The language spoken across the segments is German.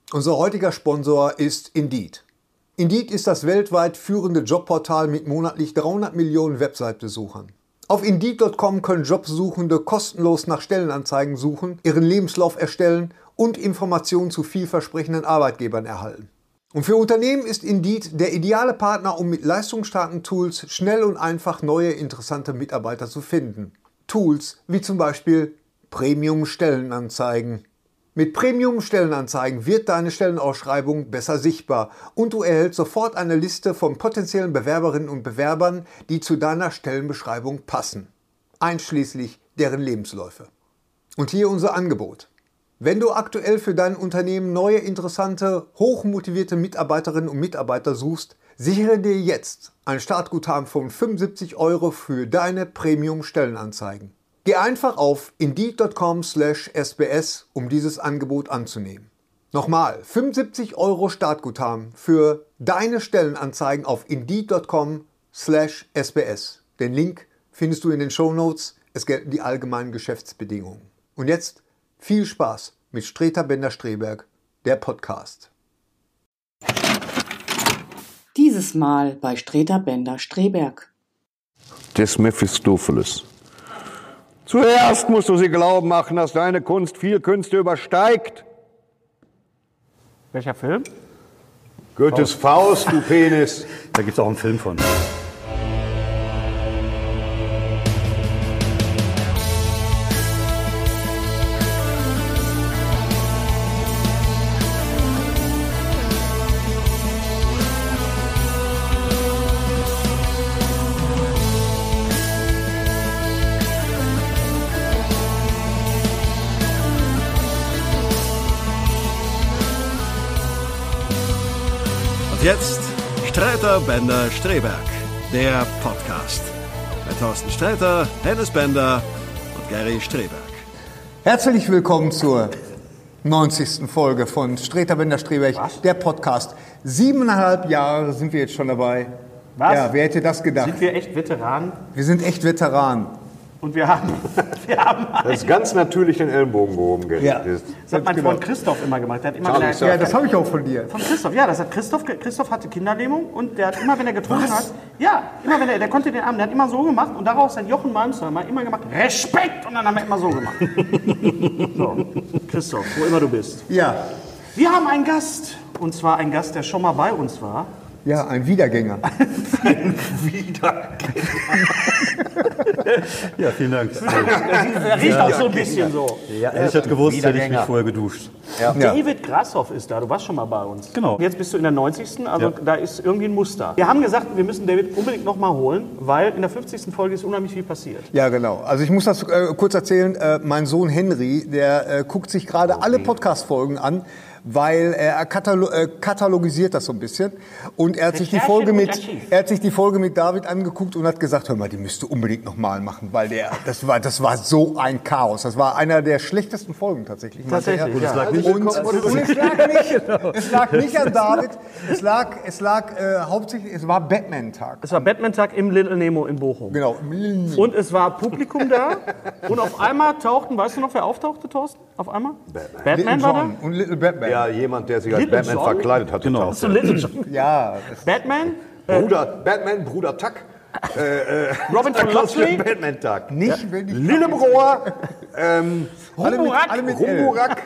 Unser heutiger Sponsor ist Indeed. Indeed ist das weltweit führende Jobportal mit monatlich 300 Millionen Website-Besuchern. Auf Indeed.com können Jobsuchende kostenlos nach Stellenanzeigen suchen, ihren Lebenslauf erstellen und Informationen zu vielversprechenden Arbeitgebern erhalten. Und für Unternehmen ist Indeed der ideale Partner, um mit leistungsstarken Tools schnell und einfach neue, interessante Mitarbeiter zu finden. Tools wie zum Beispiel Premium-Stellenanzeigen. Mit Premium-Stellenanzeigen wird deine Stellenausschreibung besser sichtbar und du erhältst sofort eine Liste von potenziellen Bewerberinnen und Bewerbern, die zu deiner Stellenbeschreibung passen, einschließlich deren Lebensläufe. Und hier unser Angebot. Wenn du aktuell für dein Unternehmen neue, interessante, hochmotivierte Mitarbeiterinnen und Mitarbeiter suchst, sichere dir jetzt ein Startguthaben von 75 € für deine Premium-Stellenanzeigen. Geh einfach auf Indeed.com/SBS, um dieses Angebot anzunehmen. Nochmal, 75 € Startguthaben für deine Stellenanzeigen auf Indeed.com/SBS. Den Link findest du in den Shownotes. Es gelten die allgemeinen Geschäftsbedingungen. Und jetzt viel Spaß mit Streter Bender-Streberg, der Podcast. Dieses Mal bei Streter Bender-Streberg. Des Mephistopheles. Zuerst musst du sie glauben machen, dass deine Kunst viel Künste übersteigt. Welcher Film? Goethes Faust, du Penis. Da gibt es auch einen Film von. Jetzt Streter Bender-Streberg, der Podcast. Mit Thorsten Sträter, Hennes Bender und Gary Streberg. Herzlich willkommen zur 90. Folge von Streter Bender-Streberg, der Podcast. 7,5 Jahre sind wir jetzt schon dabei. Was? Ja, wer hätte das gedacht? Sind wir echt Veteranen? Wir sind echt Veteranen. Und wir haben Das ist ganz natürlich den Ellenbogen gehoben. Ja. das hat mein Freund Christoph immer gemacht. Der hat immer, Ja, das habe ich auch von dir. von Christoph, ja, das hat Christoph. Christoph hatte Kinderlähmung und der hat immer, wenn er getrunken hat, ja, immer wenn der konnte den Arm, der hat immer so gemacht und daraus hat Jochen Malmsheimer immer gemacht, Respekt, und dann haben wir immer so gemacht. So, Christoph, wo immer du bist. Ja, Wir haben einen Gast, und zwar einen Gast, der schon mal bei uns war. ja, ein Wiedergänger. Ja, vielen Dank. Der riecht auch so ein bisschen so. Ja, hätte ich das gewusst, hätte ich mich vorher geduscht. Ja. David Grashoff ist da, du warst schon mal bei uns. Genau. Jetzt bist du in der 90. Also Ja. da ist irgendwie ein Muster. Wir haben gesagt, wir müssen David unbedingt nochmal holen, weil in der 50. Folge ist unheimlich viel passiert. Ja, genau. Also ich muss das kurz erzählen. Mein Henry, der guckt sich gerade alle Podcast-Folgen an, weil er katalogisiert das so ein bisschen. Und er hat sich die Folge mit David angeguckt und hat gesagt, hör mal, die müsst ihr unbedingt nochmal machen, weil das war so ein Chaos. Das war einer der schlechtesten Folgen tatsächlich. Tatsächlich, Und ja. es lag nicht an David. Es lag hauptsächlich, es war Batman-Tag. Es war Batman-Tag im Little Nemo in Bochum. Genau. Und es war Publikum da. Und auf einmal tauchten, weißt du noch, wer auftauchte, Thorsten? Auf einmal? Batman war da? John und Little Batman. Ja, jemand, der sich als Little Batman John? verkleidet hat. Genau. So Little John. Ja, Batman? Batman, Bruder Tuck. Robin von Locksley? Batman-Tag. nicht wenn ich Lillebrohr. alle mit L. Rumburak.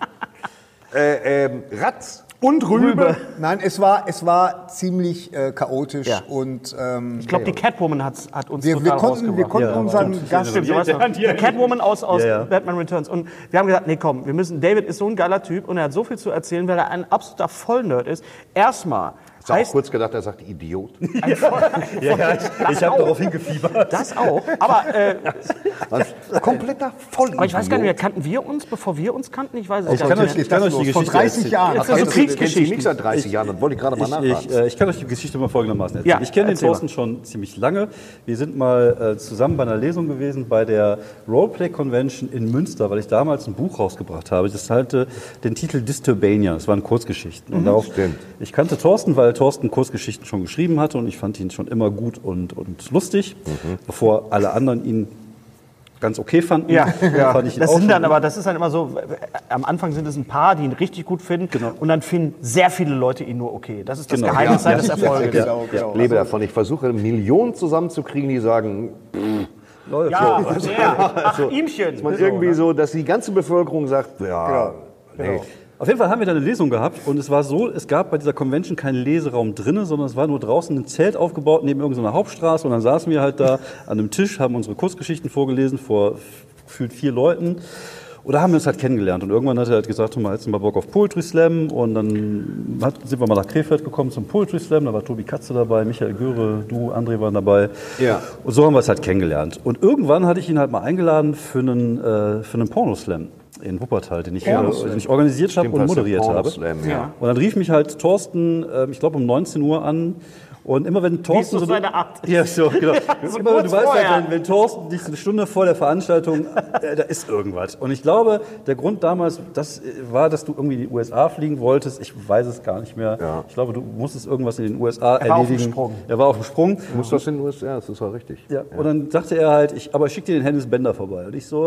Ratz. Und Rübe. Nein, es war ziemlich chaotisch Ja. und Ich glaube, die Catwoman hat uns wir total konnten rausgebracht. unseren Gast. Stimmt, so weißt du. Die Catwoman aus Ja. Batman Returns. Und wir haben gesagt, nee, komm, David ist so ein geiler Typ und er hat so viel zu erzählen, weil er ein absoluter Vollnerd ist. Erstmal Ich habe auch kurz gedacht, er sagt Idiot. Ich habe darauf hingefiebert. das auch. Aber, Kompletter Vollidiot. aber ich weiß gar nicht mehr, kannten wir uns, bevor wir uns kannten? Ich weiß es Ich gar kann nicht. euch die Vor Geschichte 30 erzählen. Jahren. Ist das so Kennst du mich Kriegsgeschichten? nicht seit 30 Jahren? Das wollte ich gerade mal nachfragen. Ich kann euch die Geschichte mal folgendermaßen erzählen. Ja, Ich kenne den erzähl mal. Thorsten schon ziemlich lange. Wir sind mal zusammen bei einer Lesung gewesen bei der Roleplay Convention in Münster, weil ich damals ein Buch rausgebracht habe. Das hatte den Titel Disturbania. Das waren Kurzgeschichten. Und darauf, Stimmt. ich kannte Thorsten, weil Thorsten Kurzgeschichten schon geschrieben hatte und ich fand ihn schon immer gut und lustig, bevor alle anderen ihn ganz okay fanden. Ja, Fand ich ihn das auch sind schon dann gut. aber, das ist dann immer so, am Anfang sind es ein paar, die ihn richtig gut finden und dann finden sehr viele Leute ihn nur okay. Das ist das Geheimnis seines Erfolges. Genau. Ich lebe davon. Ich versuche, Millionen zusammenzukriegen, die sagen, Ja, ach, Ihmchen. man irgendwie so, dass die ganze Bevölkerung sagt, nee. Auf jeden Fall haben wir da eine Lesung gehabt und es war so, es gab bei dieser Convention keinen Leseraum drinnen, sondern es war nur draußen ein Zelt aufgebaut neben irgendeiner Hauptstraße und dann saßen wir halt da an einem Tisch, haben unsere Kurzgeschichten vorgelesen vor gefühlt 4 Leuten. Und da haben wir uns halt kennengelernt und irgendwann hat er halt gesagt, mal jetzt mal Bock auf Poetry Slam und dann sind wir mal nach Krefeld gekommen zum Poetry Slam, da war Tobi Katze dabei, Michael Göre, du, André waren dabei. Ja. Und so haben wir es halt kennengelernt. Und irgendwann hatte ich ihn halt mal eingeladen für einen Pornoslam in Wuppertal, den ich organisiert habe und moderiert habe. Ja. Und dann rief mich halt Thorsten, ich glaube um 19 Uhr an. Und immer wenn Thorsten so seine Art. Ja, so, genau. So immer, kurz du weißt vorher. halt, wenn Thorsten dich eine Stunde vor der Veranstaltung, da ist irgendwas. Und ich glaube, der Grund damals, war, dass du irgendwie in die USA fliegen wolltest. Ich weiß es gar nicht mehr. Ja. Ich glaube, du musstest irgendwas in den USA Er war auf dem erledigen. Sprung. Er war auf dem Sprung. Muss das in den USA? Das ist ja richtig. Ja. Und dann sagte er halt, aber ich schicke dir den Hennes Bender vorbei. Und ich so,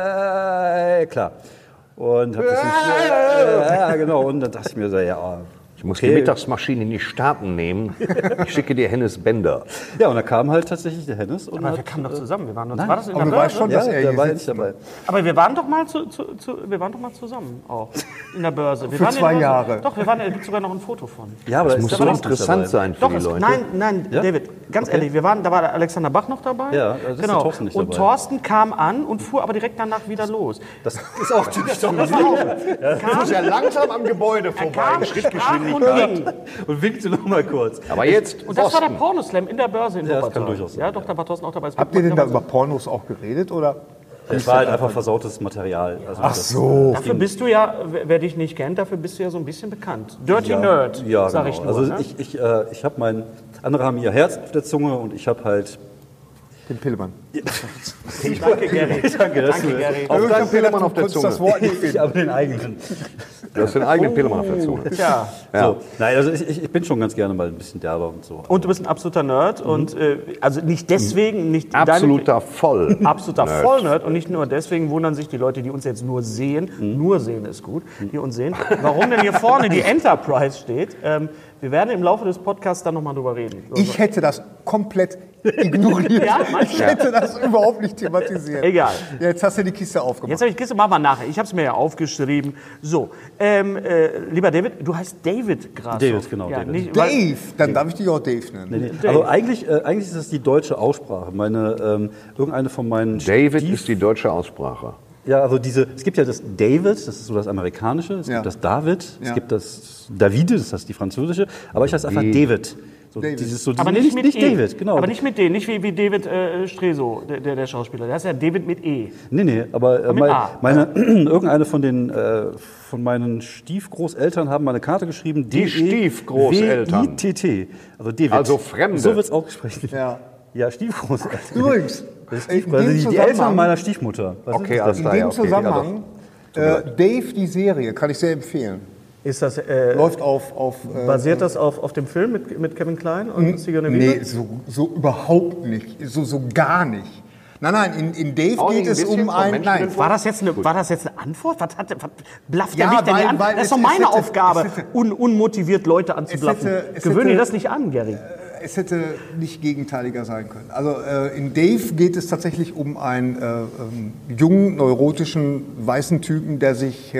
klar. Und hab das nicht, genau. Und dann dachte ich mir so, Ich muss die Mittagsmaschine in die Staaten nehmen. Ich schicke dir Hennes Bender. Ja, und da kam halt tatsächlich der Hennes. Und Aber wir hat, kamen doch zusammen. Wir waren uns, Nein. war das in Aber der du weißt Börse? schon, dass er der hier war sitzt. nicht dabei. Aber wir waren doch mal wir waren doch mal zusammen auch in der Börse. Wir Für waren in 2 der Börse. Jahre. Doch, da gibt sogar noch ein Foto von. Ja, aber Das da muss ist so der Bach nicht interessant dabei. sein für Doch, die Leute. nein, David, ganz ehrlich, da war der Alexander Bach noch dabei. Ja, da ist der Thorsten nicht und dabei. Thorsten kam an und fuhr aber direkt danach wieder los. Das ist auch typisch Thorsten. muss ja langsam am Gebäude Kam, sprach und ging. Und winkte noch mal kurz. Aber jetzt Und das war der Boston. Pornoslam in der Börse in Ja, das Wuppertal. kann durchaus sein, Ja, doch, da war Thorsten auch dabei. Habt ihr denn da über Pornos auch geredet, oder? Es war halt einfach versautes Material. Also Ach so. Dafür bist du ja, wer dich nicht kennt, dafür bist du ja so ein bisschen bekannt. Dirty Nerd, ja, sag genau. ich nur. Also ne? ich habe andere haben ihr Herz auf der Zunge und ich habe halt... Den Pillemann. Danke, Gary. Danke, Danke, Gary. Auf deinem Pillemann auf der Konntest das Zunge. Wort nicht Ich finden. habe den eigenen. Du hast den eigenen Pillemann auf der Zunge. Ja. Ja. So. Nein, also ich bin schon ganz gerne mal ein bisschen derber und so. Und du bist ein absoluter Nerd und also nicht deswegen, nicht Absoluter Voll. absoluter Nerd. Vollnerd und nicht nur deswegen wundern sich die Leute, die uns jetzt nur sehen, nur sehen ist gut, die uns sehen, warum denn hier vorne die Enterprise steht. Wir werden im Laufe des Podcasts dann nochmal drüber reden. Ich hätte das komplett ignoriert. Ja, meinst du? Ich hätte das überhaupt nicht thematisiert. Egal. Jetzt hast du die Kiste aufgemacht. Jetzt habe ich Kiste, machen wir nachher. Ich habe es mir ja aufgeschrieben. So, lieber David, du heißt David gerade. David, genau, David. Nicht, weil, Dave, dann darf ich dich auch Dave nennen. Also eigentlich ist das die deutsche Aussprache. Irgendeine von meinen David ist die deutsche Aussprache. Ja, also es gibt ja das David, das ist so das Amerikanische, es Ja. gibt das David, es Ja. gibt das Davide, das ist die Französische, aber ich heiße einfach David. So, David. aber nicht mit E. David, genau. Aber nicht mit D, nicht wie David Streso, der Schauspieler. Der heißt ja David mit E. Nee, aber mit A. irgendeine von meinen Stiefgroßeltern haben mal eine Karte geschrieben. Die Stiefgroßeltern. D-E-W-I-T-T. Also David. Also Fremde. So wird es ausgesprochen. Ja. Ja, Stiefgroßeltern. Übrigens, Die Eltern meiner Stiefmutter. Was Okay, ist das? alles in klar. dem ja, okay. Zusammenhang, Dave, die Serie, kann ich sehr empfehlen. Ist das, Läuft auf basiert das auf dem Film mit Kevin Klein und Sigourney Weaver? nee, so überhaupt nicht. So gar nicht. Nein, in Dave Auch geht nicht ein es bisschen um von ein... Menschen Nein, mit War das jetzt eine Antwort? Was blafft Ja, der mich denn weil- nicht an? weil Das ist doch es meine hätte- Aufgabe, es hätte- unmotiviert Leute anzublaffen. es Gewöhne hätte- dir das nicht an, Gary. es hätte nicht gegenteiliger sein können. Also in Dave geht es tatsächlich um einen jungen, neurotischen, weißen Typen, der sich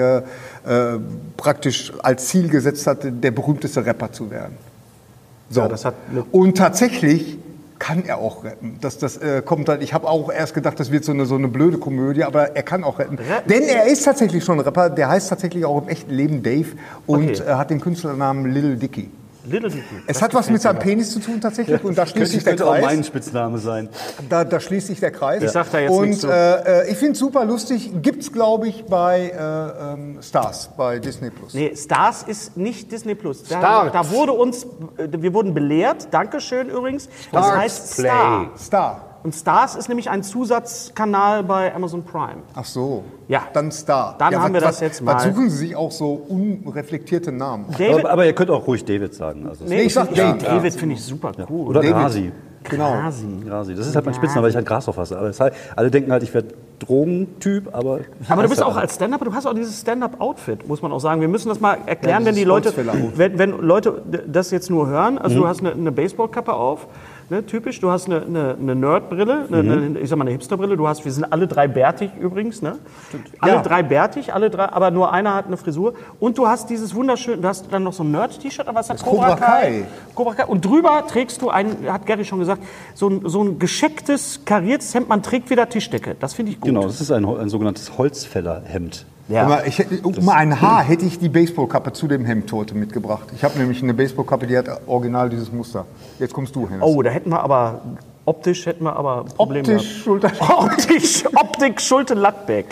praktisch als Ziel gesetzt hatte, der berühmteste Rapper zu werden. So. Ja, das hat Und tatsächlich kann er auch retten. Das kommt dann, ich habe auch erst gedacht, das wird so eine blöde Komödie, aber er kann auch retten. Denn er ist tatsächlich schon ein Rapper, der heißt tatsächlich auch im echten Leben Dave und Okay. hat den Künstlernamen Lil Dicky. Little Dicky. Es hat was mit seinem Penis zu tun tatsächlich und da schließt sich der Könnte auch Kreis. mein Spitzname sein. Da schließt sich der Kreis. Ich sag da jetzt und nichts zu. ich finde es super lustig. Gibt's, glaube ich, bei Stars, bei Disney+. Nee, Stars ist nicht Disney Plus. Stars. Da wurde wir wurden belehrt, Dankeschön übrigens. Das Stars heißt Play. Star. Star. Und Stars ist nämlich ein Zusatzkanal bei Amazon Prime. Ach so. Ja. Dann Star. Dann haben wir das was, jetzt Was mal. suchen Sie sich auch so unreflektierte Namen? David, Aber ihr könnt auch ruhig David sagen. Also Nee, ich sag Dave. David finde ich super cool. oder David. Nasi. Genau. Grasi. Das ist halt mein Spitzname, weil ich halt Gras auf hasse. Aber das heißt, alle denken halt, ich wäre Drogentyp, aber... Aber du bist auch als Stand-Up, du hast auch dieses Stand-Up-Outfit, muss man auch sagen. Wir müssen das mal erklären, wenn die Leute, wenn Leute das jetzt nur hören. Also du hast eine Baseballkappe auf, ne, typisch. Du hast eine Nerdbrille, ich sag mal eine Hipsterbrille. Wir sind alle drei bärtig übrigens, ne? Alle drei bärtig, aber nur einer hat eine Frisur. Und du hast dieses wunderschöne, du hast dann noch so ein Nerd-T-Shirt, aber was ist das? Cobra Kai. Cobra Kai. Und drüber trägst du hat Gary schon gesagt, so ein geschecktes, kariertes Hemd. Man trägt wieder Tischdecke. Das finde ich gut. Genau, das ist ein sogenanntes Holzfällerhemd. Ja. Aber um ein Haar hätte ich die Baseballkappe zu dem Hemdtote mitgebracht. Ich habe nämlich eine Baseballkappe, die hat original dieses Muster. Jetzt kommst du, Hennes. Oh, da hätten wir aber... Optisch hätten wir aber Probleme Optisch, Optik Schulte-Lattbeck.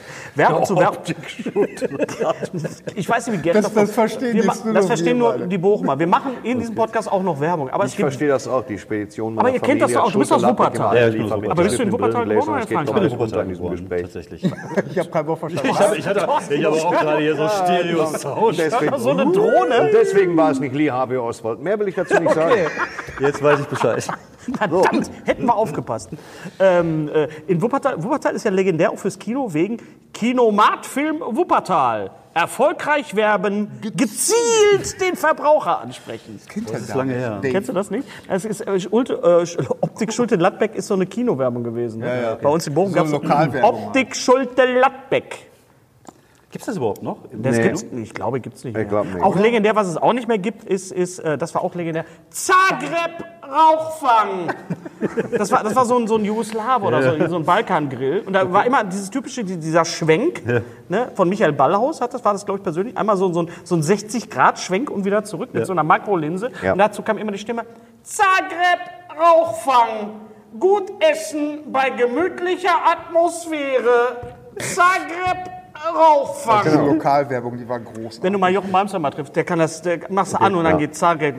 Ich weiß nicht, wie Geld das verstehen das verstehen nur die Bochumer. Wir machen in diesem Podcast auch noch Werbung. Aber ich verstehe das auch, die Spedition. Aber ihr kennt das doch auch, du bist aus Wuppertal. Ja, ich bin aus Wuppertal. Aber bist du in Wuppertal geboren oder in Frankreich? Ich bin in Wuppertal in diesem Gespräch. Tatsächlich. Ich habe kein Wort verstanden. Ich habe auch gerade hier so Stereos zu Hause. So eine Drohne. Und deswegen war es nicht Lee Harvey Oswald. Mehr will ich dazu nicht sagen. Jetzt weiß ich Bescheid. Verdammt, hätten wir aufgepasst. In Wuppertal ist ja legendär auch fürs Kino wegen Kinomat-Film Wuppertal. Erfolgreich werben, gezielt den Verbraucher ansprechen. Das ist lange her. Kennst du das nicht? Das ist, Optik Schulte-Lattbeck ist so eine Kinowerbung gewesen. Ne? Ja, okay. Bei uns in Bochum gab es Optik Schulte-Lattbeck. Gibt es das überhaupt noch? Das gibt's, ich glaube, gibt es nicht mehr. nicht. Auch legendär, was es auch nicht mehr gibt, ist das war auch legendär, Zagreb Rauchfang. Das war so ein Jugoslawe oder so ein Balkangrill. Und da war immer dieses typische, dieser Schwenk, ne, von Michael Ballhaus war das, glaube ich, persönlich. Einmal so ein 60-Grad-Schwenk und wieder zurück mit so einer Makrolinse. Ja. Und dazu kam immer die Stimme, Zagreb Rauchfang. Gut essen bei gemütlicher Atmosphäre. Zagreb Rauchfang. Das ist eine Lokalwerbung, die war groß. Wenn du mal Jochen Malmster mal triffst, der machst du an und dann geht Zagreb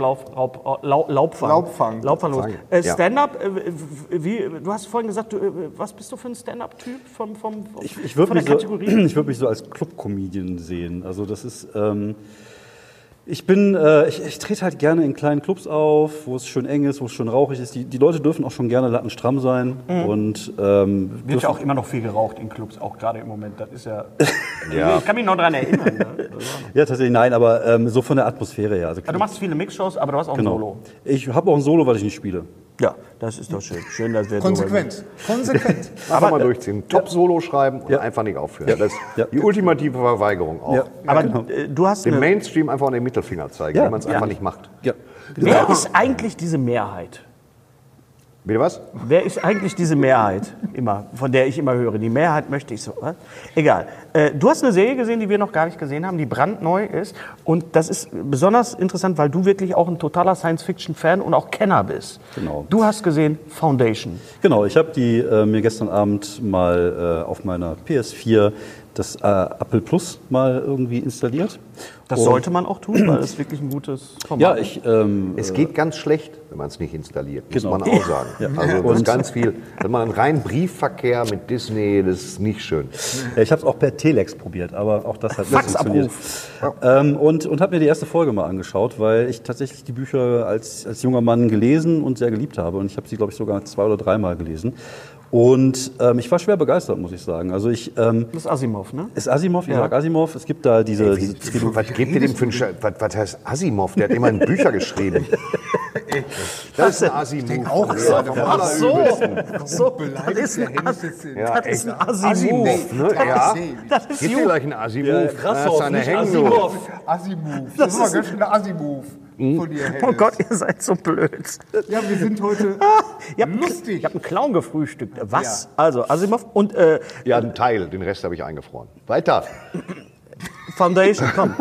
Laubfang los. Stand-up, du hast vorhin gesagt, was bist du für ein Stand-up-Typ von der Kategorie? Ich würde mich so als Club-Comedian sehen. Also das ist... Ich trete halt gerne in kleinen Clubs auf, wo es schön eng ist, wo es schön rauchig ist. Die Leute dürfen auch schon gerne lattenstramm sein. Und, wird ja auch immer noch viel geraucht in Clubs, auch gerade im Moment. Das ist ja. Ich kann mich noch daran erinnern. Ne? Ja, tatsächlich nein, aber so von der Atmosphäre her. Also du machst viele Mixshows, aber du hast auch ein Solo. Ich habe auch ein Solo, weil ich nicht spiele. Ja, das ist doch schön. Schön, dass wir Konsequent. Einfach mal durchziehen. Top-Solo schreiben und einfach nicht aufhören. Das ist die ultimative Verweigerung auch. Ja. Aber du hast dem Mainstream einfach den Mittelfinger zeigen, wenn man es einfach nicht macht. Ja. Wer ist eigentlich diese Mehrheit? Bitte was? Wer ist eigentlich diese Mehrheit, von der ich immer höre? Die Mehrheit möchte ich so. Was? Egal. Du hast eine Serie gesehen, die wir noch gar nicht gesehen haben, die brandneu ist. Und das ist besonders interessant, weil du wirklich auch ein totaler Science-Fiction-Fan und auch Kenner bist. Genau. Du hast gesehen Foundation. Genau, ich habe die mir gestern Abend mal auf meiner PS4 das Apple Plus mal irgendwie installiert. Das sollte man auch tun, weil es wirklich ein gutes Format ist. Es geht ganz schlecht, wenn man es nicht installiert, muss Genau. man auch sagen. Ja. Also das ist ganz viel. Wenn man einen reinen Briefverkehr mit Disney, das ist nicht schön. Ja, ich habe es auch per Telex probiert, aber auch das hat nicht funktioniert. Faxabruf. Und habe mir die erste Folge mal angeschaut, weil ich tatsächlich die Bücher als junger Mann gelesen und sehr geliebt habe. Und ich habe sie, glaube ich, sogar 2 oder 3 Mal gelesen. Und ich war schwer begeistert, muss ich sagen. Also das ist Asimov, ne? Ist Asimov, Isaac Asimov. Es gibt da diese Was gebt ihr dem für einen was heißt Asimov? Der hat immerhin Bücher geschrieben. Das ist ein Asimov. Auch gerade. Ach so. Das ist ein Asimov. Das ist Gibt ihr gleich einen Asimov? Krass, das ist eine Hängnummer. Asimov. Das ist ganz schön der Asimov von dir, Hennes. Oh Gott, ihr seid so blöd. Ja, wir sind heute lustig. Ich habe einen Clown gefrühstückt. Was? Ja. Also Asimov und... Ja, einen Teil, den Rest habe ich eingefroren. Weiter. Foundation, komm.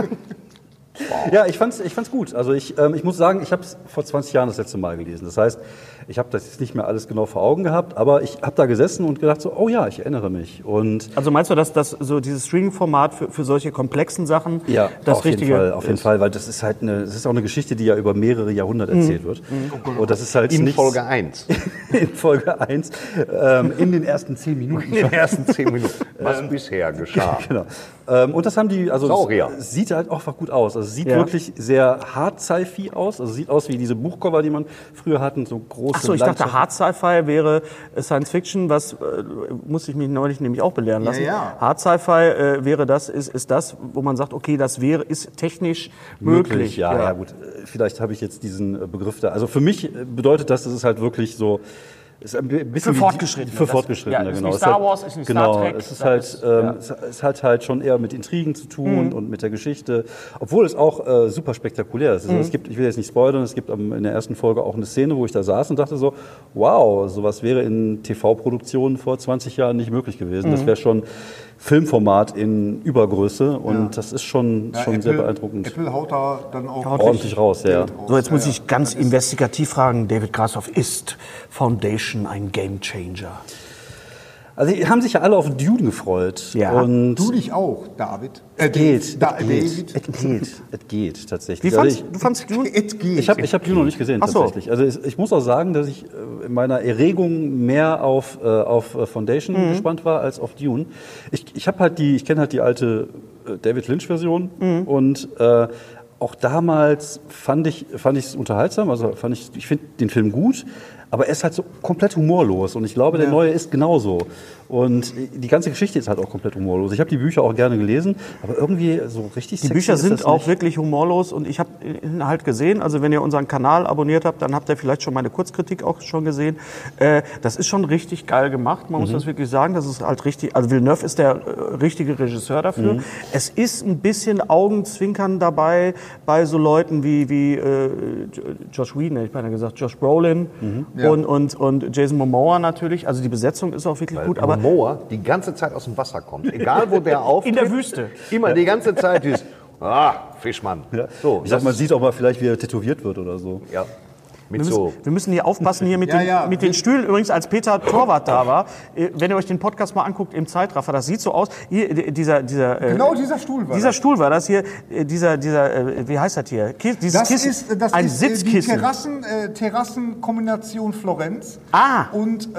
Wow. Ja, ich fand's gut. Also ich muss sagen, ich habe es vor 20 Jahren das letzte Mal gelesen. Das heißt, ich habe das jetzt nicht mehr alles genau vor Augen gehabt, aber ich habe da gesessen und gedacht so, oh ja, ich erinnere mich. Und also meinst du, dass das so dieses Streaming-Format für solche komplexen Sachen das Richtige auf jeden Fall, weil das ist halt das ist auch eine Geschichte, die ja über mehrere Jahrhunderte erzählt wird. Und das ist halt in Folge 1. In Folge 1, in den ersten 10 Minuten. In den ersten 10 Minuten, was bisher geschah. Genau. Und das haben die, also Saurier. sieht halt auch einfach gut aus. Also Also es sieht wirklich sehr hart Sci-Fi aus. Also sieht aus wie diese Buchcover, die man früher hatten, so große. Achso, ich dachte, Hard Sci-Fi wäre Science Fiction, was musste ich mich neulich nämlich auch belehren lassen. Ja. Hard Sci-Fi wäre das, ist das, wo man sagt, okay, das ist technisch möglich. Ja, gut. Vielleicht habe ich jetzt diesen Begriff da. Also für mich bedeutet das, dass es halt wirklich so. Ist ein bisschen Für Fortgeschrittene. Für Fortgeschrittene, ist genau. nicht Star Wars, ist nicht Star Trek. Es ist halt, es hat halt schon eher mit Intrigen zu tun und mit der Geschichte, obwohl es auch super spektakulär ist. Also es gibt, ich will jetzt nicht spoilern, es gibt in der ersten Folge auch eine Szene, wo ich da saß und dachte so, wow, sowas wäre in TV-Produktionen vor 20 Jahren nicht möglich gewesen. Das wäre schon Filmformat in Übergröße und das ist schon sehr beeindruckend. Apple haut da dann auch Ordentlich raus, ja. So, jetzt muss ich ganz investigativ fragen, David Grashoff, ist Foundation ein Gamechanger? Also die haben sich ja alle auf Dune gefreut. Ja. Und Du dich auch, David. Es geht tatsächlich. Wie fandst du fandst Dune? Ich hab Dune noch nicht gesehen, Ach so. tatsächlich. Also ich muss auch sagen, dass ich in meiner Erregung mehr auf Foundation gespannt war als auf Dune. Ich kenne halt die alte David Lynch-Version und auch damals fand ich es unterhaltsam. Also ich finde den Film gut. Aber er ist halt so komplett humorlos und ich glaube, der neue ist genauso. Und die ganze Geschichte ist halt auch komplett humorlos. Ich habe die Bücher auch gerne gelesen, aber irgendwie so richtig Die Bücher sind auch wirklich humorlos und ich habe ihn halt gesehen, also wenn ihr unseren Kanal abonniert habt, dann habt ihr vielleicht schon meine Kurzkritik auch schon gesehen. Das ist schon richtig geil gemacht, man muss das wirklich sagen. Das ist halt richtig, also Villeneuve ist der richtige Regisseur dafür. Es ist ein bisschen Augenzwinkern dabei bei so Leuten wie Josh Whedon, hätte ich beinahe gesagt, Josh Brolin und Jason Momoa natürlich. Also die Besetzung ist auch wirklich gut, aber Momoa die ganze Zeit aus dem Wasser kommt. Egal, wo der auftritt. in der Wüste. Immer die ganze Zeit ist, Fischmann. So, Ich sag, man sieht auch mal vielleicht, wie er tätowiert wird oder so. ja, mit Wir müssen hier aufpassen hier mit den Stühlen. Übrigens, als Peter Torwart da war, wenn ihr euch den Podcast mal anguckt im Zeitraffer, das sieht so aus. Hier, Genau dieser Stuhl war Dieser Stuhl war das hier. Wie heißt das hier? Dieses Kissen. Das ein ist Sitzkissen. die Terrassenkombination Florenz. Ah. Und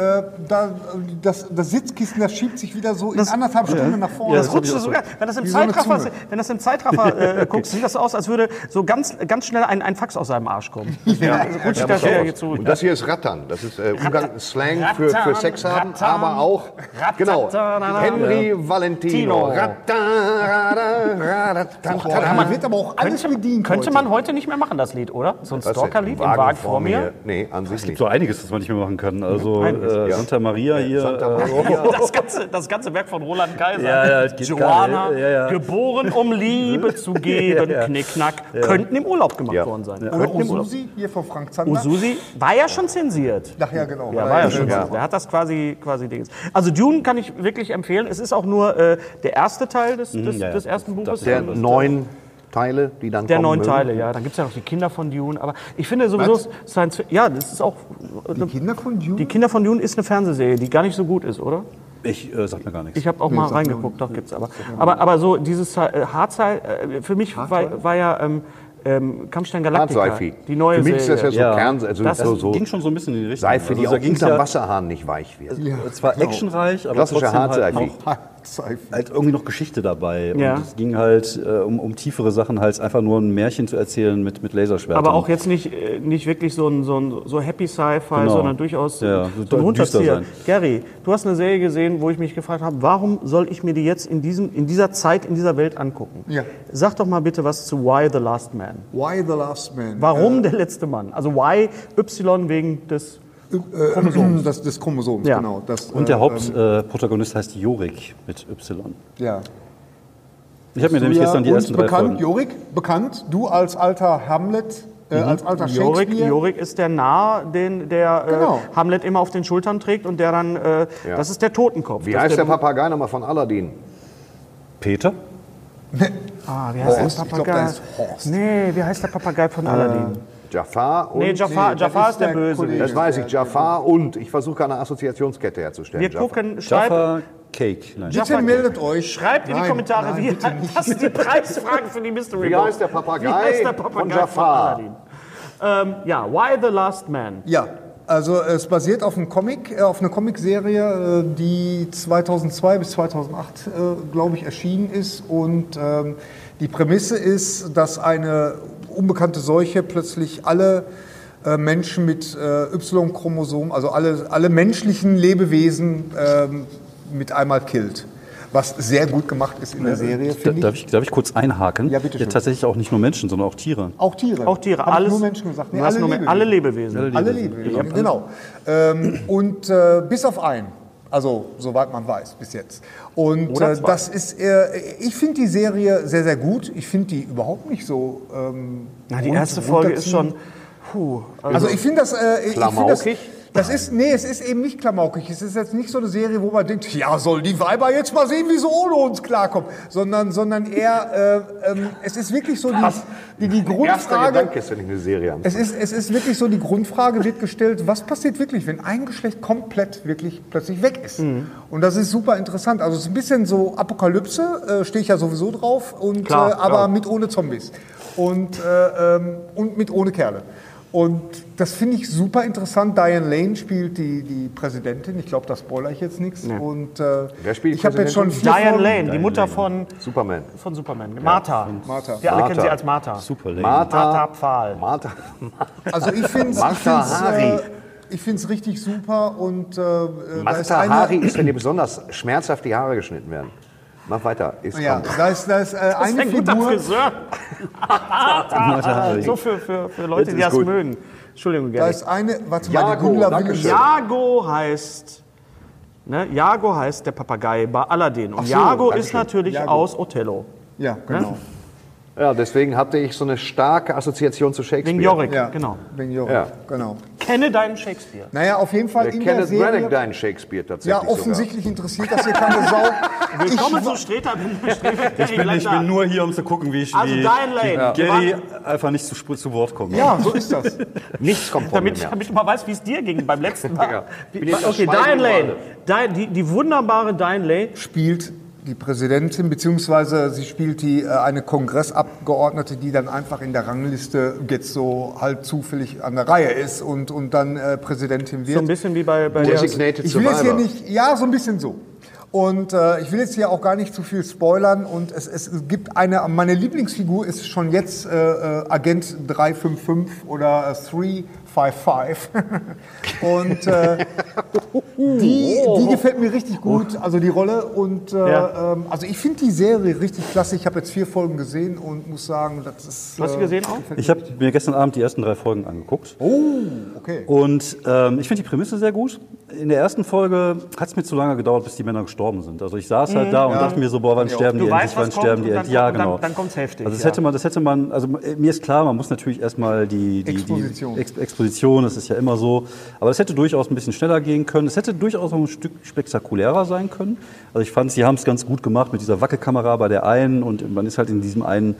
das Sitzkissen, das schiebt sich wieder so in 1,5 Stunden nach vorne. Das rutscht sogar. Wenn das im Wie so eine Zeitraffer, Zunge. wenn das im Zeitraffer guckst, sieht das so aus, als würde so ganz schnell ein Fax aus seinem Arsch kommen. Also rutscht das hier zurück. Und das hier ist Rattern. Das ist Slang für Sex haben, aber auch genau. Henry Valentino. Man wird aber auch alles bedient. Könnte man heute nicht mehr machen, das Lied, oder? So ein Stalker-Lied im Wagen vor mir. Nee, an sich nicht. So einiges, das man nicht mehr machen kann. Also Santa Maria hier. Das ganze Werk von Roland Kaiser. Ja, das geht Joanna, gar nicht. Ja. Geboren um Liebe zu geben, Knickknack, könnten im Urlaub gemacht worden sein. Oder Ususi, hier von Frank Zander. Ususi war ja schon zensiert. Ach ja, genau. Ja, war ja schon. Ja. Der hat das quasi Dings. Also Dune kann ich wirklich empfehlen. Es ist auch nur der erste Teil des ersten Buches. Der 9 Teile, die dann Der kommen 9 mögen. Teile, ja. Dann gibt es ja noch die Kinder von Dune. Aber ich finde sowieso Science Fiction. Ja, das ist auch. Die Kinder von Dune? Die Kinder von Dune ist eine Fernsehserie, die gar nicht so gut ist, oder? Ich sag mir gar nichts. Ich habe auch mal reingeguckt, doch gibt's aber. Aber so dieses Hardzeit, für mich war ja Kampfstein Galactica, Hard-Sci-Fi. die neue Für mich ist das ja Serie. so Kern, also Das so ging schon so ein bisschen in die Richtung. Seife, die Also, auch da ging's unterm ja Wasserhahn nicht weich wird. zwar actionreich, aber Klassische trotzdem halt Hard-Sci-Fi. auch halt irgendwie noch Geschichte dabei. Ja. Und es ging halt um tiefere Sachen, halt einfach nur ein Märchen zu erzählen mit Laserschwertern. Aber auch jetzt nicht wirklich so Happy Sci-Fi, Genau. sondern durchaus Ja, so ein düster Runterzieher. sein. Gary, du hast eine Serie gesehen, wo ich mich gefragt habe, warum soll ich mir die jetzt in dieser Zeit, in dieser Welt angucken? Ja. Sag doch mal bitte was zu Why the Last Man. Why the Last Man? Warum der letzte Mann? Also Why Y wegen des Chromosoms. Des Chromosoms, Ja. genau. Das, Und der Hauptprotagonist heißt Jorik mit Y. ja. Ich habe mir nämlich gestern die ersten 3 bekannt, Folgen... Jorik, bekannt, du als alter Hamlet, als alter Shakespeare. Jorik ist der Narr, der Genau. Hamlet immer auf den Schultern trägt und der dann, das ist der Totenkopf. Wie Das heißt ist der Papagei nochmal von Aladdin? Peter? Wie heißt Horst, der ich glaub, Papagei? der heißt Horst. Nee, wie heißt der Papagei von Aladdin? Jafar und... Nee, Jafar das ist der Böse. Kollege. Das weiß ich, Jafar und... Ich versuche eine Assoziationskette herzustellen. Wir Jafar. gucken, schreibt Jaffa Cake. Nein. Bitte meldet euch. Schreibt in die Nein, Kommentare, nein, wie bitte nicht. das ist die Preisfrage für die Mystery Wie Box. heißt der Papagei Wie heißt der Papagei von Jafar? Aladdin? Ja, Why the Last Man? Ja, also es basiert auf einem Comic, auf einer Comicserie, die 2002 bis 2008, glaube ich, erschienen ist und Die Prämisse ist, dass eine unbekannte Seuche plötzlich alle Menschen mit Y-Chromosom, also alle menschlichen Lebewesen mit einmal killt. Was sehr gut gemacht ist in der Serie, finde ich. Darf ich kurz einhaken? Ja, bitte schön. Tatsächlich auch nicht nur Menschen, sondern auch Tiere. Auch Tiere. Auch Tiere. Hab ich Alles, nur Menschen gesagt? Nee, du hast nur alle Lebewesen. Alle Lebewesen, genau. Und bis auf einen. Also, soweit man weiß, bis jetzt. Und das ist, ich finde die Serie sehr, sehr gut. Ich finde die überhaupt nicht so. Na, die erste Folge ist schon. Also ich finde das. Klamaukig? Es ist eben nicht klamaukig. Es ist jetzt nicht so eine Serie, wo man denkt, ja, sollen die Weiber jetzt mal sehen, wie sie ohne uns klarkommen. Sondern eher, es ist wirklich so die Grundfrage. Erster Gedanke ist, wenn ich eine Serie anschaue. Es ist wirklich so, die Grundfrage wird gestellt, was passiert wirklich, wenn ein Geschlecht komplett wirklich plötzlich weg ist. Und das ist super interessant. Also es ist ein bisschen so Apokalypse, stehe ich ja sowieso drauf, und, Klar. aber mit ohne Zombies und mit ohne Kerle. Und das finde ich super interessant. Diane Lane spielt die Präsidentin. Ich glaube, da spoilere ich jetzt nichts. Nee. Und Wer spielt die ich habe jetzt schon Präsidentin? 4 Diane Folgen. Lane, die Mutter von Superman. Superman. Martha. Martha. Wir alle Martha. kennen sie als Martha. Super Martha Pfahl. Martha. Also ich finde Martha Hari. es richtig super. Und da ist Martha Hari ist, wenn dir besonders schmerzhaft die Haare geschnitten werden. Mach weiter. Ja, da ist eine Ein guter Figur. Friseur. So für Leute, die das gut. mögen. Entschuldigung, Da Gary. ist eine. Warte mal, Jago, die Googler will Dankeschön. Jago heißt der Papagei bei Aladdin. Und Ach so, Jago ist Dankeschön. natürlich Jago. aus Othello. Ja, genau. Ja, deswegen hatte ich so eine starke Assoziation zu Shakespeare. Wegen Yorick, Ja, genau. Wegen Jorik, Ja. genau. Kenne deinen Shakespeare. Naja, auf jeden Fall in der Kenneth Serie. Branagh deinen Shakespeare tatsächlich Ja, offensichtlich interessiert das hier keine Sau. Willkommen zu Streter. Ich bin nur hier, um zu gucken, wie Also Diane Lane. Gary einfach nicht zu Wort kommt. Ja, so ist das. Nichts kommt von mir mehr. Damit du mal weißt, wie es dir ging beim letzten Mal. Ja. Bin jetzt Okay, das Schweigen Diane Lane. Die wunderbare Diane Lane. Spielt die Präsidentin, beziehungsweise sie spielt eine Kongressabgeordnete, die dann einfach in der Rangliste jetzt so halt zufällig an der Reihe ist und dann Präsidentin wird. So ein bisschen wie bei der... Designated Ich will jetzt hier Survivor. nicht, ja, so ein bisschen so. Und ich will jetzt hier auch gar nicht zu viel spoilern. Und es gibt meine Lieblingsfigur ist schon jetzt Agent 355 oder 355. Und die gefällt mir richtig gut, also die Rolle. Und also ich finde die Serie richtig klasse. Ich habe jetzt 4 Folgen gesehen und muss sagen, das ist... Hast du gesehen auch? Ich habe mir gestern Abend die ersten 3 Folgen angeguckt. Oh, okay. Und ich finde die Prämisse sehr gut. In der ersten Folge hat es mir zu lange gedauert, bis die Männer gestorben sind. Also ich saß halt da und dachte mir so, boah, wann sterben die Du endlich, weißt, wann was sterben kommt die und endlich? Ja, genau. Dann kommt's heftig. Also das hätte man, also mir ist klar, man muss natürlich erstmal die Exposition, das ist ja immer so. Aber es hätte durchaus ein bisschen schneller gehen können. Es hätte durchaus auch ein Stück spektakulärer sein können. Also ich fand, sie haben es ganz gut gemacht mit dieser Wackelkamera bei der einen und man ist halt in diesem einen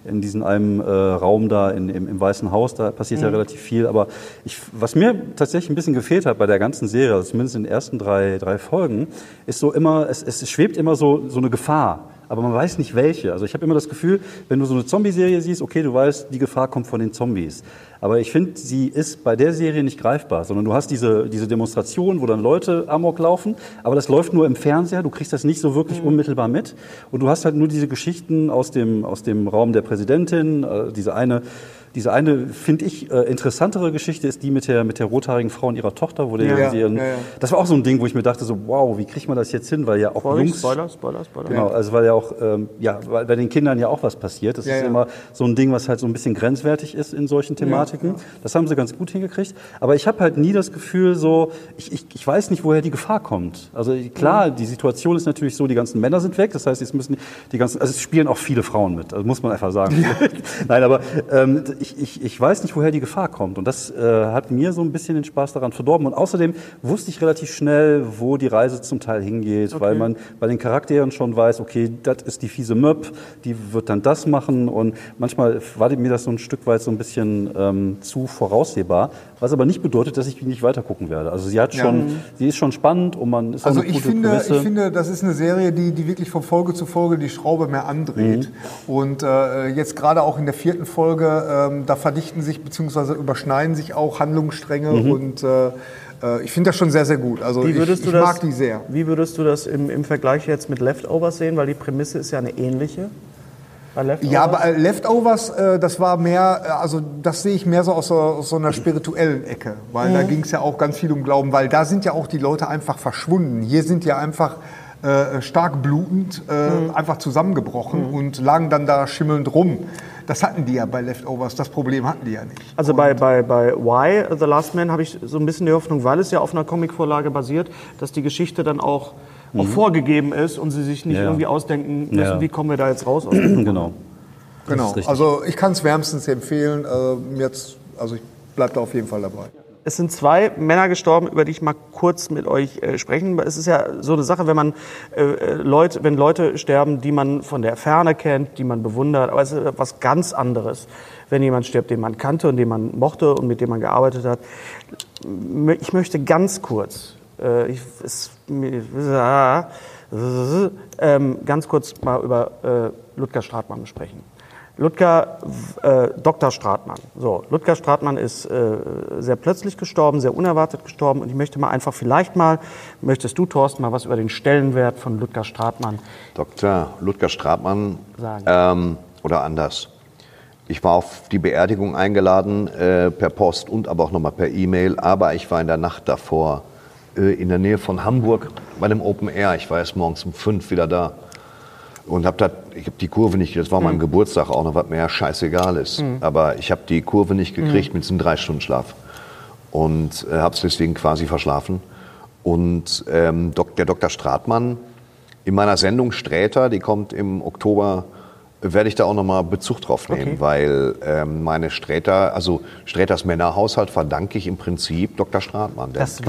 Raum da im Weißen Haus, da passiert ja relativ viel. Aber was mir tatsächlich ein bisschen gefehlt hat bei der ganzen Serie, also zumindest in den ersten drei Folgen, ist so immer, es schwebt immer so eine Gefahr. Aber man weiß nicht welche. Also ich habe immer das Gefühl, wenn du so eine Zombie-Serie siehst, okay, du weißt, die Gefahr kommt von den Zombies. Aber ich finde, sie ist bei der Serie nicht greifbar, sondern du hast diese Demonstration, wo dann Leute Amok laufen, aber das läuft nur im Fernseher, du kriegst das nicht so wirklich unmittelbar mit. Und du hast halt nur diese Geschichten aus dem Raum der Präsidentin, diese eine, finde ich, interessantere Geschichte ist die mit der rothaarigen Frau und ihrer Tochter, wo das war auch so ein Ding, wo ich mir dachte so, wow, wie kriegt man das jetzt hin, weil ja auch Jungs... Spoiler. Genau, also weil ja auch, weil bei den Kindern ja auch was passiert. Das ist immer so ein Ding, was halt so ein bisschen grenzwertig ist in solchen Thematiken. Das haben sie ganz gut hingekriegt. Aber ich habe halt nie das Gefühl so, ich weiß nicht, woher die Gefahr kommt. Also klar, die Situation ist natürlich so, die ganzen Männer sind weg, das heißt, jetzt müssen also es spielen auch viele Frauen mit, also muss man einfach sagen. Nein, aber ich weiß nicht, woher die Gefahr kommt. Und das hat mir so ein bisschen den Spaß daran verdorben. Und außerdem wusste ich relativ schnell, wo die Reise zum Teil hingeht, weil man bei den Charakteren schon weiß, okay, das ist die fiese Möb, die wird dann das machen. Und manchmal war mir das so ein Stück weit so ein bisschen zu voraussehbar, was aber nicht bedeutet, dass ich nicht weiter gucken werde. Also sie ist schon spannend und man ist auch Also eine gute Prämisse. ich finde, das ist eine Serie, die wirklich von Folge zu Folge die Schraube mehr andreht. Und jetzt gerade auch in der 4. Folge, da verdichten sich bzw. überschneiden sich auch Handlungsstränge und ich finde das schon sehr, sehr gut. Also ich mag die sehr. Wie würdest du das im Vergleich jetzt mit Leftovers sehen? Weil die Prämisse ist ja eine ähnliche. Bei Leftovers? Ja, bei Leftovers, das war mehr, also das sehe ich mehr so aus so einer spirituellen Ecke, weil da ging es ja auch ganz viel um Glauben, weil da sind ja auch die Leute einfach verschwunden. Hier sind ja einfach stark blutend einfach zusammengebrochen und lagen dann da schimmelnd rum. Das hatten die ja bei Leftovers, das Problem hatten die ja nicht. Also bei Why, The Last Man, habe ich so ein bisschen die Hoffnung, weil es ja auf einer Comicvorlage basiert, dass die Geschichte dann auch vorgegeben ist und sie sich nicht irgendwie ausdenken müssen, wie kommen wir da jetzt raus. Genau. Also ich kann es wärmstens empfehlen. Also ich bleibe da auf jeden Fall dabei. Es sind 2 Männer gestorben, über die ich mal kurz mit euch sprechen. Es ist ja so eine Sache, wenn Leute sterben, die man von der Ferne kennt, die man bewundert. Aber es ist was ganz anderes, wenn jemand stirbt, den man kannte und den man mochte und mit dem man gearbeitet hat. Ich möchte ganz kurz, ganz kurz mal über Ludger Stratmann sprechen. Dr. Stratmann. So, Ludger Stratmann ist sehr plötzlich gestorben, sehr unerwartet gestorben. Und ich möchte mal einfach möchtest du, Thorsten, mal was über den Stellenwert von Ludger Stratmann Dr. Ludger Stratmann sagen? Oder anders. Ich war auf die Beerdigung eingeladen, per Post und aber auch nochmal per E-Mail. Aber ich war in der Nacht davor in der Nähe von Hamburg bei dem Open Air. Ich war erst morgens um 5 wieder da. Und ich habe die Kurve nicht, das war meinem Geburtstag auch noch, was mir ja scheißegal ist. Aber ich habe die Kurve nicht gekriegt mit diesem 3-Stunden-Schlaf. Und habe es deswegen quasi verschlafen. Und der Dr. Stratmann in meiner Sendung Sträter, die kommt im Oktober, werde ich da auch nochmal Bezug drauf nehmen, weil meine Sträters Männerhaushalt verdanke ich im Prinzip Dr. Stratmann.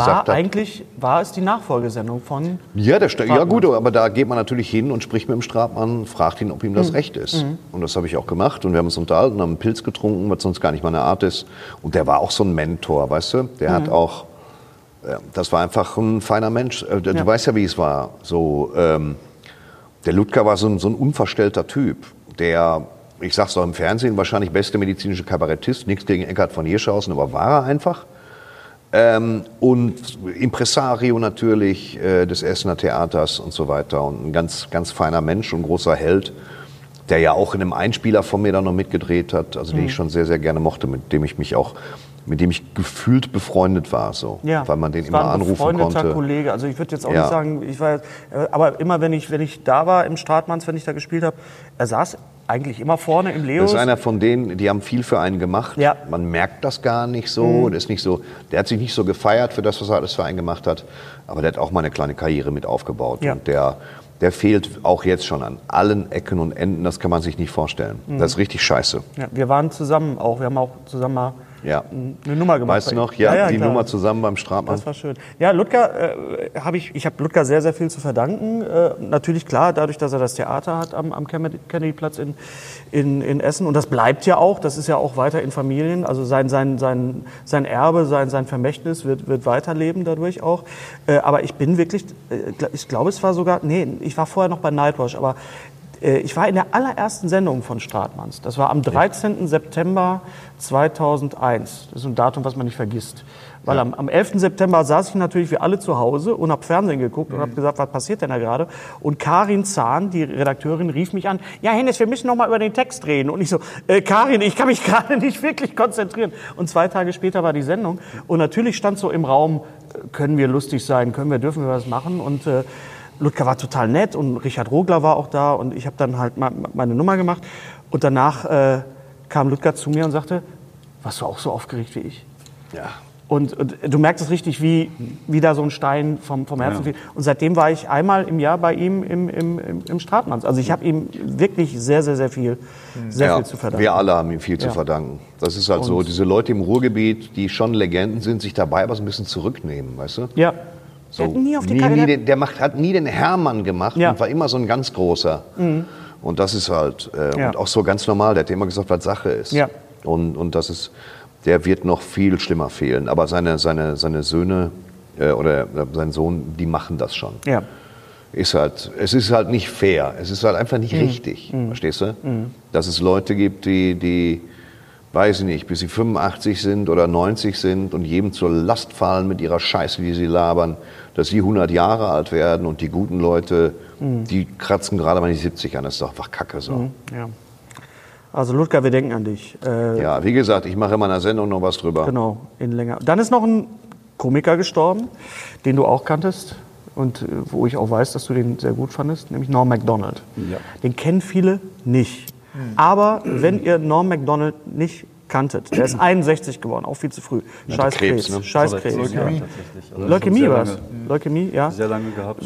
War es die Nachfolgesendung von ja, gut, aber da geht man natürlich hin und spricht mit dem Stratmann, fragt ihn, ob ihm das recht ist. Und das habe ich auch gemacht und wir haben uns unterhalten, haben einen Pilz getrunken, was sonst gar nicht meine Art ist. Und der war auch so ein Mentor, weißt du? Der hat auch, das war einfach ein feiner Mensch. Du weißt ja, wie es war. So, der Ludger war so ein unverstellter Typ, der, ich sag's auch im Fernsehen, wahrscheinlich beste medizinische Kabarettist, nichts gegen Eckhard von Hirschhausen, aber war er einfach. Und Impresario natürlich des Essener Theaters und so weiter und ein ganz, ganz feiner Mensch und großer Held, der ja auch in einem Einspieler von mir dann noch mitgedreht hat, also den ich schon sehr, sehr gerne mochte, mit dem ich gefühlt befreundet war, so, weil man den immer anrufen konnte. Ein befreundeter Kollege, also ich würde jetzt auch nicht sagen, aber immer wenn ich da war im Stratmanns, wenn ich da gespielt habe, er saß eigentlich immer vorne im Leos. Das ist einer von denen, die haben viel für einen gemacht. Ja. Man merkt das gar nicht so. Der hat sich nicht so gefeiert für das, was er alles für einen gemacht hat. Aber der hat auch mal eine kleine Karriere mit aufgebaut. Ja. Und der fehlt auch jetzt schon an allen Ecken und Enden. Das kann man sich nicht vorstellen. Das ist richtig scheiße. Ja, wir waren zusammen auch. Wir haben auch zusammen mal eine Nummer gemacht. Weißt du noch? Ja, die klar. Nummer zusammen beim Stratmann. Das war schön. Ja, Ludger, ich habe Ludger sehr, sehr viel zu verdanken. Natürlich klar, dadurch, dass er das Theater hat am Kennedyplatz in Essen. Und das bleibt ja auch. Das ist ja auch weiter in Familien. Also sein Erbe, sein Vermächtnis wird weiterleben dadurch auch. Aber ich bin wirklich, ich glaube, es war sogar, ich war vorher noch bei Nightwatch, aber ich war in der allerersten Sendung von Stratmanns. Das war am 13. September 2001. Das ist ein Datum, was man nicht vergisst. Weil am 11. September saß ich natürlich wie alle zu Hause und habe Fernsehen geguckt und habe gesagt, was passiert denn da gerade? Und Karin Zahn, die Redakteurin, rief mich an, ja Hennes, wir müssen noch mal über den Text reden. Und ich so, Karin, ich kann mich gerade nicht wirklich konzentrieren. Und 2 Tage später war die Sendung. Und natürlich stand so im Raum, können wir lustig sein, dürfen wir was machen? Und Ludger war total nett und Richard Rogler war auch da und ich habe dann halt meine Nummer gemacht und danach kam Ludger zu mir und sagte, warst du auch so aufgeregt wie ich? Ja. Und du merkst es richtig, wie da so ein Stein vom Herzen fiel. Und seitdem war ich einmal im Jahr bei ihm im Stratmanns. Also ich habe ihm wirklich sehr, sehr, sehr viel zu verdanken. Wir alle haben ihm viel zu verdanken. Das ist halt so, diese Leute im Ruhrgebiet, die schon Legenden sind, sich dabei aber so ein bisschen zurücknehmen, weißt du? Ja. So, der hat nie auf die Karte. Hat nie den Hermann gemacht und war immer so ein ganz großer. Und das ist halt, und auch so ganz normal, der hat immer gesagt, was Sache ist. Ja. Und das ist, der wird noch viel schlimmer fehlen. Aber seine Söhne oder sein Sohn, die machen das schon. Ja. Es ist halt nicht fair. Es ist halt einfach nicht richtig. Verstehst du? Dass es Leute gibt, die weiß ich nicht, bis sie 85 sind oder 90 sind und jedem zur Last fallen mit ihrer Scheiße, die sie labern, dass sie 100 Jahre alt werden und die guten Leute, die kratzen gerade mal die 70 an. Das ist doch einfach Kacke so. Ja. Also Ludger, wir denken an dich. Ja, wie gesagt, ich mache in meiner Sendung noch was drüber. Genau, in länger. Dann ist noch ein Komiker gestorben, den du auch kanntest und wo ich auch weiß, dass du den sehr gut fandest, nämlich Norm Macdonald. Ja. Den kennen viele nicht. Aber wenn ihr Norm Macdonald nicht kanntet, der ist 61 geworden, auch viel zu früh. Scheiß Krebs, ne? Scheiß Aber Krebs. Leukämie Ja. tatsächlich. Also Leukämie sehr war lange- es. Leukämie, ja. Sehr lange gehabt.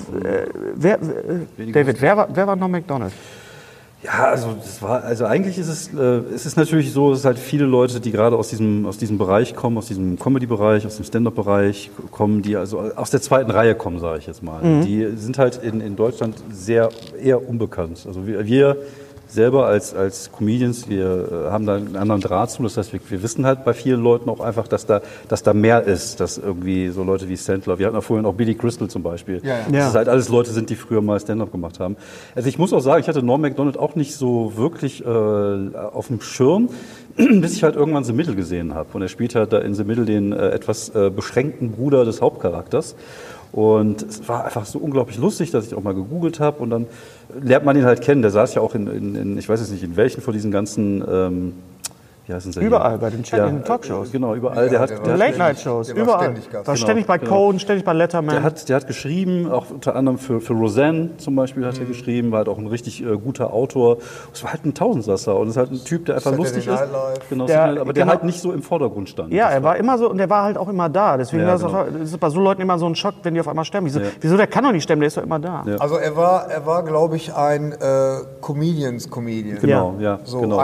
David, wer war Norm Macdonald? Ja, also eigentlich ist es ist natürlich so, dass halt viele Leute, die gerade aus diesem Bereich kommen, aus diesem Comedy-Bereich, aus dem Stand-up-Bereich kommen, die also aus der zweiten Reihe kommen, sage ich jetzt mal. Die sind halt in Deutschland eher unbekannt. Also wir selber als Comedians, wir haben da einen anderen Draht zu. Das heißt, wir wissen halt bei vielen Leuten auch einfach, dass da mehr ist, dass irgendwie so Leute wie Sandler, wir hatten ja vorhin auch Billy Crystal zum Beispiel, dass es halt alles Leute sind, die früher mal Stand-up gemacht haben. Also ich muss auch sagen, ich hatte Norm Macdonald auch nicht so wirklich auf dem Schirm, bis ich halt irgendwann The Middle gesehen habe. Und er spielt halt da in The Middle den etwas beschränkten Bruder des Hauptcharakters. Und es war einfach so unglaublich lustig, dass ich auch mal gegoogelt habe und dann lernt man ihn halt kennen. Der saß ja auch in ich weiß jetzt nicht, in welchen von diesen ganzen, wie heißen sie Überall, hier? bei den in den Talkshows. Genau, überall. Der hat Late-Night-Shows, der war überall. ständig Gast. War ständig bei Cohen, ständig bei Letterman. Der hat geschrieben, auch unter anderem für Roseanne zum Beispiel hat er geschrieben, war halt auch ein richtig guter Autor. Es war halt ein Tausendsasser und ist halt ein Typ, der einfach Saturday lustig Night ist. Live. Genau, Der aber der halt nicht so im Vordergrund stand. Ja, Das er war immer so und der war halt auch immer da. Deswegen Ja, war es genau. auch, das ist bei so Leuten immer so ein Schock, wenn die auf einmal sterben. Wieso der kann doch nicht sterben, der ist doch immer da. Ja. Also er war, glaube ich, ein Comedian. Genau, ja, So genau.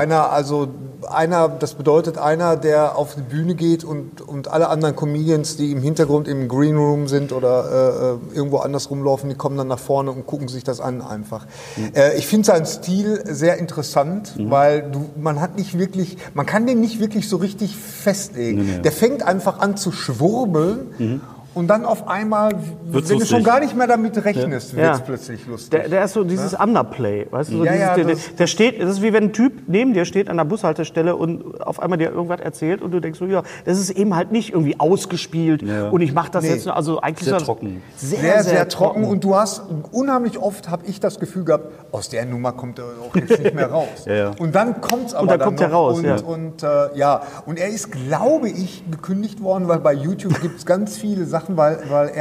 einer, das bedeutet einer, der auf die Bühne geht und alle anderen Comedians, die im Hintergrund im Green Room sind oder irgendwo anders rumlaufen, die kommen dann nach vorne und gucken sich das an einfach. Ich finde seinen Stil sehr interessant, weil man kann den nicht wirklich so richtig festlegen. Nee. Der fängt einfach an zu schwurbeln. Und dann auf einmal, Wird's wenn du schon lustig. gar nicht mehr damit rechnest, Ja. wird es plötzlich lustig. Der ist so dieses Underplay, weißt du? So Ja, dieses, ja, der steht, das ist wie wenn ein Typ neben dir steht an der Bushaltestelle und auf einmal dir irgendwas erzählt und du denkst so, ja, das ist eben halt nicht irgendwie ausgespielt und ich mache das jetzt, also eigentlich Sehr ist das trocken. Sehr trocken. Und du hast unheimlich oft, habe ich das Gefühl gehabt, aus der Nummer kommt er auch jetzt nicht mehr raus. Ja. Und dann kommt es aber Und dann kommt er noch. raus, und und er ist, glaube ich, gekündigt worden, weil bei YouTube gibt es ganz viele Sachen, weil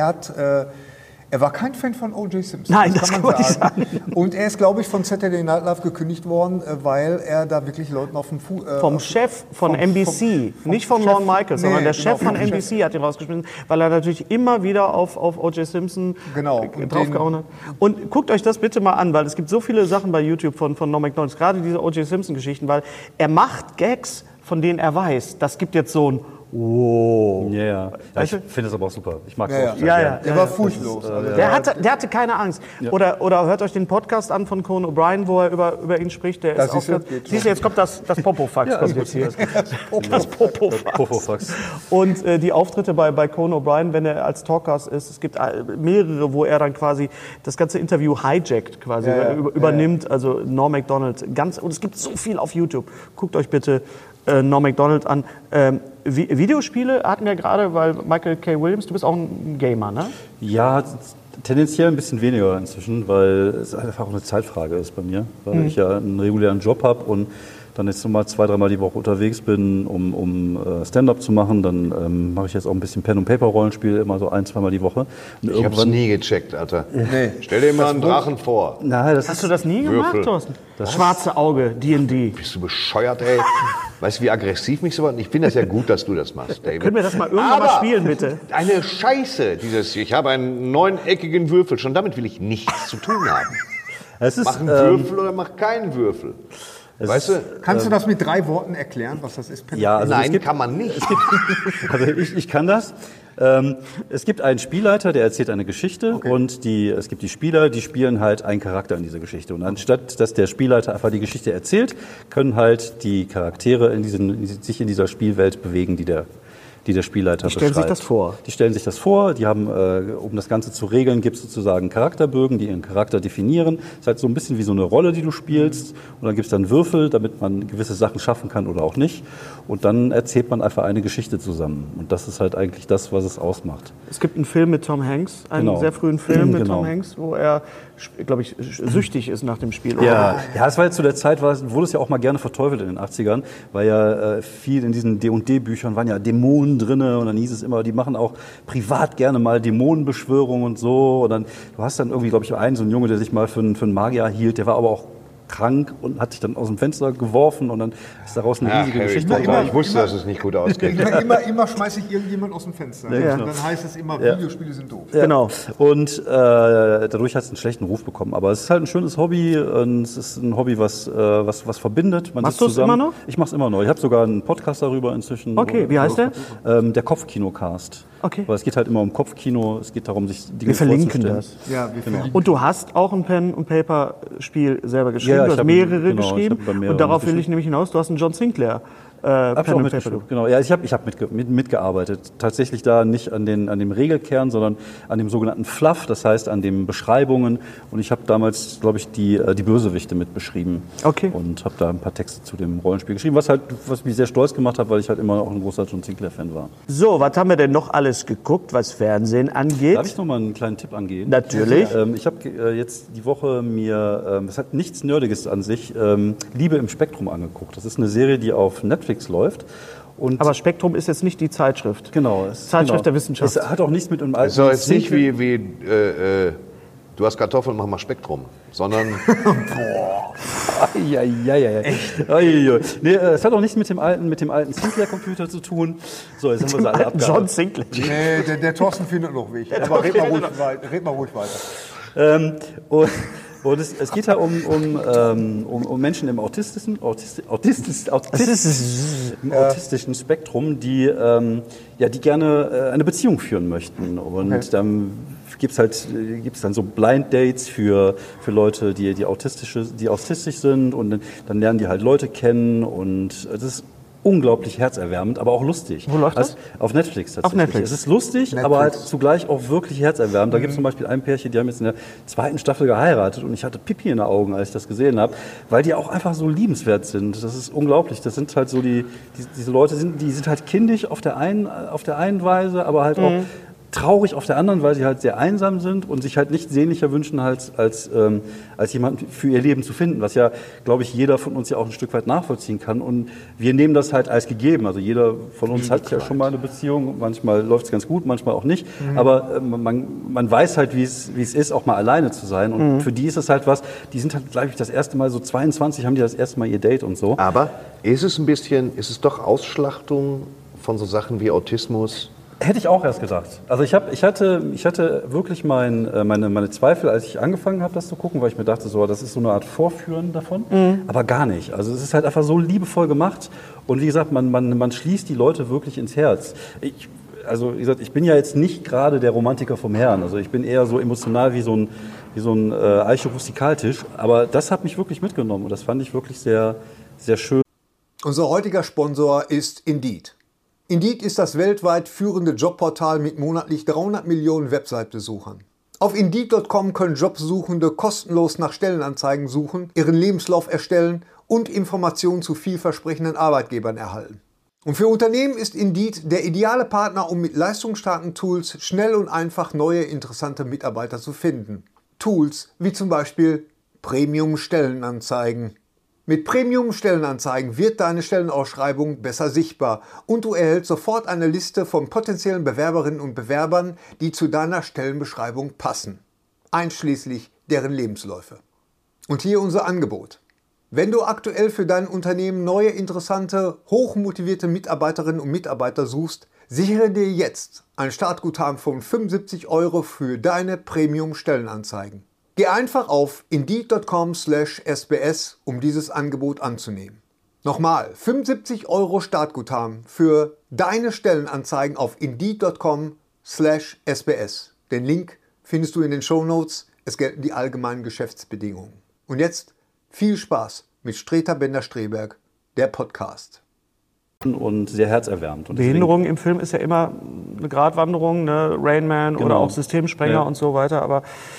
er war kein Fan von O.J. Simpson. Nein, das kann man nicht sagen. Und er ist, glaube ich, von Saturday Night Live gekündigt worden, weil er da wirklich Leuten auf den Fuß... vom Chef von NBC, nicht von Lorne Michaels, sondern der Chef von NBC hat ihn rausgeschmissen, weil er natürlich immer wieder auf O.J. Simpson draufgehauen hat. Und guckt euch das bitte mal an, weil es gibt so viele Sachen bei YouTube von Norm Macdonald, gerade diese O.J. Simpson-Geschichten, weil er macht Gags, von denen er weiß, das gibt jetzt so ein Wow. Ja, Weißt ich du? finde das aber auch super. Ich mag es Ja, auch. ja. Der war furchtlos. Der hatte keine Angst. Oder hört euch den Podcast an von Conan O'Brien, wo er über ihn spricht. Der ist auch siehst du, jetzt kommt das Popofax. Kommt jetzt hier. Das Popofax. Und die Auftritte bei Conan O'Brien, wenn er als Talkgast ist, es gibt mehrere, wo er dann quasi das ganze Interview hijackt, quasi übernimmt. Also Norm Macdonald. Und es gibt so viel auf YouTube. Guckt euch bitte Norm Macdonald an. Videospiele hatten wir gerade, weil Michael K. Williams, du bist auch ein Gamer, ne? Ja, tendenziell ein bisschen weniger inzwischen, weil es einfach auch eine Zeitfrage ist bei mir, weil ich ja einen regulären Job habe und dann jetzt nochmal 2-3 Mal die Woche unterwegs bin, um Stand-up zu machen. Dann mache ich jetzt auch ein bisschen Pen-and-Paper-Rollenspiel, immer so 1-2 Mal die Woche. Und Ich habe es nie gecheckt, Alter. Nee. Stell dir mal einen Drachen vor. Nein, Hast du das nie gemacht, Würfel. Thorsten? Das schwarze Auge, D&D. Bist du bescheuert, ey? Weißt du, wie aggressiv mich sowas... Ich finde das ja gut, dass du das machst, David. Können wir das mal irgendwann mal spielen, bitte? Eine Scheiße, ich habe einen 9-eckigen Würfel. Schon damit will ich nichts zu tun haben. Es ist, Mach einen Würfel oder mach keinen Würfel. Weißt du? Kannst du das mit 3 Worten erklären, was das ist? Ja, also Nein, kann man nicht. Also ich kann das. Es gibt einen Spielleiter, der erzählt eine Geschichte und es gibt die Spieler, die spielen halt einen Charakter in dieser Geschichte. Und anstatt, dass der Spielleiter einfach die Geschichte erzählt, können halt die Charaktere sich in dieser Spielwelt bewegen, die der die der Spielleiter beschreibt. Die stellen sich das vor? Die stellen sich das vor. Die haben, um das Ganze zu regeln, gibt es sozusagen Charakterbögen, die ihren Charakter definieren. Das ist halt so ein bisschen wie so eine Rolle, die du spielst. Und dann gibt es dann Würfel, damit man gewisse Sachen schaffen kann oder auch nicht. Und dann erzählt man einfach eine Geschichte zusammen. Und das ist halt eigentlich das, was es ausmacht. Es gibt einen Film mit Tom Hanks, einen sehr frühen Film mit Tom Hanks, wo er, glaube ich, süchtig ist nach dem Spiel. Ja, es war jetzt zu der Zeit, wurde es ja auch mal gerne verteufelt in den 80ern, weil ja viel in diesen D&D-Büchern waren ja Dämonen drinne und dann hieß es immer, die machen auch privat gerne mal Dämonenbeschwörungen und so. Und dann, du hast dann irgendwie, glaube ich, einen so einen Junge, der sich mal für einen Magier hielt, der war aber auch krank und hat sich dann aus dem Fenster geworfen und dann ist daraus eine riesige Geschichte. Ich wusste, dass es nicht gut ausgeht. Immer schmeiße ich irgendjemand aus dem Fenster. Ja, genau. Dann heißt es immer, Videospiele sind doof. Ja. Genau. Und dadurch hat es einen schlechten Ruf bekommen. Aber es ist halt ein schönes Hobby und es ist ein Hobby, was verbindet. Machst du es immer noch? Ich mache es immer noch. Ich habe sogar einen Podcast darüber inzwischen. Okay, wie heißt der? Der Kopfkinocast. Okay. Weil es geht halt immer um Kopfkino, es geht darum, sich Dinge Wir verlinken vorzustellen. das. Ja, wir verlinken. Und du hast auch ein Pen-and-Paper-Spiel selber geschrieben, Ja, du ich hast mehrere geschrieben. Und darauf will geschrieben. ich nämlich hinaus, du hast einen John Sinclair Pen-and-Paper. Genau, ja, ich hab mitgearbeitet. Tatsächlich da nicht an dem Regelkern, sondern an dem sogenannten Fluff, das heißt an den Beschreibungen. Und ich habe damals, glaube ich, die Bösewichte mit beschrieben. Okay. Und habe da ein paar Texte zu dem Rollenspiel geschrieben, was mich sehr stolz gemacht hat, weil ich halt immer auch ein großer John Sinclair-Fan war. So, was haben wir denn noch alles geguckt, was Fernsehen angeht? Darf ich noch mal einen kleinen Tipp angehen? Natürlich. Ich habe jetzt die Woche mir, es hat nichts Nerdiges an sich, Liebe im Spektrum angeguckt. Das ist eine Serie, die auf Netflix läuft. Und aber Spektrum ist jetzt nicht die Zeitschrift. Genau. Zeitschrift der Wissenschaft. Es hat auch nichts mit einem alten... So, jetzt nicht wie du hast Kartoffeln, mach mal Spektrum, sondern... Ja. Echt? Nee, es hat auch nichts mit dem alten Sinclair-Computer zu tun. So, jetzt haben wir sie alle abgehakt. John Sinclair. Nee, der Thorsten findet noch Weg. Aber red mal ruhig weiter. Und es geht da um Menschen im autistischen Spektrum, die gerne eine Beziehung führen möchten. Und dann gibt's dann so Blind Dates für Leute, die autistisch sind, und dann lernen die halt Leute kennen, und es ist unglaublich herzerwärmend, aber auch lustig. Wo läuft das? Auf Netflix tatsächlich. Auf Netflix. Es ist lustig, aber halt zugleich auch wirklich herzerwärmend. Da gibt es zum Beispiel ein Pärchen, die haben jetzt in der 2. Staffel geheiratet, und ich hatte Pipi in den Augen, als ich das gesehen habe, weil die auch einfach so liebenswert sind. Das ist unglaublich. Das sind halt so diese Leute, die sind halt kindisch auf der einen Weise, aber halt auch traurig auf der anderen, weil sie halt sehr einsam sind und sich halt nicht sehnlicher wünschen, als jemanden für ihr Leben zu finden, was ja, glaube ich, jeder von uns ja auch ein Stück weit nachvollziehen kann. Und wir nehmen das halt als gegeben. Also jeder von uns hat ja schon mal eine Beziehung. Manchmal läuft es ganz gut, manchmal auch nicht. Aber man weiß halt, wie es ist, auch mal alleine zu sein. Und für die ist es halt was, die sind halt, glaube ich, das erste Mal so 22, haben die das erste Mal ihr Date und so. Aber ist es doch Ausschlachtung von so Sachen wie Autismus? Hätte ich auch erst gedacht. Also ich hatte wirklich meine Zweifel, als ich angefangen habe, das zu gucken, weil ich mir dachte, so, das ist so eine Art Vorführen davon, aber gar nicht. Also es ist halt einfach so liebevoll gemacht, und wie gesagt, man schließt die Leute wirklich ins Herz. Ich bin ja jetzt nicht gerade der Romantiker vom Herrn. Also ich bin eher so emotional wie so ein Eiche-Rustikaltisch, aber das hat mich wirklich mitgenommen, und das fand ich wirklich sehr, sehr schön. Unser heutiger Sponsor ist Indeed. Indeed ist das weltweit führende Jobportal mit monatlich 300 Millionen Website-Besuchern. Auf Indeed.com können Jobsuchende kostenlos nach Stellenanzeigen suchen, ihren Lebenslauf erstellen und Informationen zu vielversprechenden Arbeitgebern erhalten. Und für Unternehmen ist Indeed der ideale Partner, um mit leistungsstarken Tools schnell und einfach neue, interessante Mitarbeiter zu finden. Tools wie zum Beispiel Premium-Stellenanzeigen. Mit Premium-Stellenanzeigen wird deine Stellenausschreibung besser sichtbar, und du erhältst sofort eine Liste von potenziellen Bewerberinnen und Bewerbern, die zu deiner Stellenbeschreibung passen, einschließlich deren Lebensläufe. Und hier unser Angebot. Wenn du aktuell für dein Unternehmen neue, interessante, hochmotivierte Mitarbeiterinnen und Mitarbeiter suchst, sichere dir jetzt ein Startguthaben von 75 € für deine Premium-Stellenanzeigen. Geh einfach auf Indeed.com/sbs, um dieses Angebot anzunehmen. Nochmal, 75 € Startguthaben für deine Stellenanzeigen auf Indeed.com/sbs. Den Link findest du in den Shownotes. Es gelten die allgemeinen Geschäftsbedingungen. Und jetzt viel Spaß mit Streter Bender-Streberg, der Podcast. und sehr herzerwärmend. Und Behinderung im Film ist ja immer eine Gratwanderung, ne? Rain Man oder auch Systemsprenger und so weiter, aber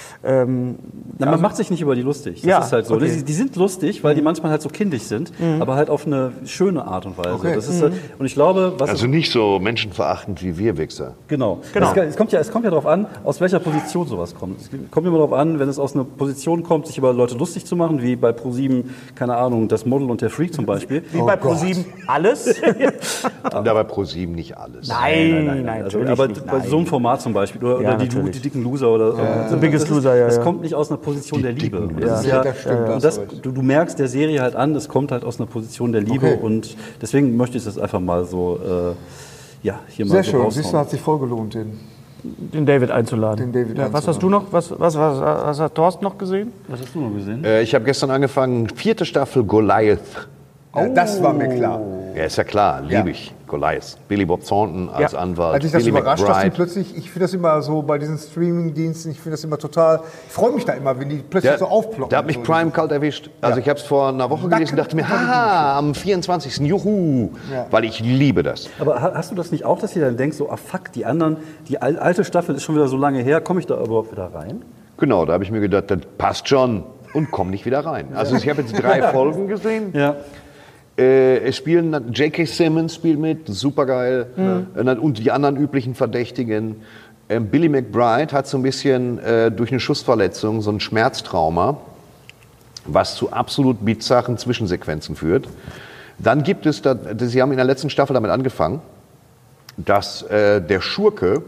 man macht sich nicht über die lustig. Das ist halt so. Okay. Die sind lustig, weil die manchmal halt so kindisch sind, aber halt auf eine schöne Art und Weise. Okay. Das ist, und ich glaube, also nicht so menschenverachtend wie wir Wichser. Genau. Es kommt ja darauf an, aus welcher Position sowas kommt. Es kommt immer darauf an, wenn es aus einer Position kommt, sich über Leute lustig zu machen, wie bei ProSieben, keine Ahnung, das Model und der Freak zum Beispiel. Wie bei ProSieben alles? Und da bei ProSieben nicht alles. Nein. Also, aber bei so einem Format zum Beispiel oder die dicken Loser oder The Biggest Loser. Das kommt nicht aus einer Position der Liebe. Du merkst der Serie halt an, es kommt halt aus einer Position der Liebe und deswegen möchte ich das einfach mal so hier mal sehr so raushauen. Sehr schön, siehst du, hat sich voll gelohnt, den David einzuladen. Was hast du noch? Was hat Thorsten noch gesehen? Was hast du noch gesehen? Ich habe gestern angefangen, 4. Staffel Goliath. Ja, das war mir klar. Ja, ist ja klar, liebe ich. Goliath. Billy Bob Thornton als Anwalt. Hat dich das Billy überrascht, McBride. dass die plötzlich, ich finde das immer so bei diesen Streaming-Diensten, ich finde das immer total, ich freue mich da immer, wenn die plötzlich so aufploppen. Der hat mich Prime kalt erwischt. Also ich habe es vor einer Woche gelesen und dachte mir, haha, am 24. Juhu, weil ich liebe das. Aber hast du das nicht auch, dass ihr dann denkst, so, fuck, die anderen, die alte Staffel ist schon wieder so lange her, komme ich da überhaupt wieder rein? Genau, da habe ich mir gedacht, das passt schon und komm nicht wieder rein. Also ich habe jetzt 3 Folgen gesehen. Ja. Es spielen, J.K. Simmons spielt mit, supergeil. Und die anderen üblichen Verdächtigen. Billy McBride hat so ein bisschen durch eine Schussverletzung so ein Schmerztrauma, was zu absolut bizarren Zwischensequenzen führt. Dann gibt es, sie haben in der letzten Staffel damit angefangen, dass der Schurke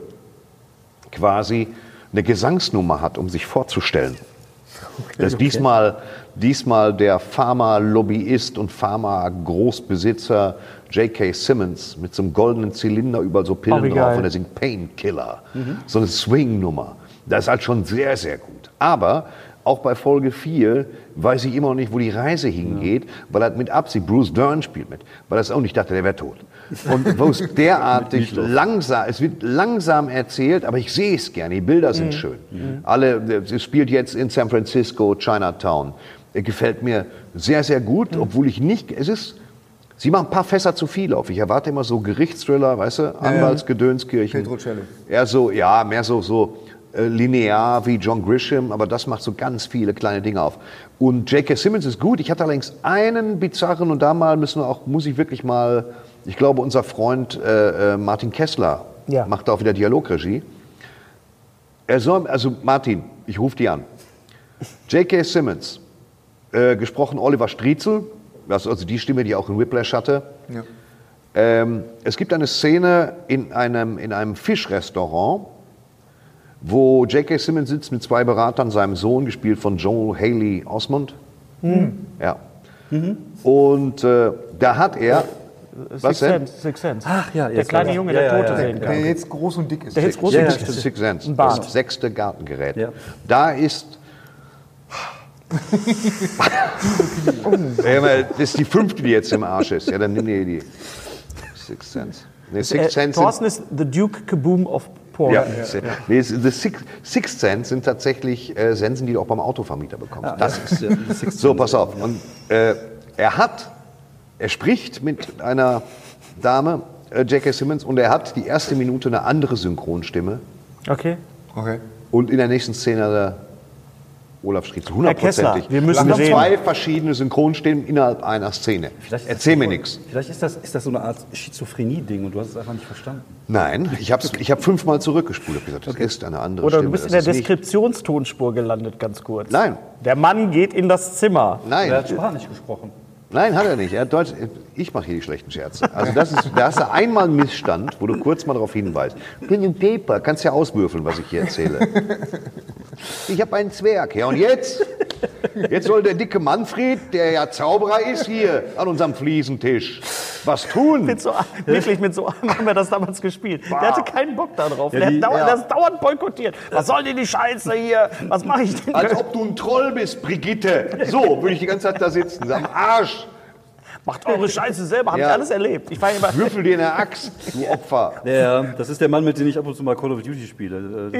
quasi eine Gesangsnummer hat, um sich vorzustellen. Dass diesmal der Pharma-Lobbyist und Pharma-Großbesitzer J.K. Simmons mit so einem goldenen Zylinder überall so Pillen drauf und er singt Painkiller. So eine Swing-Nummer. Das ist halt schon sehr, sehr gut. Aber auch bei Folge 4 weiß ich immer noch nicht, wo die Reise hingeht, weil er mit Absicht, Bruce Dern spielt mit, weil er auch nicht dachte, der wäre tot. Und wo es derartig es wird langsam erzählt, aber ich sehe es gerne, die Bilder sind schön. Es spielt jetzt in San Francisco, Chinatown. Gefällt mir sehr, sehr gut, obwohl ich nicht, sie machen ein paar Fässer zu viel auf. Ich erwarte immer so Gerichtsthriller, weißt du, Anwaltsgedönskirchen. Petrocelli. Eher so, mehr so linear wie John Grisham, aber das macht so ganz viele kleine Dinge auf. Und J.K. Simmons ist gut. Ich hatte allerdings einen bizarren und da muss ich wirklich mal, ich glaube, unser Freund Martin Kessler macht auch wieder Dialogregie. Also Martin, ich rufe die an. J.K. Simmons, gesprochen Oliver Striezel, also die Stimme, die auch in Whiplash hatte. Ja. Es gibt eine Szene in einem Fischrestaurant, wo J.K. Simmons sitzt mit 2 Beratern, seinem Sohn, gespielt von Joel Haley Osment. Ja. Und da hat er... Sixth Sense. Ach ja, der kleine Junge, der Tote sehen kann. Der jetzt groß und dick ist. Der jetzt groß und dick ist. Sixth Sense, das 6. Gartengerät. Ja. Da ist... Das ist die 5., die jetzt im Arsch ist. Ja, dann nimm dir die Sixth Sense. Nee, Sixth Sense Thorsten ist The Duke Kaboom of Porn. Ja. Nee, Sixth Sense sind tatsächlich Sensen, die du auch beim Autovermieter bekommst. Das ist so, pass auf. Und er spricht mit einer Dame, J.K. Simmons, und er hat die erste Minute eine andere Synchronstimme. Okay. Und in der nächsten Szene hat er Olaf Striezel, 100%. Wir müssen reden. 2 verschiedene Synchronstimmen innerhalb einer Szene. Erzähl mir nichts. Vielleicht ist das so eine Art Schizophrenie-Ding und du hast es einfach nicht verstanden. Nein, ich habe 5-mal zurückgespult und gesagt, das ist eine andere Oder Stimme. du bist in der Deskriptionstonspur gelandet, ganz kurz. Nein. Der Mann geht in das Zimmer. Nein. Er hat Spanisch gesprochen. Nein, hat er nicht. Er hat Deutsch. Ich mache hier die schlechten Scherze. Also da hast du einmal einen Missstand, wo du kurz mal darauf hinweist. Pen and Paper, kannst ja auswürfeln, was ich hier erzähle. Ich habe einen Zwerg. Ja, und jetzt? Jetzt soll der dicke Manfred, der ja Zauberer ist, hier an unserem Fliesentisch was tun. Mit so einem haben wir das damals gespielt. Der hatte keinen Bock darauf. Der hat das dauernd boykottiert. Was soll denn die Scheiße hier? Was mache ich denn? Als ob du ein Troll bist, Brigitte. So würde ich die ganze Zeit da sitzen. Am Arsch. Macht eure Scheiße selber, hab ich alles erlebt. Ich war immer Würfel dir eine Axt, du Opfer. Ja, das ist der Mann, mit dem ich ab und zu mal Call of Duty spiele.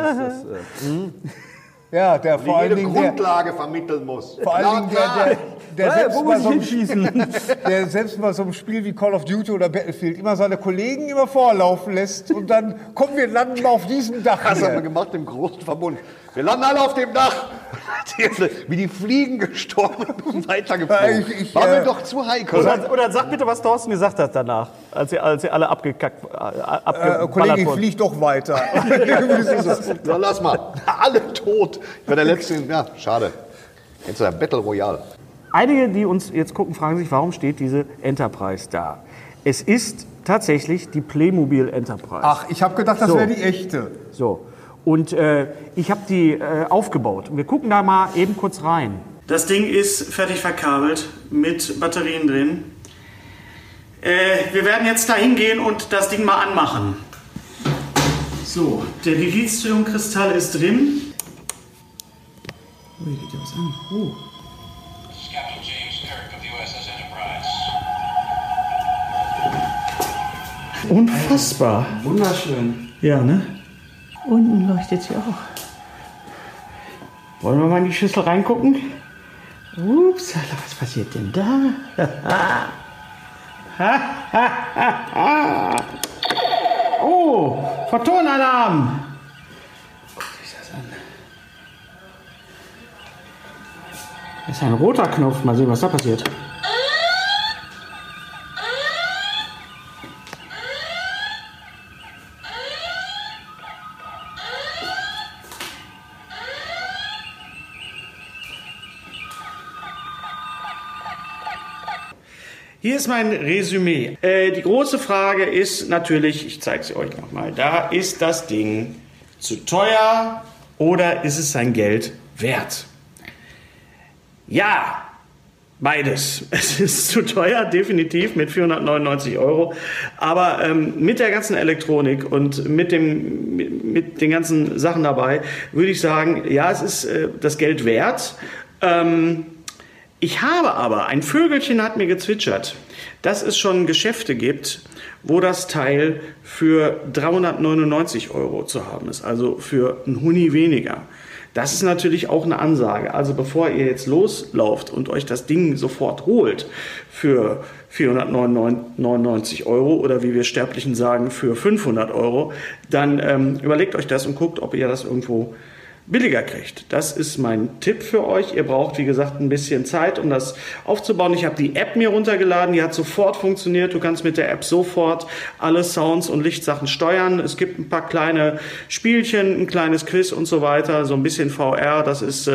Ja, der vor allen Dingen Grundlage vermitteln muss. Vor allen Dingen der hinschießen? der selbst bei so einem Spiel wie Call of Duty oder Battlefield immer seine Kollegen immer vorlaufen lässt und dann kommen wir landen mal auf diesem Dach. Das haben wir hier. gemacht im großen Verbund. Wir landen alle auf dem Dach. Wie die Fliegen gestorben und weitergeflogen. War mir doch zu heikel. Oder sag bitte, was Thorsten gesagt hat danach, als ihr alle abgeballert Kollege, ich wurden. flieg doch weiter. So, lass mal. Alle tot. Ich war der Letzte. Ja, schade. Jetzt der Battle Royale. Einige, die uns jetzt gucken, fragen sich, warum steht diese Enterprise da? Es ist tatsächlich die Playmobil Enterprise. Ach, ich habe gedacht, das So. wäre die echte. So. Und ich habe die aufgebaut. Und wir gucken da mal eben kurz rein. Das Ding ist fertig verkabelt mit Batterien drin. Wir werden jetzt da hingehen und das Ding mal anmachen. So, der Lithiumkristall ist drin. Oh, hier geht ja was an. Oh. This is Captain James Kirk of the USS Enterprise. Unfassbar. Wunderschön. Ja, ne? Unten leuchtet sie auch. Wollen wir mal in die Schüssel reingucken? Ups, was passiert denn da? Oh, Photonenalarm! Guck sich das an. Das ist ein roter Knopf. Mal sehen, was da passiert. Hier ist mein Resümee. Die große Frage ist natürlich, ich zeige es euch nochmal, da ist das Ding zu teuer oder ist es sein Geld wert? Ja, beides. Es ist zu teuer, definitiv, mit 499 €. Aber mit der ganzen Elektronik und mit den ganzen Sachen dabei würde ich sagen, ja, es ist das Geld wert. Ich habe aber, ein Vögelchen hat mir gezwitschert, dass es schon Geschäfte gibt, wo das Teil für 399 € zu haben ist, also für einen Huni weniger. Das ist natürlich auch eine Ansage. Also bevor ihr jetzt loslauft und euch das Ding sofort holt für 499 € oder wie wir Sterblichen sagen, für 500 €, dann überlegt euch das und guckt, ob ihr das irgendwo billiger kriegt. Das ist mein Tipp für euch. Ihr braucht, wie gesagt, ein bisschen Zeit, um das aufzubauen. Ich habe die App mir runtergeladen, die hat sofort funktioniert. Du kannst mit der App sofort alle Sounds und Lichtsachen steuern. Es gibt ein paar kleine Spielchen, ein kleines Quiz und so weiter, so ein bisschen VR. Das ist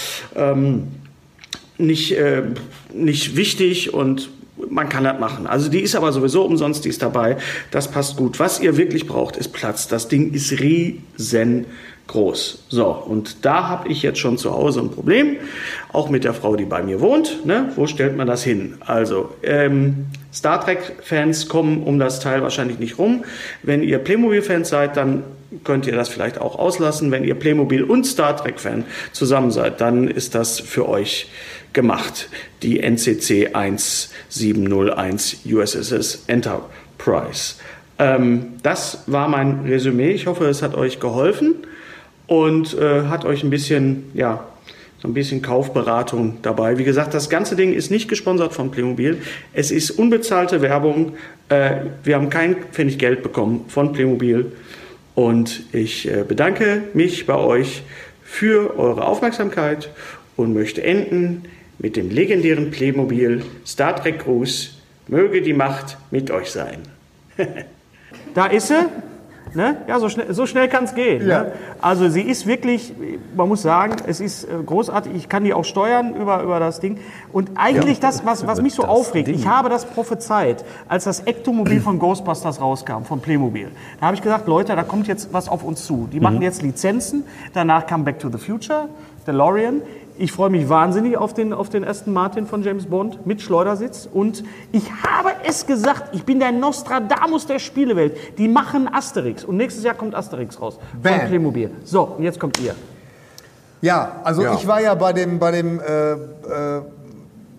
nicht wichtig und man kann das machen. Also die ist aber sowieso umsonst, die ist dabei. Das passt gut. Was ihr wirklich braucht, ist Platz. Das Ding ist riesengroß. So, und da habe ich jetzt schon zu Hause ein Problem. Auch mit der Frau, die bei mir wohnt. Ne? Wo stellt man das hin? Also, Star Trek-Fans kommen um das Teil wahrscheinlich nicht rum. Wenn ihr Playmobil-Fans seid, dann könnt ihr das vielleicht auch auslassen. Wenn ihr Playmobil und Star Trek-Fan zusammen seid, dann ist das für euch gemacht. Die NCC 1701 USS Enterprise. Das war mein Resümee. Ich hoffe, es hat euch geholfen und hat euch ein bisschen, ja, so ein bisschen Kaufberatung dabei. Wie gesagt, das ganze Ding ist nicht gesponsert von Playmobil. Es ist unbezahlte Werbung. Wir haben kein Pfennig Geld bekommen von Playmobil. Und ich bedanke mich bei euch für eure Aufmerksamkeit und möchte enden mit dem legendären Playmobil Star Trek Gruß. Möge die Macht mit euch sein. Da ist sie. Ne? Ja, so schnell kann es gehen. Ja. Ne? Also sie ist wirklich, man muss sagen, es ist großartig. Ich kann die auch steuern über das Ding. Und eigentlich das, was mich so aufregt, ich habe das prophezeit, als das Ektomobil von Ghostbusters rauskam, von Playmobil. Da habe ich gesagt, Leute, da kommt jetzt was auf uns zu. Die machen jetzt Lizenzen. Danach kam Back to the Future, DeLorean. Ich freue mich wahnsinnig auf den Aston Martin von James Bond mit Schleudersitz. Und ich habe es gesagt, ich bin der Nostradamus der Spielewelt. Die machen Asterix. Und nächstes Jahr kommt Asterix raus. Von Playmobil. So, und jetzt kommt ihr. Ja, also Ja. ich war ja bei dem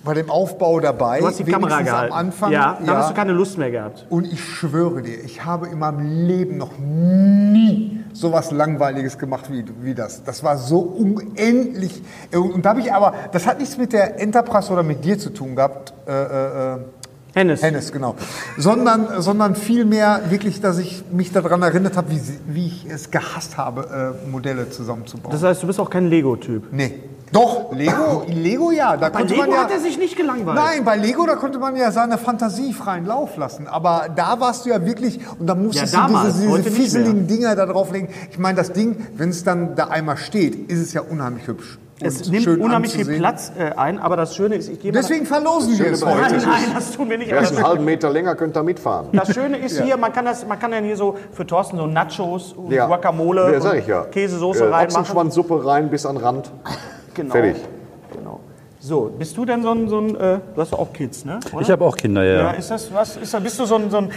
bei dem Aufbau dabei. Du hast die Kamera wenigstens gehalten. am Anfang. Ja, dann hast du keine Lust mehr gehabt. Und ich schwöre dir, ich habe in meinem Leben noch nie sowas Langweiliges gemacht wie das. Das war so unendlich. Und da habe ich aber, das hat nichts mit der Enterprise oder mit dir zu tun gehabt. Hennes, genau. Sondern vielmehr wirklich, dass ich mich daran erinnert habe, wie ich es gehasst habe, Modelle zusammenzubauen. Das heißt, du bist auch kein Lego-Typ. Nee. Doch, Lego ja. Da Bei konnte Lego man ja, hat er sich nicht gelangweilt. Nein, bei Lego, da konnte man ja seine Fantasie freien Lauf lassen. Aber da warst du ja wirklich, und da musstest Ja, du damals, diese heute nicht fieseligen Dinger da drauflegen. Ich meine, das Ding, wenn es dann da einmal steht, ist es ja unheimlich hübsch. Es und nimmt schön unheimlich viel anzusehen. Platz ein, aber das Schöne ist, ich gebe Deswegen verlosen wir es Schöne heute. Nein, das tun wir nicht. Wer Aber ist einen halben Meter länger, könnt da mitfahren. das Schöne ist hier, man kann dann hier so für Thorsten so Nachos, Ja. Guacamole, Ja, sag ich ja. Käsesoße reinmachen. Ochsenschwanzsuppe rein bis an den Rand. Genau. Fertig. Genau. So, bist du denn so ein du hast doch auch Kids, ne? Oder? Ich habe auch Kinder, ja. Ja, ist das was? Bist du so ein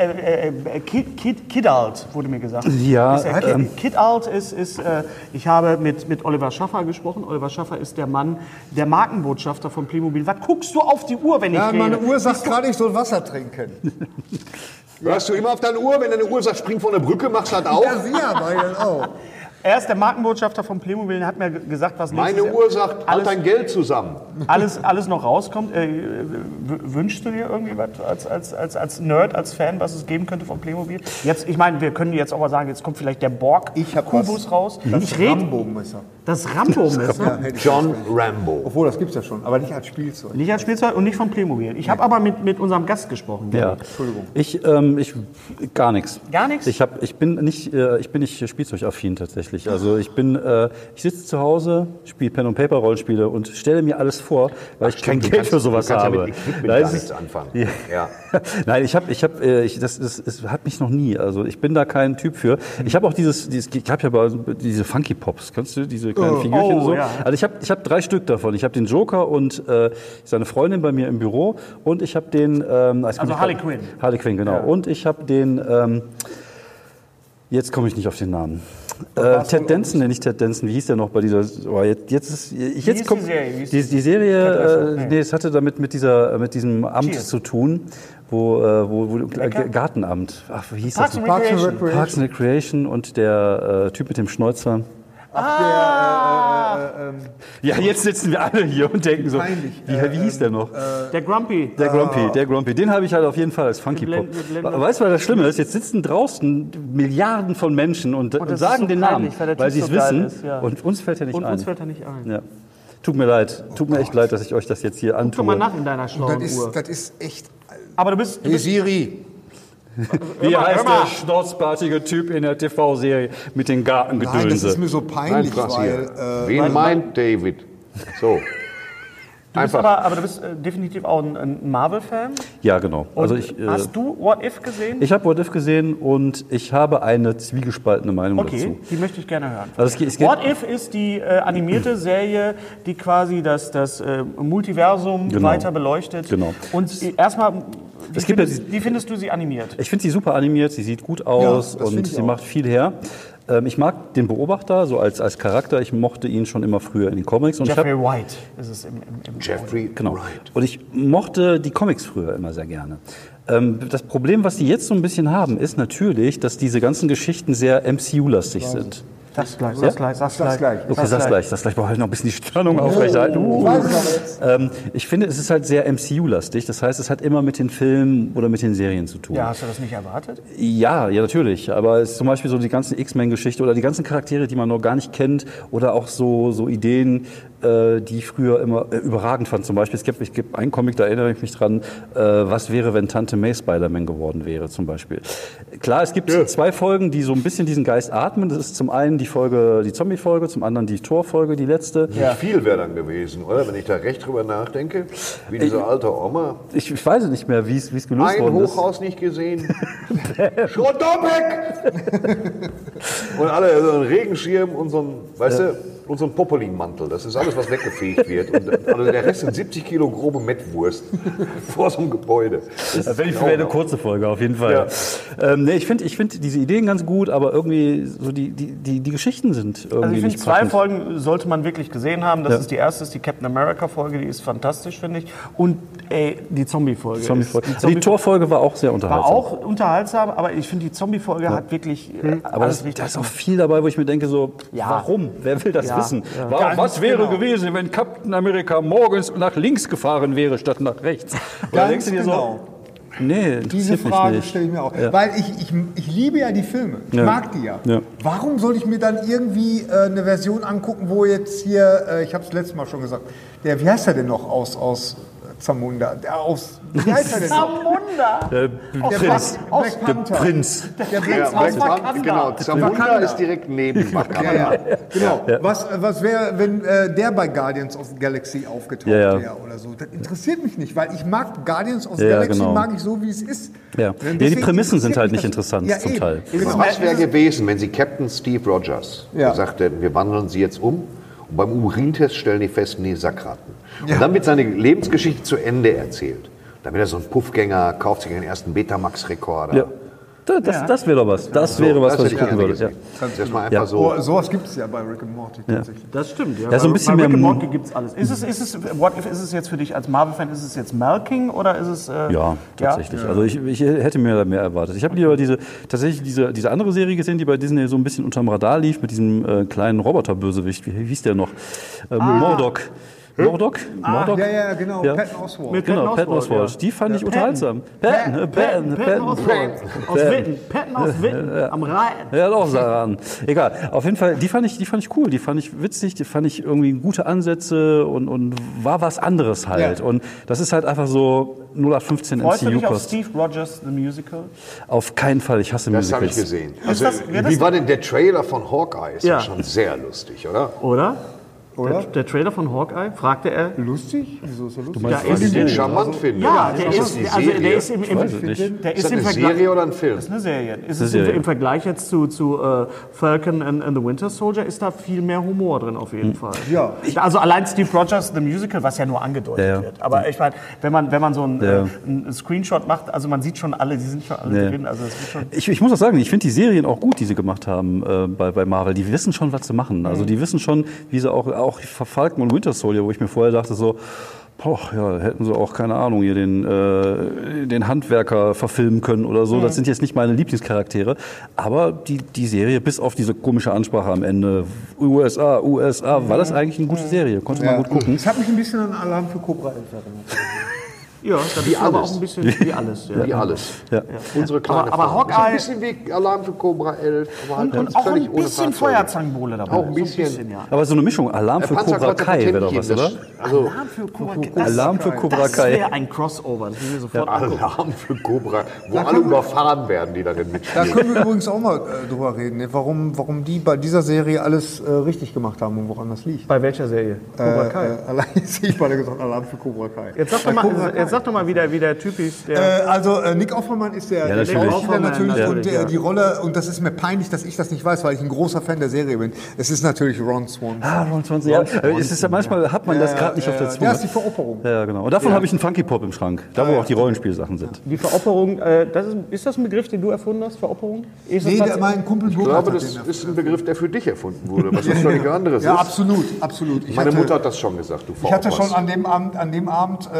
Kid-Alt, wurde mir gesagt. Ja, Kid-Alt ist ich habe mit Oliver Schaffer gesprochen. Oliver Schaffer ist der Mann, der Markenbotschafter von Playmobil. Was guckst du auf die Uhr, wenn ich Ja, rede? meine Uhr sagt gerade, ich soll Wasser trinken. Hörst du immer auf deine Uhr, wenn deine Uhr sagt, spring von der Brücke, machst du das auch? Ja, sie aber jetzt auch. Er ist der Markenbotschafter von Playmobil und hat mir gesagt, was Meine nächstes Uhr sagt, halt alles, dein Geld zusammen. alles noch rauskommt. Wünschst du dir irgendwie was als Nerd, als Fan, was es geben könnte von Playmobil? Jetzt, ich meine, wir können jetzt auch mal sagen, jetzt kommt vielleicht der Borg-Kubus raus. Das Rambo-Messer. Das Rambo-Messer? Ja, hätte ich John festgestellt. Rambo. Obwohl, das gibt es ja schon, aber nicht als Spielzeug. Nicht als Spielzeug und nicht von Playmobil. Ich habe aber mit unserem Gast gesprochen. Ja. Entschuldigung. Ich gar nichts. Gar nichts? Ich bin nicht spielzeugaffin tatsächlich. Also ich sitze zu Hause, spiele Pen und Paper Rollenspiele und stelle mir alles vor, weil ich kein Geld für sowas habe. Ja mit Equipment Nein, gar es nichts ist- anfangen. Ja. Ja. Nein, es hat mich noch nie. Also ich bin da kein Typ für. Ich habe auch ich habe ja aber diese Funky Pops, kennst du diese kleinen Figürchen und so? ja. Also ich habe 3 Stück davon. Ich habe den Joker und seine Freundin bei mir im Büro und ich habe den Harley Quinn. Harley Quinn, genau. Und ich habe den jetzt komme ich nicht auf den Namen. Ted Danson, nicht Ted Danson, wie hieß der noch bei dieser? Oh, jetzt hieß die Serie? die Serie, nee, es hatte damit mit diesem Amt Cheers. zu tun, wo Gartenamt. Ach, wie hieß Parks das? and noch? Recreation. Parks and Recreation und der Typ mit dem Schnäuzer. Ja, jetzt sitzen wir alle hier und denken so, Peinlich. wie hieß der noch? Der Grumpy. Der Grumpy. Den habe ich halt auf jeden Fall als Funky Pop. Wir blenden- Weißt du, was das Schlimme ist? Jetzt sitzen draußen Milliarden von Menschen und das ist sagen so den peinlich, Namen, weil der weil Typ sie es so geil wissen. ist, ja. Und uns fällt ja nicht Und ein. uns fällt er nicht ein. Ja. Tut mir leid. Tut mir echt leid, dass ich euch das jetzt hier Guck doch mal antue. nach in deiner schlauen Uhr. Das ist echt. Aber du bist Hey Siri. Wie heißt hör mal. der schnauzbartige Typ in der TV-Serie mit den Nein, das Gartengedönse? ist mir so Nein, peinlich, frag's weil. hier. Wen meint David? So. Du bist Einfach. aber du bist definitiv auch ein Marvel-Fan. Ja, genau. Also Hast du What If gesehen? ich habe What If gesehen und ich habe eine zwiegespaltene Meinung Okay, dazu. die möchte ich gerne hören. Also es geht- What If ist die animierte Serie, die quasi das Multiversum Genau. weiter beleuchtet. Genau. Und erstmal, Es gibt ja wie findest du sie animiert? Ich finde sie super animiert, sie sieht gut aus das und find ich sie auch. macht viel her. Ich mag den Beobachter so als Charakter. Ich mochte ihn schon immer früher in den Comics. Und ich Jeffrey hab, White ist es im Jeffrey genau. Wright. Und ich mochte die Comics früher immer sehr gerne. Das Problem, was die jetzt so ein bisschen haben, ist natürlich, dass diese ganzen Geschichten sehr MCU-lastig sind. Sag's gleich, Ja? sag's gleich. Okay, sag's gleich. Brauche ich noch ein bisschen die Spannung aufrechterhalten. Ich finde, es ist halt sehr MCU-lastig. Das heißt, es hat immer mit den Filmen oder mit den Serien zu tun. Ja, hast du das nicht erwartet? Ja, natürlich. Aber es ist zum Beispiel so die ganze X-Men-Geschichte oder die ganzen Charaktere, die man noch gar nicht kennt oder auch so Ideen, die ich früher immer überragend fand. Zum Beispiel, es gibt einen Comic, da erinnere ich mich dran, was wäre, wenn Tante May Spider-Man geworden wäre, zum Beispiel. Klar, es gibt 2 Folgen, die so ein bisschen diesen Geist atmen. Das ist zum einen die Zombie-Folge, zum anderen die Thor-Folge, die letzte. Nicht viel wäre dann gewesen, oder? Wenn ich da recht drüber nachdenke. Wie diese alte Oma. Ich weiß es nicht mehr, wie es gelöst Ein worden ist. Hochhaus nicht gesehen. Schrottobeck! Und alle so einen Regenschirm und so ein, weißt du? Und so ein Popolin-Mantel, das ist alles, was weggefegt wird. Und also der Rest sind 70 Kilo grobe Mettwurst vor so einem Gebäude. Das wäre eine kurze Folge, auf jeden Fall. Ja. Nee, ich find diese Ideen ganz gut, aber irgendwie so die Geschichten sind irgendwie Also ich finde, nicht 2 packend. Folgen sollte man wirklich gesehen haben. Das ist die erste, ist die Captain America-Folge, die ist fantastisch, finde ich. Und die Zombie-Folge. Die Torfolge war auch sehr war unterhaltsam. auch unterhaltsam, aber ich finde, die Zombie-Folge hat wirklich Aber alles da richtig ist auch viel dabei, wo ich mir denke, so, Ja. warum? Wer will das Ja. wissen? Ganz Was wäre genau. gewesen, wenn Captain America morgens nach links gefahren wäre, statt nach rechts? Und dann denkst du dir so, nee, Diese interessiert mich Frage nicht. stelle ich mir auch. Ja. Weil ich liebe ja die Filme. Ich Ja. mag die ja. Ja. Warum soll ich mir dann irgendwie eine Version angucken, wo jetzt hier, ich habe es letztes Mal schon gesagt, wie heißt er denn noch aus Zamunda? Wie heißt er denn noch? Zamunda! Der Prinz. Der Prinz. Der Prinz aus Wakanda. Genau, Zamunda Wakanda. ist direkt neben Wakanda. Ja, genau. Was wäre, wenn der bei Guardians of the Galaxy aufgetaucht Ja. wäre oder so? Das interessiert mich nicht, weil ich mag Guardians of the Ja, Galaxy genau. mag ich so, wie es ist. Ja. Deswegen Die Prämissen sind halt nicht interessiert interessant zum mich Teil. das. Genau. Was wäre gewesen, wenn Sie Captain Steve Rogers gesagt hätten, wir wandeln Sie jetzt um und beim Urintest stellen die fest, nee, Sackratten. Und dann wird seine Lebensgeschichte zu Ende erzählt. Dann wird er so ein Puffgänger, kauft sich den ersten Betamax-Rekorder. Ja. Das wäre doch was. Das wäre was, das was hätte ich gucken gerne würde. Ja. gesehen. Das mal einfach Ja. so. Oh, sowas gibt es ja bei Rick and Morty tatsächlich. Das stimmt, ja. Ja, so ein bisschen bei Rick mehr and Morty gibt es alles. Ist es jetzt für dich als Marvel-Fan, ist es jetzt Malking oder ist es... Ja, tatsächlich. Also ich hätte mir da mehr erwartet. Ich habe lieber diese andere Serie gesehen, die bei Disney so ein bisschen unterm Radar lief, mit diesem kleinen Roboterbösewicht. Wie hieß der noch? Mordok. Mordok? Ja, genau. Ja. Patton Oswalt. Mit Genau, Patton Patton Oswalt, Oswalt. Die fand ich unterhaltsam. Patton Oswalt. Aus Witten. Patton aus Witten. Am Rhein. Ja, doch, Saran. Egal. Auf jeden Fall, die fand ich cool, die fand ich witzig, die fand ich irgendwie gute Ansätze und war was anderes halt. Ja. Und das ist halt einfach so 0815 Freust du dich auf MCU-Kost. Steve Rogers, The Musical? Auf keinen Fall, ich hasse Das habe ich Musicals. gesehen. Also, wäre das- wie war denn der Trailer von Hawkeye? Ist ja Ja. schon sehr lustig, oder? Oder? Der Trailer von Hawkeye, fragte er. Lustig? Wieso ist er lustig? meinst, Weil ich den charmant finde. Ja, der ist ist, die also der Serie. ist im weiß es nicht. der Ist ist das im eine Vergleich. Serie oder ein Film? Das ist eine Serie. Ist Eine es Serie. im Vergleich jetzt zu Falcon and the Winter Soldier ist da viel mehr Humor drin auf jeden Fall. Ja. Also allein Steve Rogers, The Musical, was ja nur angedeutet Ja. wird. Aber ich meine, wenn man so einen Screenshot macht, also man sieht schon alle, die sind schon alle drin. Also es ist schon Ich muss auch sagen, ich finde die Serien auch gut, die sie gemacht haben bei Marvel. Die wissen schon, was sie machen. Also die wissen schon, wie sie auch Falcon und Winter Soldier, wo ich mir vorher dachte so, hätten sie auch, keine Ahnung, hier den Handwerker verfilmen können oder so. Das sind jetzt nicht meine Lieblingscharaktere. Aber die Serie, bis auf diese komische Ansprache am Ende, USA, war das eigentlich eine gute Serie. Konnte man gut gucken. Das hat mich ein bisschen an Alarm für Cobra 11 erinnert. ja, das ist aber auch ein bisschen wie alles. Ja. Wie alles. Ja. Unsere kleine Aber Frau. Hawkeye- Ist ein bisschen wie Alarm für Cobra 11. Aber halt Und auch völlig ein ohne bisschen Fahrzeuge. Feuerzangenbowle dabei. Auch ein bisschen. So ja. Aber so eine Mischung, Alarm für Cobra Kai wäre doch was, oder? Also Alarm für Cobra Das Kai. wäre ein Crossover. Das will ich mir sofort angucken. Alarm für Cobra, wo alle überfahren werden, die darin Da mitspielen. können wir übrigens auch mal drüber reden, ne? warum die bei dieser Serie alles richtig gemacht haben und woran das liegt. Bei welcher Serie? Cobra Kai. Allein sehe ich beide gesagt, Alarm für Cobra Kai. Jetzt sag doch mal, wie der Typ ist. Der Also Nick Offerman ist der natürlich. Schauspieler Offerman, natürlich natürlich, und ja. die Rolle, und das ist mir peinlich, dass ich das nicht weiß, weil ich ein großer Fan der Serie bin. Es ist natürlich Ron Swanson. Ron Swanson, ja. Es ist ja manchmal hat man das gerade nicht auf der Zunge. Ja, ist die Veroperung. Ja, genau. Und davon habe ich einen Funky Pop im Schrank, da wo auch die Rollenspielsachen sind. Die Veropperung, ist das ein Begriff, den du erfunden hast, Veropperung? Ist das Nee, tatsächlich- mein Kumpel Ich Burkhard glaube, hat das den ist ein Begriff, der für dich erfunden wurde, was was völlig anderes Ja, ist. absolut, absolut. Meine Mutter hat das schon gesagt, du Ich hatte schon Voraus. an dem Abend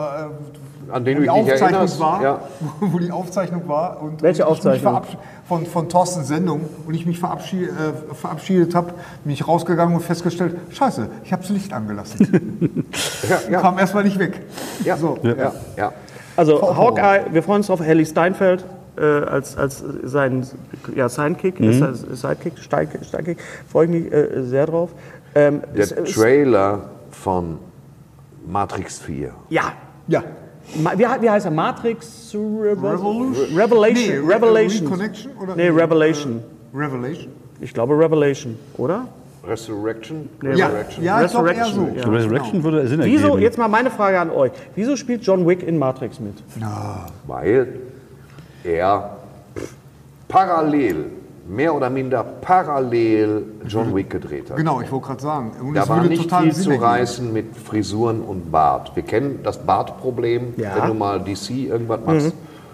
An den wo du die dich nicht Aufzeichnung erinnerst. war, Ja. wo die Aufzeichnung war und Welche und ich mich Aufzeichnung? von Thorstens Sendung und ich mich verabschiedet habe, bin ich rausgegangen und festgestellt, scheiße, ich habe das Licht angelassen. Ja. Kam erstmal nicht weg. Ja. So. Ja. Also Hawkeye, wir freuen uns drauf, Hailee Steinfeld als sein Sidekick, Sidekick, freue ich mich sehr drauf. Der Trailer von Matrix 4. Ja. Ja. Wie heißt er? Matrix Revolution? Nee, Revelation. Reconnection oder? Nee, Revelation. Revelation? Ich glaube Revelation, oder? Resurrection? Ja, ja, ich glaube eher so. Resurrection, ja. Resurrection würde Sinn Wieso, ergeben. jetzt mal meine Frage an euch. Wieso spielt John Wick in Matrix mit? Weil er parallel mehr oder minder parallel John Wick gedreht hat. Genau, ich wollte gerade sagen. Und Da es war würde nicht total viel Sinn zu ergeben. reißen mit Frisuren und Bart. Wir kennen das Bartproblem, Ja. wenn du mal DC irgendwas machst.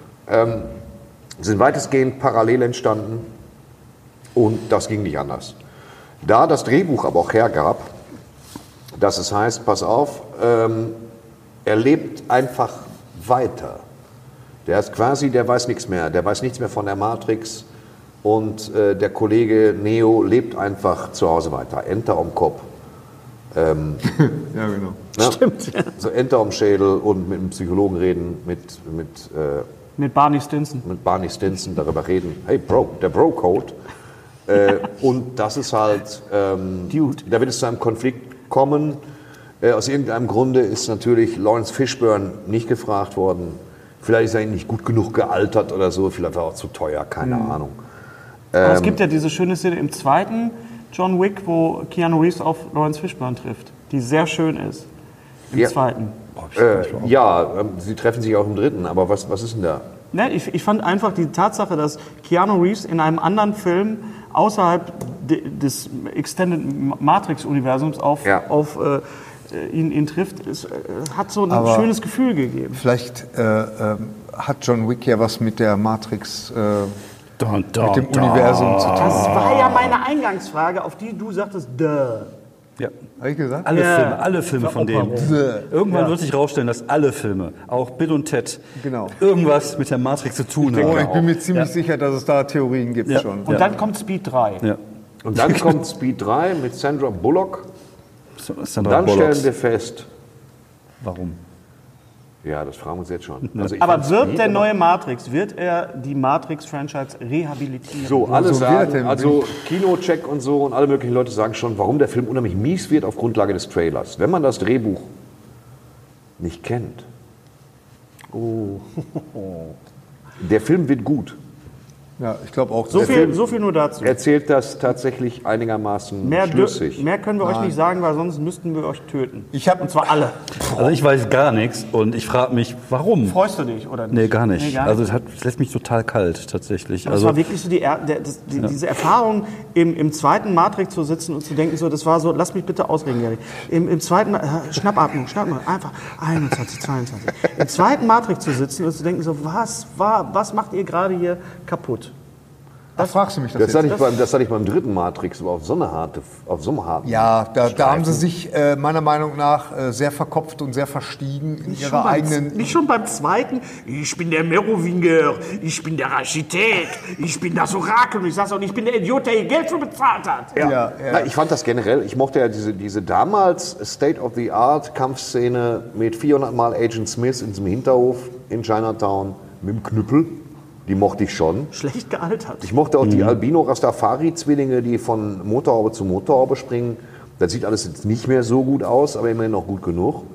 Sind weitestgehend parallel entstanden und das ging nicht anders. Da das Drehbuch aber auch hergab, dass es heißt, pass auf, er lebt einfach weiter. Der ist quasi, der weiß nichts mehr. Der weiß nichts mehr von der Matrix. Und der Kollege Neo lebt einfach zu Hause weiter. Enter am Kopf. Ja, genau. Ne? Stimmt, ja. So Enter am Schädel und mit einem Psychologen reden, Mit Barney Stinson. mit Barney Stinson darüber reden. Hey Bro, der Bro-Code. Und das ist halt, Dude. da wird es zu einem Konflikt kommen. Aus irgendeinem Grunde ist natürlich Lawrence Fishburne nicht gefragt worden. Vielleicht ist er nicht gut genug gealtert oder so, vielleicht war er auch zu teuer, keine Ahnung. Aber es gibt ja diese schöne Szene im zweiten John Wick, wo Keanu Reeves auf Lawrence Fishburne trifft, die sehr schön ist. Im Ja. zweiten. Sie treffen sich auch im dritten, aber was ist denn da? Ne, ich fand einfach die Tatsache, dass Keanu Reeves in einem anderen Film außerhalb des Extended Matrix-Universums auf ihn trifft, hat so ein schönes Gefühl gegeben. Vielleicht hat John Wick ja was mit der Matrix, mit dem Universum zu tun. Das war ja meine Eingangsfrage, auf die du sagtest, Ja. Habe ich gesagt? Alle Filme von denen. Irgendwann wird sich rausstellen, dass alle Filme, auch Bill und Ted, Genau. irgendwas mit der Matrix zu tun Oh, ich haben. bin mir ziemlich sicher, dass es da Theorien gibt Ja. schon. Und dann kommt Speed 3. Ja. Und dann kommt Speed 3 mit Sandra Bullock. Sandra Dann Bullock. stellen wir fest, Warum? ja, das fragen wir uns jetzt schon. Also ich Aber fand's wird nie, der aber- neue Matrix, wird er die Matrix-Franchise rehabilitieren? So, alle So wird er sagen, denn? also Kinocheck und so und alle möglichen Leute sagen schon, warum der Film unheimlich mies wird auf Grundlage des Trailers. Wenn man das Drehbuch nicht kennt. Der Film wird gut. Ja, ich glaube auch. So viel nur dazu. Erzählt das tatsächlich einigermaßen Mehr schlüssig. können wir euch nicht sagen, weil sonst müssten wir euch töten. Ich Und zwar alle. Also ich weiß gar nichts und ich frage mich, warum? Freust du dich oder nicht? Nee, gar nicht. Nee, gar Also nicht. es lässt mich total kalt tatsächlich. Aber es Also war wirklich so diese Erfahrung, im zweiten Matrix zu sitzen und zu denken, so, das war so, lass mich bitte ausreden, Gary. Im zweiten, Schnappatmung, einfach 21, 22. Im zweiten Matrix zu sitzen und zu denken, so, was macht ihr gerade hier kaputt? Da fragst du mich Das das jetzt. hatte ich beim dritten Matrix, aber auf so einem harten. Ja, da haben sie sich meiner Meinung nach sehr verkopft und sehr verstiegen in ihrer eigenen... Nicht schon beim zweiten, ich bin der Merowinger, ich bin der Architekt, ich bin das Orakel und ich sag's auch, ich bin der Idiot, der ihr Geld für bezahlt hat. Ja. Na, ich fand das generell, ich mochte ja diese damals State-of-the-Art-Kampfszene mit 400 Mal Agent Smith in diesem Hinterhof in Chinatown mit dem Knüppel. Die mochte ich schon. Schlecht gealtert. Ich mochte auch die Albino-Rastafari-Zwillinge, die von Motorhaube zu Motorhaube springen. Das sieht alles jetzt nicht mehr so gut aus, aber immerhin noch gut genug.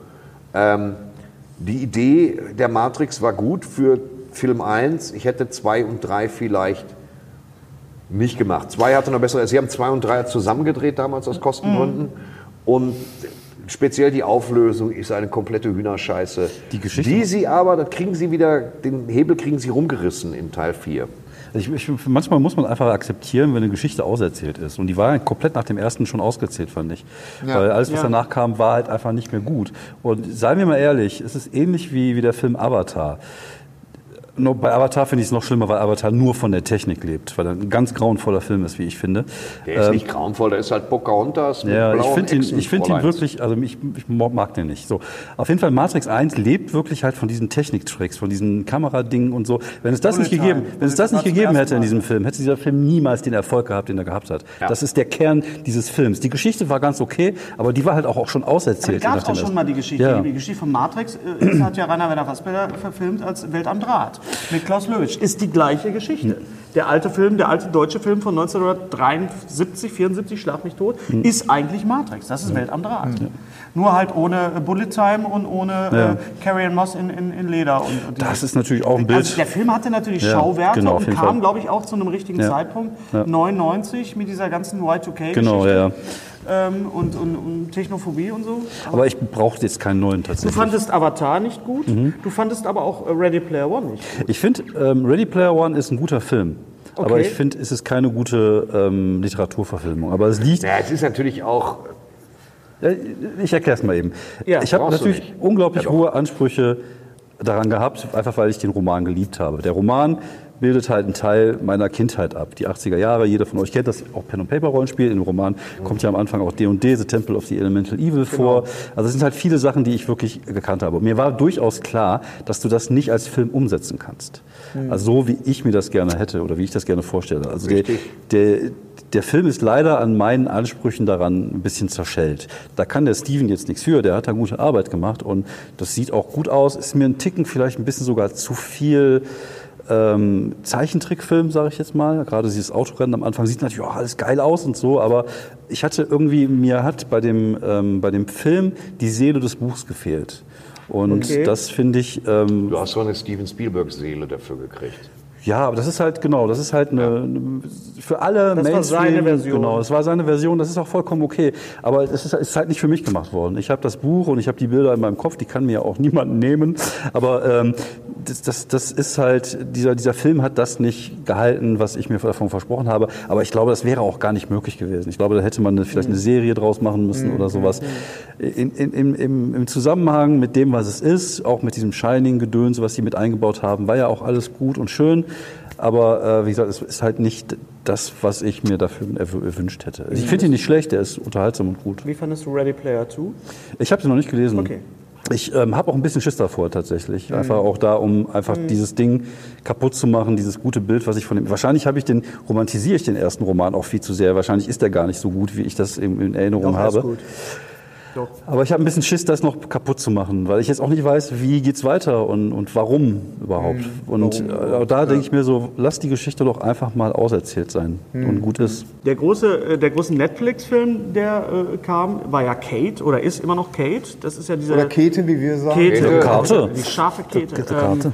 Die Idee der Matrix war gut für Film 1. Ich hätte 2 und 3 vielleicht nicht gemacht. 2 hatte noch bessere. Sie haben 2 und 3 zusammengedreht damals aus Kostengründen. Und speziell die Auflösung ist eine komplette Hühnerscheiße. Die Geschichte- Die sie aber, das kriegen sie wieder, den Hebel kriegen sie rumgerissen in Teil 4. Manchmal muss man einfach akzeptieren, wenn eine Geschichte auserzählt ist. Und die war komplett nach dem ersten schon ausgezählt, fand ich. Weil alles, was danach kam, war halt einfach nicht mehr gut. Und seien wir mal ehrlich, es ist ähnlich wie der Film Avatar. Nur bei Avatar finde ich es noch schlimmer, weil Avatar nur von der Technik lebt, weil er ein ganz grauenvoller Film ist, wie ich finde. Der ist nicht grauenvoll, der ist halt Pocahontas mit Ja, ich blauen finde ihn Echsenfräuleins. wirklich, also ich mag den nicht. So, auf jeden Fall Matrix 1 lebt wirklich halt von diesen Techniktricks, von diesen Kameradingen und so. Wenn es das nicht gegeben hätte in diesem Film, hätte dieser Film niemals den Erfolg gehabt, den er gehabt hat. Ja. Das ist der Kern dieses Films. Die Geschichte war ganz okay, aber die war halt auch schon auserzählt. Gab nach es dem auch schon ersten. mal die Geschichte. Ja. Die Geschichte von Matrix hat ja Rainer Werner Fassbinder verfilmt als Welt am Draht mit Klaus Löwitsch. Ist die gleiche Geschichte. Der alte deutsche Film von 1973, 74, Schlag mich tot, ist eigentlich Matrix. Das ist Welt am Draht. Nur halt ohne Bullet Time und ohne Carrie-Anne Moss in Leder. Und Das ist natürlich auch ein Bild. Also der Film hatte natürlich Ja, Schauwerte genau, auf und jeden kam, Fall. glaube ich, auch zu einem richtigen Zeitpunkt. 99 mit dieser ganzen Y2K-Geschichte. Genau, ja. Und Technophobie und so. Aber ich brauche jetzt keinen neuen Du tatsächlich. fandest Avatar nicht gut, du fandest aber auch Ready Player One nicht gut. Ich finde, Ready Player One ist ein guter Film. Aber ich finde, es ist keine gute Literaturverfilmung. Aber es liegt... Ja, es ist natürlich auch... Ich erkläre es mal eben. Ja, ich habe brauchst du natürlich nicht. unglaublich hohe Ansprüche daran gehabt, einfach weil ich den Roman geliebt habe. Der Roman bildet halt einen Teil meiner Kindheit ab. Die 80er Jahre, jeder von euch kennt das, auch Pen-and-Paper-Rollenspiel. Im Roman kommt ja am Anfang auch D&D, The Temple of the Elemental Evil vor. Also es sind halt viele Sachen, die ich wirklich gekannt habe. Und mir war durchaus klar, dass du das nicht als Film umsetzen kannst. Also so, wie ich mir das gerne hätte oder wie ich das gerne vorstelle. Also der Film ist leider an meinen Ansprüchen daran ein bisschen zerschellt. Da kann der Steven jetzt nichts für, der hat da gute Arbeit gemacht und das sieht auch gut aus. Ist mir ein Ticken vielleicht ein bisschen sogar zu viel Zeichentrickfilm, sage ich jetzt mal. Gerade dieses Autorennen am Anfang sieht natürlich auch alles geil aus und so, aber ich hatte irgendwie, mir hat bei dem Film die Seele des Buchs gefehlt. Und das finde ich... Du hast so eine Steven Spielberg-Seele dafür gekriegt. Ja, aber das ist halt, genau, das ist halt eine für alle Das war seine Version. Genau, es war seine Version, das ist auch vollkommen okay. Aber es ist halt nicht für mich gemacht worden. Ich habe das Buch und ich habe die Bilder in meinem Kopf, die kann mir ja auch niemand nehmen. Aber das ist halt, dieser Film hat das nicht gehalten, was ich mir davon versprochen habe. Aber ich glaube, das wäre auch gar nicht möglich gewesen. Ich glaube, da hätte man vielleicht eine Serie draus machen müssen oder sowas. Im Zusammenhang mit dem, was es ist, auch mit diesem Shining-Gedöns, was sie mit eingebaut haben, war ja auch alles gut und schön. Aber wie gesagt, es ist halt nicht das, was ich mir dafür erwünscht hätte. Ich finde ihn nicht schlecht, der ist unterhaltsam und gut. Wie fandest du Ready Player 2? Ich habe ihn noch nicht gelesen. Okay. Ich habe auch ein bisschen Schiss davor tatsächlich. Einfach auch da, um einfach dieses Ding kaputt zu machen, dieses gute Bild, was ich von dem... Wahrscheinlich romantisiere ich den ersten Roman auch viel zu sehr. Wahrscheinlich ist der gar nicht so gut, wie ich das in Erinnerung habe. Gut. Doch. Aber ich habe ein bisschen Schiss, das noch kaputt zu machen, weil ich jetzt auch nicht weiß, wie geht's weiter und warum überhaupt. Und da denke ich mir so, lass die Geschichte doch einfach mal auserzählt sein und gut ist. Der große Netflix-Film, der kam, war ja Kate oder ist immer noch Kate. Das ist ja diese Oder Käthe, wie wir sagen. Käthe, Karte. die scharfe Käthe. Karte.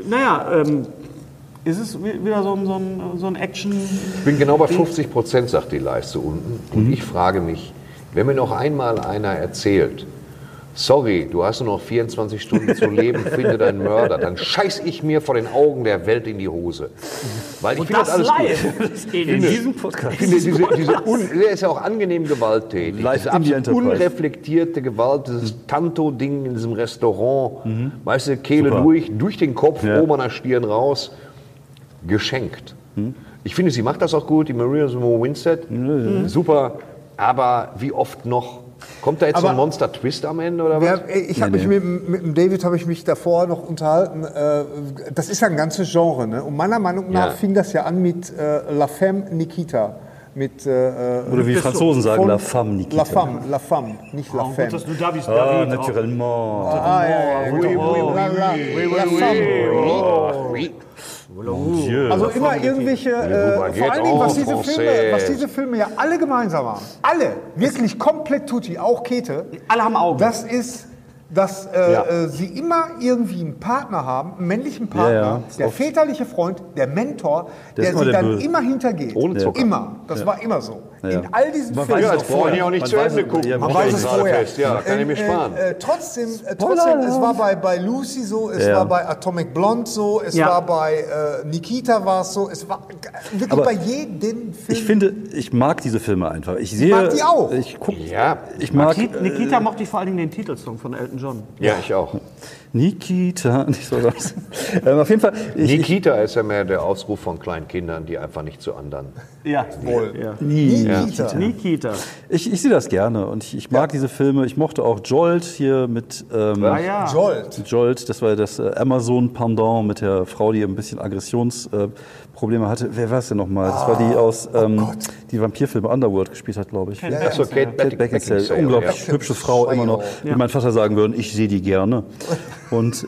Ist es wieder so ein Action? Ich bin genau bei 50%, sagt die Leiste unten. Und ich frage mich, wenn mir noch einmal einer erzählt, sorry, du hast nur noch 24 Stunden zu leben, finde deinen Mörder, dann scheiß ich mir vor den Augen der Welt in die Hose. Weil ich finde das alles gut. In diesem Podcast. Ich finde, der ist ja auch angenehm gewalttätig. Live Diese in die absolut Enterprise. unreflektierte Gewalt, dieses Tanto-Ding in diesem Restaurant, weißt du, Kehle durch den Kopf, oben an der Stirn raus, geschenkt. Ich finde, sie macht das auch gut, die Maria Winstead, super, aber wie oft noch? Kommt da jetzt so ein Monster-Twist am Ende oder was? Ich habe mich mit dem David habe ich mich davor noch unterhalten. Das ist ja ein ganzes Genre, ne? Und meiner Meinung nach fing das ja an mit La Femme Nikita. Oder wie die Franzosen sagen, La Femme Nikita. La Femme, nicht La Femme. Das du David Naturellement. Mon Dieu. Also immer irgendwelche, vor allen Dingen, was diese Filme ja alle gemeinsam haben. Alle, wirklich komplett tutti, auch Käthe. Alle haben Augen. Das ist, dass sie immer irgendwie einen Partner haben, einen männlichen Partner, der väterliche Freund, der Mentor, der sie dann Böse. immer hintergeht. Ohne Zucker. Immer. Das war immer so. Ja. In all diesen Man Filmen. weiß Jetzt brauche ich auch nicht zu Ende gucken. Man weiß es vorher. Fest. Ja, kann ich mir sparen. Trotzdem, es war bei Lucy so, es war bei Atomic Blonde so, es war bei Nikita war es so, es war wirklich Aber bei jedem Film. Ich finde, ich mag diese Filme einfach. Ich sehe, mag die auch. Ich mag Nikita mochte ich vor allen Dingen den Titelsong von Elton John. Ja, ich auch. Nikita, nicht so was. Auf jeden Fall. Nikita ist ja mehr der Ausruf von kleinen Kindern, die einfach nicht zu anderen. Ja, wohl. Nikita. Nikita. Ich sehe das gerne und ich mag diese Filme. Ich mochte auch Jolt hier mit Jolt. Das war das Amazon-Pendant mit der Frau, die ein bisschen Aggressionsprobleme hatte. Wer war es denn nochmal? Das war die aus die Vampirfilme Underworld gespielt hat, glaube ich. Achso, Kate Beckinsale. Unglaublich hübsche Frau, immer noch. Wie mein Vater sagen würde, ich sehe die gerne. Und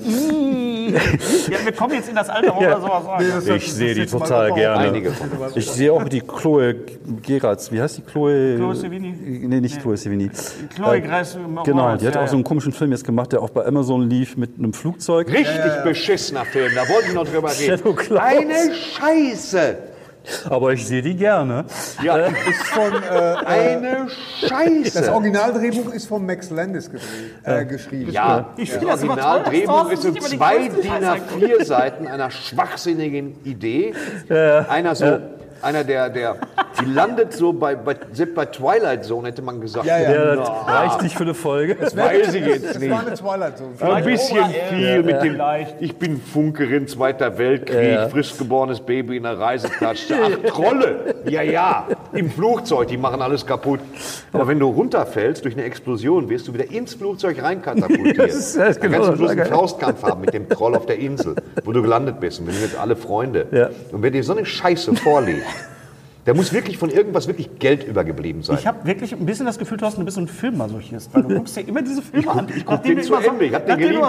wir kommen jetzt in das Alter, wo wir sowas sagen. ich sehe die total gerne. Ich sehe auch die Chloe Geratz. Wie heißt die Chloe? Chloe Sevigny? Nee, nicht Chloe Sevigny. Chloe Grace Genau, die hat auch so einen komischen Film jetzt gemacht, der auch bei Amazon lief mit einem Flugzeug. Richtig beschissener Film, da wollten wir noch drüber reden. Shadow Clouds. Eine Scheiße! Aber ich sehe die gerne. Ja, Ist von, eine das Scheiße. Originaldrehbuch ist von Max Landis geschrieben. Ja, Ich das finde das immer toll, Originaldrehbuch dass ist so Thorsten sich 2 über die DIN größten A4 Seiten einer schwachsinnigen Idee. Einer, der die landet so selbst bei Twilight Zone, hätte man gesagt. Ja, ja. Ja, das reicht nicht für eine Folge. Weiß ich jetzt Das nicht. war eine Twilight Zone. Ein bisschen viel mit dem, ich bin Funkerin, Zweiter Weltkrieg, frisch geborenes Baby in der Reisetasche. Ach, Trolle! Ja, im Flugzeug, die machen alles kaputt. Aber wenn du runterfällst durch eine Explosion, wirst du wieder ins Flugzeug reinkatapultiert. Das ist Dann genau kannst du das bloß einen Geile. Faustkampf haben mit dem Troll auf der Insel, wo du gelandet bist. Und wir sind jetzt alle Freunde. Ja. Und wer dir so eine Scheiße vorlegt, der muss wirklich von irgendwas wirklich Geld übergeblieben sein. Ich habe wirklich ein bisschen das Gefühl, Thorsten, du bist so ein Filmmasochist, weil du guckst ja immer diese Filme an. Ich guck den zu Ende. Ich habe den geliehen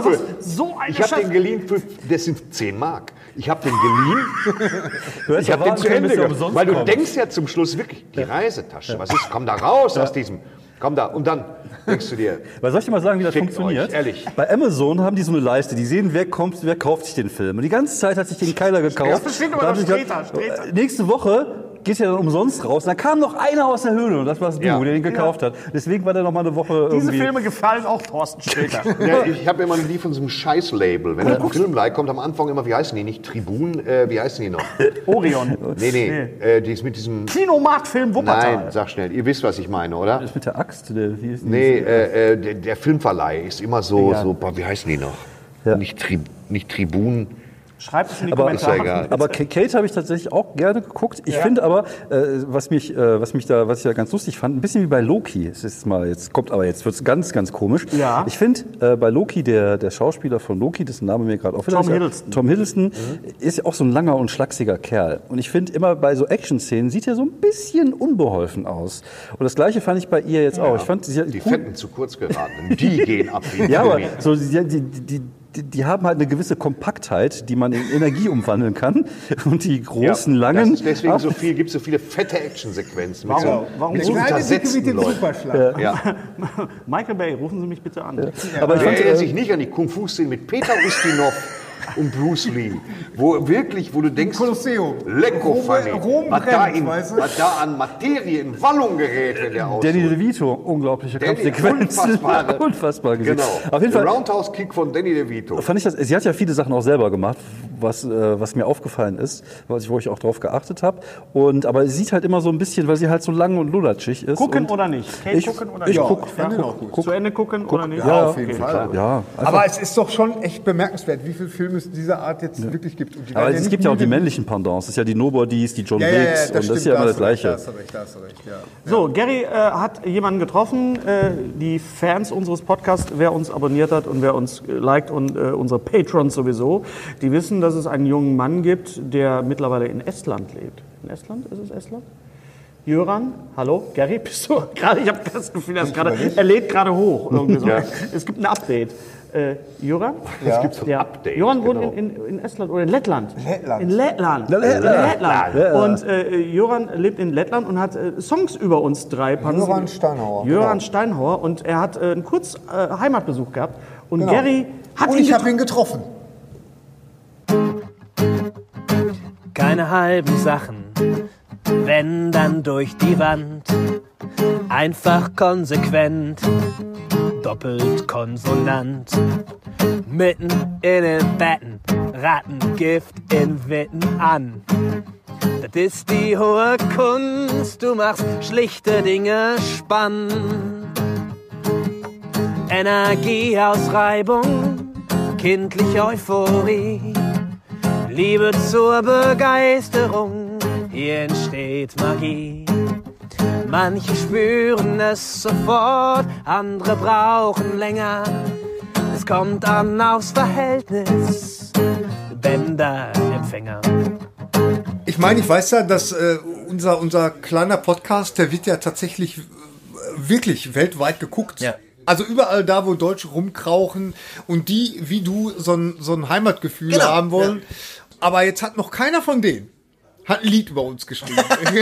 für, das sind 10 Mark. Ich habe den geliehen, ich habe den zu Ende gemacht. Weil du denkst ja zum Schluss wirklich, die Reisetasche, was ist, komm da raus aus diesem, komm da. Und dann denkst du dir, Weil soll ich dir mal sagen, wie das Fickt funktioniert? euch, ehrlich. Bei Amazon haben die so eine Leiste, die sehen, wer kommt, wer kauft sich den Film. Und die ganze Zeit hat sich den keiner gekauft. Das steht aber Da hab noch ich gesagt, Streter. nächste Woche geht ja dann umsonst raus. Und da kam noch einer aus der Höhle und das warst du, Ja. der den gekauft hat. Deswegen war der noch mal eine Woche Diese irgendwie... Filme gefallen auch Thorsten Sträter. ja, ich habe immer die von so einem Scheiß-Label. Wenn ein Film like, kommt am Anfang immer, wie heißen die, nicht Tribun, wie heißen die noch? Orion. Nee, die ist mit diesem... Kinomarktfilm Wuppertal. Nein, sag schnell, ihr wisst, was ich meine, oder? Das mit der Axt? Wie ist Nee, der Filmverleih ist immer so, boah, wie heißen die noch? Ja. Nicht Tribun. Schreibt es in die Aber- Kommentare. Ist ja egal. Aber Kate habe ich tatsächlich auch gerne geguckt. Ich finde aber, was ich da ganz lustig fand, ein bisschen wie bei Loki. Jetzt wird es ganz, ganz komisch. Ja. Ich finde, bei Loki, der Schauspieler von Loki, dessen Name mir gerade Tom Hiddleston. Tom Hiddleston ist ja auch so ein langer und schlachsiger Kerl. Und ich finde immer bei so Action-Szenen sieht er so ein bisschen unbeholfen aus. Und das Gleiche fand ich bei ihr jetzt auch. Ich fand sie Die Fetten zu kurz geraten. Die gehen ab wie ja, aber Gummi. so, die haben halt eine gewisse Kompaktheit, die man in Energie umwandeln kann. Und die großen, langen... Das ist deswegen gibt es so viele fette Actionsequenzen. Mit Warum mit so so Kleine Dicke mit untersetzten dem Leuten. Superschlag. Ja. Michael Bay, rufen Sie mich bitte an. Aber ich Wer fand, erinnert sich nicht an die Kung-Fu-Szene mit Peter Ustinov und Bruce Lee, wo du denkst, Kolosseum. Lecko funny, Rom was da, brennt, weißt du? was da an Materie in Wallung gerät, wenn der ausholt. Danny DeVito, unglaubliche Danny, Kampfsequenzen. unfassbare. Unfassbar gesehen. Genau. Auf jeden Der Fall Roundhouse-Kick von Danny DeVito. fand ich das, sie hat ja viele Sachen auch selber gemacht, was mir aufgefallen ist, wo ich auch drauf geachtet habe. Aber sie sieht halt immer so ein bisschen, weil sie halt so lang und lulatschig ist. Gucken und oder nicht? Kate ich gucken oder ich nicht? guck, fand den auch gut. Zu Ende gucken oder nicht? Ja, auf jeden Fall. ja, Aber es ist doch schon echt bemerkenswert, wie viele Filme es dieser Art jetzt wirklich gibt. Und die aber werden es nicht gibt ja auch die müde. männlichen Pendants. Das ist ja die Nobodies, die John Ja, Wicks und das stimmt, ist ja immer das da hast du Gleiche. recht, da hast du recht, ja. So, Gary hat jemanden getroffen, die Fans unseres Podcasts, wer uns abonniert hat und wer uns liked und unsere Patrons sowieso, die wissen, dass es einen jungen Mann gibt, der mittlerweile in Estland lebt. In Estland? Ist es Estland? Jöran, hallo, Gary, bist du gerade? Ich habe das Gefühl, er lädt gerade hoch. Irgendwie so. Es gibt ein Update. Jöran? Es gibt so ein Ja. Update. Jöran wohnt genau. in Estland oder in Lettland. Lettland. In Lettland. Und Jöran lebt in Lettland und hat Songs über uns drei. Jöran Steinhauer. Jöran Steinhauer. Und er hat einen kurz Heimatbesuch gehabt. Und Genau. Gary hat Und ihn ich habe ihn getroffen. Keine halben Sachen, wenn dann durch die Wand. Einfach konsequent, doppelt konsonant. Mitten in den Betten, Rattengift in Witten an. Das ist die hohe Kunst, du machst schlichte Dinge spannend. Energie aus Reibung, kindliche Euphorie. Liebe zur Begeisterung, hier entsteht Magie. Manche spüren es sofort, andere brauchen länger. Es kommt an aufs Verhältnis, Bänder-Empfänger. Ich meine, ich weiß ja, dass unser kleiner Podcast, der wird ja tatsächlich wirklich weltweit geguckt. Ja. Also überall da, wo Deutsche rumkrauchen und die, wie du, so ein Heimatgefühl haben wollen. Ja. Aber jetzt hat noch keiner von denen ein Lied über uns geschrieben.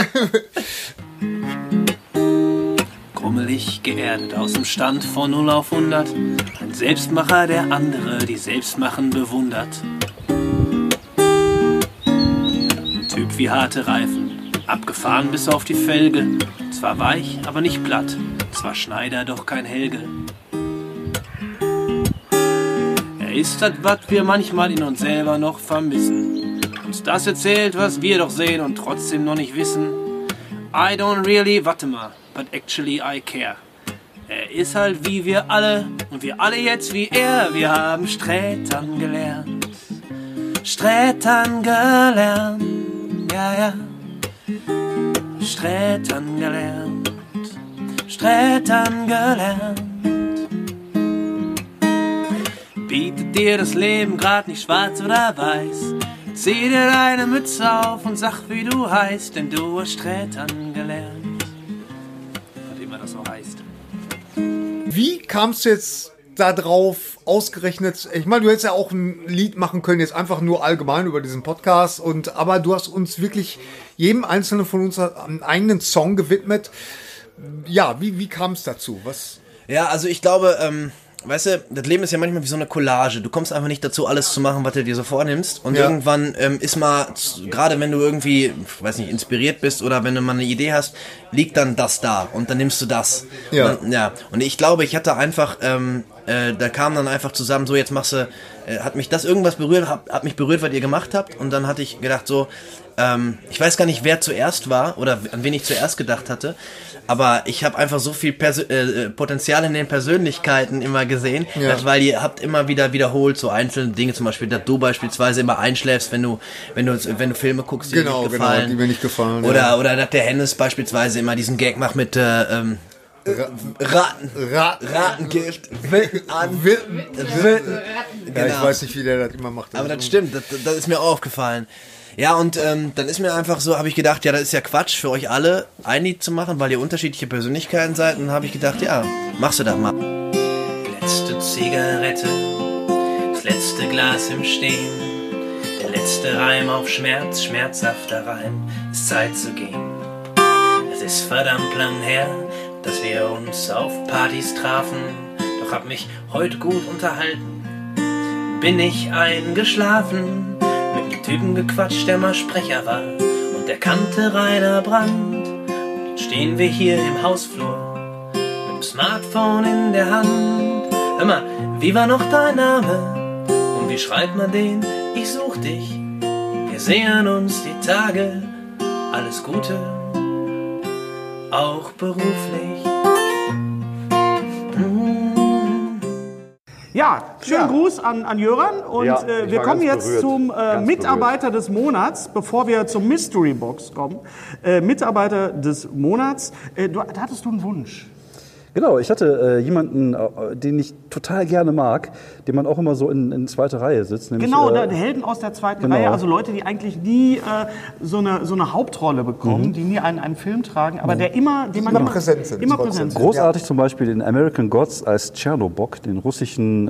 Grummelig geerdet aus dem Stand von 0 auf 100. Ein Selbstmacher, der andere, die Selbstmachen bewundert. Ein Typ wie harte Reifen, Abgefahren bis auf die Felge. Zwar weich, aber nicht platt. Zwar Schneider, doch kein Helge. Er ist das, was wir manchmal in uns selber noch vermissen. Uns das erzählt, was wir doch sehen und trotzdem noch nicht wissen. I don't really, warte mal, but actually I care. Er ist halt wie wir alle und wir alle jetzt wie er. Wir haben Strätern gelernt. Strätern gelernt, ja, ja. Strätern gelernt. Strätern gelernt. Bietet dir das Leben grad nicht schwarz oder weiß. Zieh dir deine Mütze auf und sag, wie du heißt, denn du hast Strätern gelernt. Was immer das so heißt. Wie kamst du jetzt da drauf, ausgerechnet, ich meine, du hättest ja auch ein Lied machen können, jetzt einfach nur allgemein über diesen Podcast, aber du hast uns wirklich jedem einzelnen von uns einen eigenen Song gewidmet. Ja, wie kam es dazu? Was? Ja, also ich glaube, weißt du, das Leben ist ja manchmal wie so eine Collage. Du kommst einfach nicht dazu, alles zu machen, was du dir so vornimmst. Und irgendwann ist mal, gerade wenn du irgendwie, weiß nicht, inspiriert bist oder wenn du mal eine Idee hast, liegt dann das da und dann nimmst du das. Ja. Und ich glaube, ich hatte einfach, da kam dann einfach zusammen, so jetzt machst du, hat mich das irgendwas berührt, hat mich berührt, was ihr gemacht habt. Und dann hatte ich gedacht so, ich weiß gar nicht, wer zuerst war oder an wen ich zuerst gedacht hatte. Aber ich habe einfach so viel Potenzial in den Persönlichkeiten immer gesehen, weil ihr habt immer wieder wiederholt so einzelne Dinge, zum Beispiel, dass du beispielsweise immer einschläfst, wenn du Filme guckst, die dir nicht gefallen. Genau, die mir nicht gefallen. Oder dass der Hennes beispielsweise immer diesen Gag macht mit Ratengift. Ja, ich weiß nicht, wie der das immer macht. Aber das stimmt, das ist mir auch aufgefallen. Ja, und dann ist mir einfach so, habe ich gedacht, ja, das ist ja Quatsch für euch alle, ein Lied zu machen, weil ihr unterschiedliche Persönlichkeiten seid. Und dann habe ich gedacht, ja, machst du das mal. Letzte Zigarette, das letzte Glas im Stehen, der letzte Reim auf Schmerz, schmerzhafter Reim, ist Zeit zu gehen. Es ist verdammt lang her, dass wir uns auf Partys trafen, doch hab mich heute gut unterhalten. Bin ich eingeschlafen, mit einem Typen gequatscht, der mal Sprecher war und der kannte Rainer Brandt. Und jetzt stehen wir hier im Hausflur mit dem Smartphone in der Hand. Hör mal, wie war noch dein Name? Und wie schreibt man den? Ich such dich. Wir sehen uns die Tage. Alles Gute, auch beruflich. Ja, schönen Gruß an Jöran und wir kommen jetzt zum Mitarbeiter des Monats, bevor wir zur Mystery Box kommen. Mitarbeiter des Monats, hattest du einen Wunsch? Genau, ich hatte jemanden, den ich total gerne mag, den man auch immer so in zweiter Reihe sitzt. Nämlich, genau, Helden aus der zweiten Reihe, also Leute, die eigentlich nie so eine Hauptrolle bekommen, die nie einen Film tragen, aber den man immer präsent sind. Großartig zum Beispiel in American Gods als Tschernobok, den russischen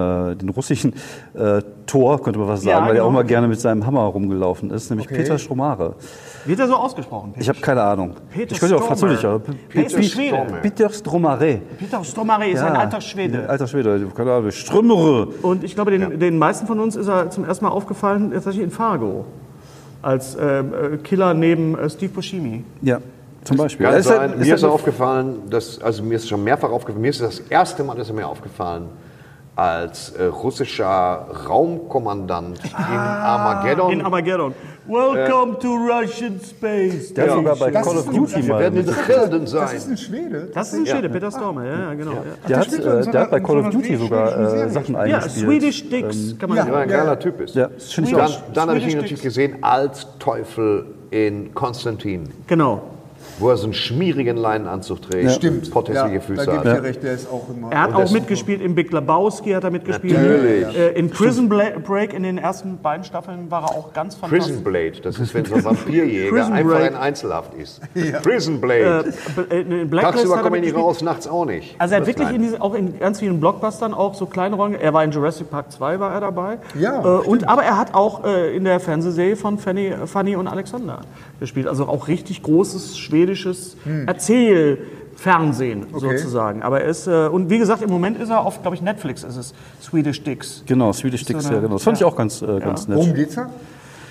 Thor, könnte man was sagen, weil er auch mal gerne mit seinem Hammer rumgelaufen ist, nämlich Peter Stormare. Wird er so ausgesprochen? Ich habe keine Ahnung. Peter ich könnte auch Französisch. Peter Stormare. Peter Stormare ist ein alter Schwede. Alter Schwede, keine Ahnung, Strömere. Und ich glaube, den meisten von uns ist er zum ersten Mal aufgefallen, tatsächlich in Fargo. Als Killer neben Steve Buscemi. Ja, zum Beispiel. Mir ist aufgefallen, mir ist schon mehrfach aufgefallen, mir ist das erste Mal, mir aufgefallen, als russischer Raumkommandant in Armageddon. In Armageddon. Welcome to Russian Space. Der ist sogar bei Call of Duty Wir werden in der Helden sein. Das ist ein Schwede. Das ist ein Schwede, Peter Stormare, ja, genau. Der hat bei Call of Duty sogar Sachen eingespielt. Ja, Swedish Dicks, kann man sagen. ein geiler Typ ist. Ja, das finde ich auch. Dann habe ich ihn natürlich gesehen als Teufel in Konstantin. Genau. Wo er so einen schmierigen Leinenanzug trägt. Stimmt. Potthässliche Füße da hat. gebe ich dir recht, der ist auch immer... Er hat auch mitgespielt, in Big Lebowski hat er mitgespielt. Natürlich. In Prison Break, in den ersten beiden Staffeln, war er auch ganz fantastisch. Prison Blade, das ist, wenn so ein Vampirjäger einfach in Einzelhaft ist. Prison Blade. Tagsüber komme ich nicht raus, nachts auch nicht. Also er hat wirklich auch in ganz vielen Blockbustern auch so kleine Rollen. Er war in Jurassic Park 2 war er dabei. Ja, aber er hat auch in der Fernsehserie von Fanny und Alexander gespielt. Also auch richtig großes schwedisches Erzählfernsehen sozusagen. Aber er ist, und wie gesagt, im Moment ist er auf, glaube ich, Netflix ist es Swedish Dicks. Genau, Swedish Dicks, ja genau. Das fand ich auch ganz nett. Worum geht's da?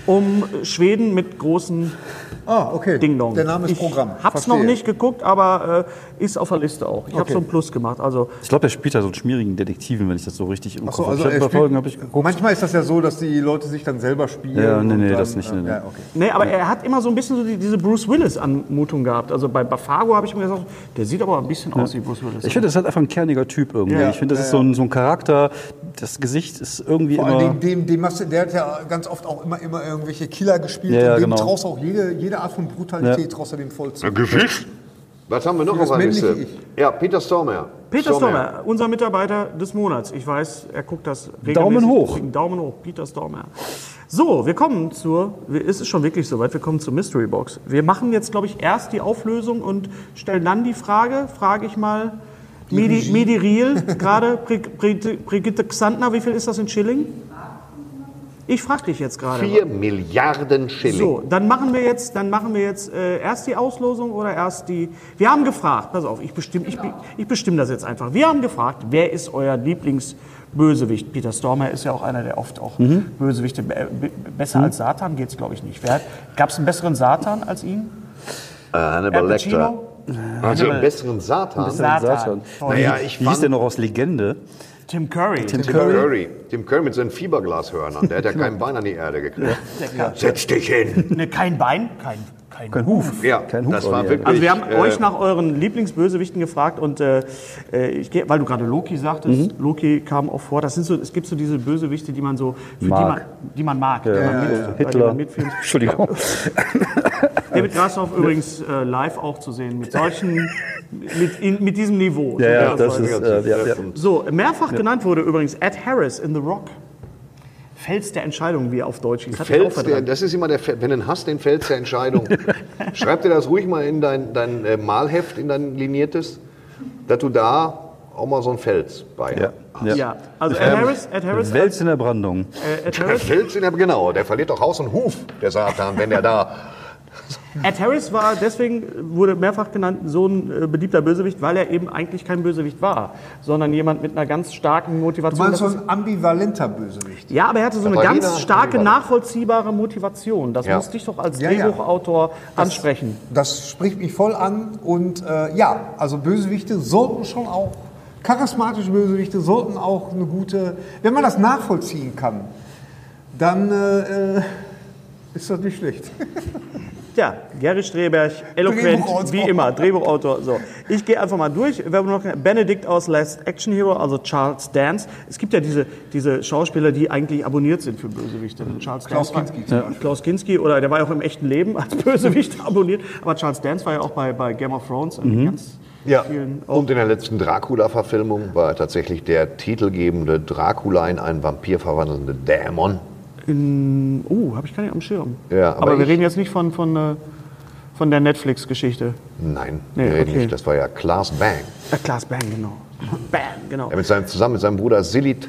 um Schweden mit großen okay. Ding-Dong. Der Name ist Ich Programm. hab's Verstehe. noch nicht geguckt, aber ist auf der Liste auch. Ich habe so ein Plus gemacht. Also Ich glaube, er spielt da so einen schmierigen Detektiven, wenn ich das so richtig im Ach so, Kopf also habe. er Folgen habe spielt, ich geguckt. manchmal ist das ja so, dass die Leute sich dann selber spielen. Ja, nee, und dann, das nicht. Nee. Ja, okay. nee, aber er hat immer so ein bisschen so diese Bruce Willis-Anmutung gehabt. Also bei Fargo habe ich mir gesagt, der sieht aber ein bisschen aus wie Bruce Willis. Ich finde, das ist halt einfach ein kerniger Typ irgendwie. Ja, Ich finde, das ist so ein Charakter, das Gesicht ist irgendwie Vor immer... allen Dingen, der hat ja ganz oft auch immer irgendwelche Killer gespielt. Ja, und dem genau. traust auch jede Art von Brutalität traust du dem voll zu. Gesicht? Was haben wir noch Das auf der männliche Liste? Ich. Ja, Peter Stormare. Peter Stormare, unser Mitarbeiter des Monats. Ich weiß, er guckt das regelmäßig. Daumen hoch. Deswegen Daumen hoch, Peter Stormare. So, wir kommen es ist schon wirklich soweit, wir kommen zur Mystery Box. Wir machen jetzt, glaube ich, erst die Auflösung und stellen dann die frage ich mal, Midi Riel, gerade, Brigitte Xantner, wie viel ist das in Schilling? Ich frage dich jetzt gerade. 4 Milliarden Schilling. So, dann machen wir jetzt erst die Auslosung oder erst die... Wir haben gefragt, pass auf, ich bestimme das jetzt einfach. Wir haben gefragt, wer ist euer Lieblingsbösewicht? Peter Stormare ist ja auch einer, der oft auch Bösewichte... Besser als Satan geht's, glaube ich, nicht. Gab es einen besseren Satan als ihn? Hannibal Lecter. Also einen besseren Satan. Satan. Naja, Wie hieß der noch aus Legende? Tim Curry. Tim Curry mit seinen Fiberglashörnern. Der hat ja kein Bein an die Erde gekriegt. Setz dich hin. Ne, kein Bein, kein Huf. Ja, Kein Huf das auf war die wirklich... Also wir haben euch nach euren Lieblingsbösewichten gefragt und weil du gerade Loki sagtest, Loki kam auch vor. Es gibt so diese Bösewichte, die man so die man mag, Hitler. Entschuldigung. David Grashoff übrigens live auch zu sehen mit solchen mit diesem Niveau. Ja, das ist So, mehrfach genannt wurde übrigens Ed Harris in The Rock. Fels der Entscheidung, wie er auf Deutsch hieß. Das ist immer wenn du ihn hast, den Fels der Entscheidung. Schreib dir das ruhig mal in dein Malheft, in dein liniertes, dass du da auch mal so einen Fels bei hast. Ja, also Ed Harris Wels in der Brandung. Genau, der verliert doch Haus und Huf, der Satan, wenn er da... Ed Harris war deswegen, wurde mehrfach genannt, so ein beliebter Bösewicht, weil er eben eigentlich kein Bösewicht war, sondern jemand mit einer ganz starken Motivation. Du meinst so ein ambivalenter Bösewicht? Ja, aber er hatte so eine ganz starke, nachvollziehbare Motivation. Das muss dich doch als Drehbuchautor ansprechen. Das spricht mich voll an und also Bösewichte sollten schon auch, charismatische Bösewichte sollten auch eine gute, wenn man das nachvollziehen kann, dann ist das nicht schlecht. Ja, Gary Streberg, eloquent, wie immer, Drehbuchautor. So. Ich gehe einfach mal durch. Wir haben noch Benedict aus Last Action Hero, also Charles Dance. Es gibt ja diese Schauspieler, die eigentlich abonniert sind für Bösewichte. Klaus Kinski. Klaus Kinski, oder der war ja auch im echten Leben als Bösewicht abonniert. Aber Charles Dance war ja auch bei Game of Thrones. Ganz vielen und in der letzten Dracula-Verfilmung war tatsächlich der titelgebende Dracula in einen Vampir verwandelnde Dämon. Habe ich gar nicht am Schirm. Ja, aber wir reden jetzt nicht von der Netflix-Geschichte. Nein, wir reden nicht. Das war ja Claes Bang. Claes Bang, genau. Bang, genau. Ja, zusammen mit seinem Bruder Silith,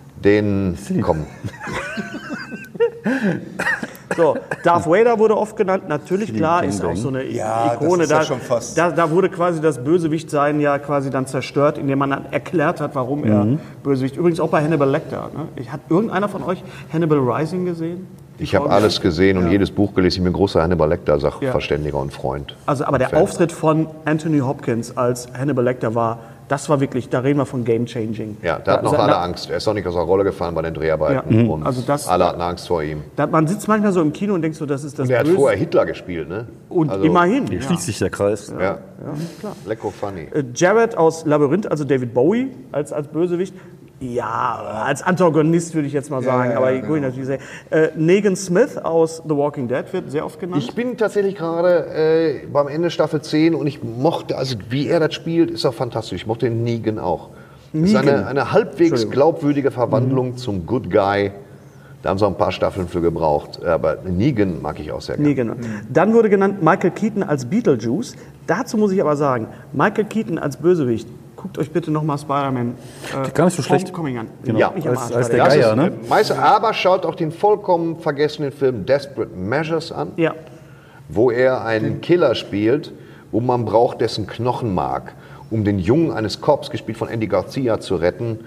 So, Darth Vader wurde oft genannt, natürlich, klar, ist auch so eine Ikone. Das ist schon fast. Da wurde quasi das Bösewichtsein ja quasi dann zerstört, indem man dann erklärt hat, warum er Bösewicht. Übrigens auch bei Hannibal Lecter. Ne? Hat irgendeiner von euch Hannibal Rising gesehen? Ich habe alles gesehen und jedes Buch gelesen. Ich bin ein großer Hannibal Lecter-Sachverständiger und Freund. Also, aber der Auftritt von Anthony Hopkins als Hannibal Lecter das war wirklich, da reden wir von Game-Changing. Ja, da hatten auch alle Angst. Er ist auch nicht aus der Rolle gefallen bei den Dreharbeiten. Und alle hatten Angst vor ihm. Man sitzt manchmal so im Kino und denkt so, das ist das Böse. Und er hat vorher Hitler gespielt, ne? Und immerhin. Hier schließt sich der Kreis. Ja, klar. Lecko funny. Jared aus Labyrinth, also David Bowie als Bösewicht. Ja, als Antagonist würde ich jetzt mal sagen, aber gut, natürlich sehr. Negan Smith aus The Walking Dead wird sehr oft genannt. Ich bin tatsächlich gerade beim Ende Staffel 10 und ich mochte, also wie er das spielt, ist auch fantastisch. Ich mochte den Negan auch. Das ist eine halbwegs glaubwürdige Verwandlung zum Good Guy. Da haben sie auch ein paar Staffeln für gebraucht. Aber Negan mag ich auch sehr gerne. Negan. Dann wurde genannt Michael Keaton als Beetlejuice. Dazu muss ich aber sagen, Michael Keaton als Bösewicht. Guckt euch bitte nochmal Spider-Man gar nicht so schlecht. Homecoming an. Genau. Ja, als der Geier, ne? Aber schaut auch den vollkommen vergessenen Film Desperate Measures an, wo er einen Killer spielt, wo man braucht dessen Knochenmark, um den Jungen eines Cops, gespielt von Andy Garcia, zu retten,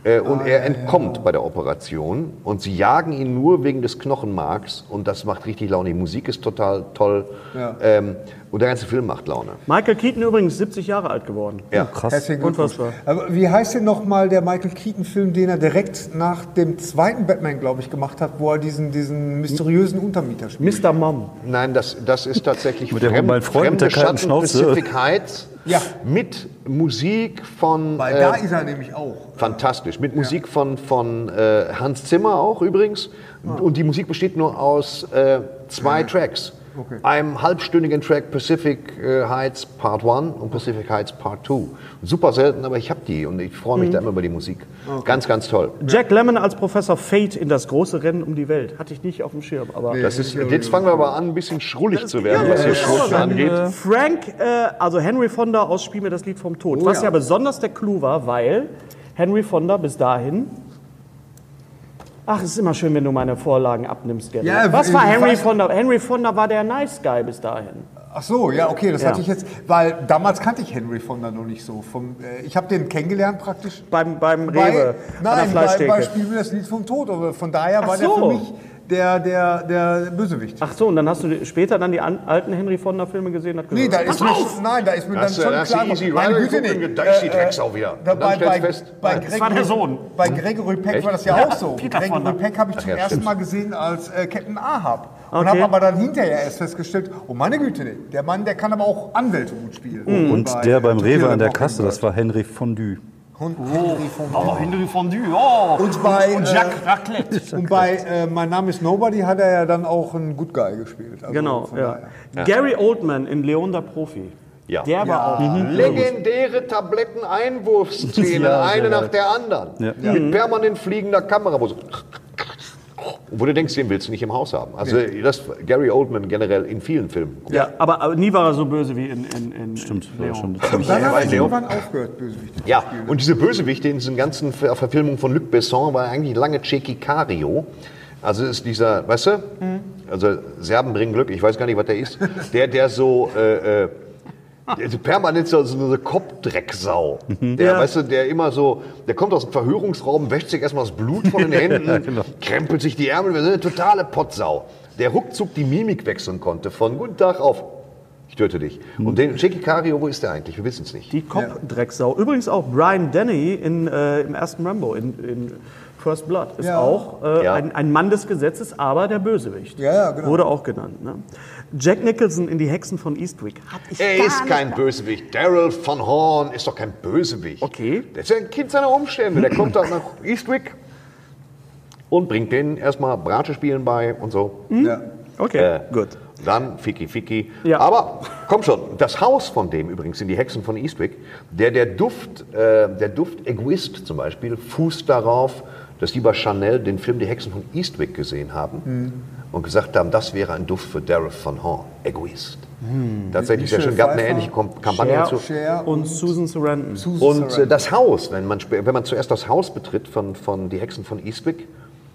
Und er entkommt bei der Operation und sie jagen ihn nur wegen des Knochenmarks und das macht richtig Laune. Die Musik ist total toll und der ganze Film macht Laune. Michael Keaton übrigens 70 Jahre alt geworden. Ja. Krass. Herzlichen Glückwunsch. Unfassbar. Aber wie heißt denn nochmal der Michael Keaton-Film, den er direkt nach dem zweiten Batman, glaube ich, gemacht hat, wo er diesen mysteriösen Untermieter spielt? Mr. Mom. Nein, das ist tatsächlich Mit mein Freund mit der kalten Schnauze. Pacific Heights Ja. mit Musik von... Weil da ist er nämlich auch. Fantastisch. Mit Musik von Hans Zimmer auch übrigens. Und die Musik besteht nur aus 2 Tracks. Okay. Einem halbstündigen Track Pacific Heights Part 1 und Pacific Heights Part 2. Super selten, aber ich habe die und ich freue mich da immer über die Musik. Ganz, ganz toll. Jack Lemmon als Professor Fate in das große Rennen um die Welt. Hatte ich nicht auf dem Schirm. Aber Das ist, jetzt fangen wir aber an, ein bisschen schrullig zu werden, was hier Schurken angeht. Frank, also Henry Fonda aus Spiel mir das Lied vom Tod. Was ja besonders der Clou war, weil Henry Fonda bis dahin... Ach, es ist immer schön, wenn du meine Vorlagen abnimmst, Gary. Ja, was war ich Henry weiß- Fonda? Henry Fonda war der Nice Guy bis dahin. Ach so, ja, okay, das Ja. hatte ich jetzt, weil damals kannte ich Henry Fonda noch nicht so. Ich habe den kennengelernt praktisch Beim Rewe, bei, an der nein, Fleischtheke. bei Spiel mir das Lied vom Tod. Aber von daher Ach war der so. für mich der Bösewicht. Ach so, und dann hast du später dann die alten Henry Fonda-Filme gesehen? Hat Nee, da gesagt, ist mir, da ist mir dann Hast du schon hast klar du Easy geworden, meine Rider Güte, geguckt nee. und da ist die Drecksau wieder. Da Und dann stellst du fest, bei das war der Sohn. Bei Gregory Peck war das ja auch so. Peter Gregory Fonda. Peck habe ich zum ja, ersten stimmt. Mal gesehen als Captain Ahab. Und Okay. habe aber dann hinterher erst festgestellt, oh meine Güte, nee, der Mann, der kann aber auch Anwälte gut spielen. Und Bei, der beim To Rewe Kill a an der Mockingbird. Kasse, das war Henry Fondue. Und Henry Fonda. Oh, Henry Fondue, oh. Und bei, und Jacques Raclette. Und bei Mein Name ist Nobody hat er ja dann auch einen Good Guy gespielt. Also Genau, von ja. daher. Gary Oldman in Leon der Profi. Ja. Der war auch. Legendäre Tabletteneinwurfszene, Ja, eine sehr nach geil. der anderen. Mit permanent fliegender Kamera. Wo du denkst, den willst du nicht im Haus haben. Also das Gary Oldman generell in vielen Filmen. Ja, aber nie war er so böse wie in Stimmt, war Leon. schon Und dann Ja, hat weil er der- irgendwann aufgehört, Bösewichte zu Ja, spielen. und diese Bösewichte in diesen ganzen Verfilmungen von Luc Besson war eigentlich lange Cecchi Cario. Also ist dieser, weißt du, also Serben bringen Glück, ich weiß gar nicht, was der ist, der so permanent so eine Kopfdrecksau. Der, weißt du, der immer so, der kommt aus dem Verhörungsraum, wäscht sich erstmal das Blut von den Händen, krempelt sich die Ärmel, eine totale Pottsau. Der ruckzuck die Mimik wechseln konnte von Guten Tag auf ich töte dich. Und den Cecchi Cario, wo ist der eigentlich? Wir wissen es nicht. Die Kopfdrecksau. Übrigens auch Brian Denny im ersten Rambo, in First Blood, ist Ja. auch ein Mann des Gesetzes, aber der Bösewicht. Ja, genau. Wurde auch genannt. Ne? Jack Nicholson in Die Hexen von Eastwick. Hab ich Er gar ist nicht kein Bösewicht. Daryl von Horn ist doch kein Bösewicht. Okay. Der ist ja ein Kind seiner Umstände. Der kommt da nach Eastwick und bringt denen erstmal Bratsche spielen bei und so. Ja. Okay, gut. Dann Ficky. Ja. Aber komm schon, das Haus von dem übrigens in die Hexen von Eastwick, der Duft Egoist zum Beispiel, fußt darauf, dass die bei Chanel den Film Die Hexen von Eastwick gesehen haben und gesagt haben, das wäre ein Duft für Daryl von Horn. Egoist. Tatsächlich, Michelle sehr schön, gab eine Pfeiffer, ähnliche Kampagne dazu. Cher Und Susan Sarandon. Und das Haus, wenn man zuerst das Haus betritt von Die Hexen von Eastwick,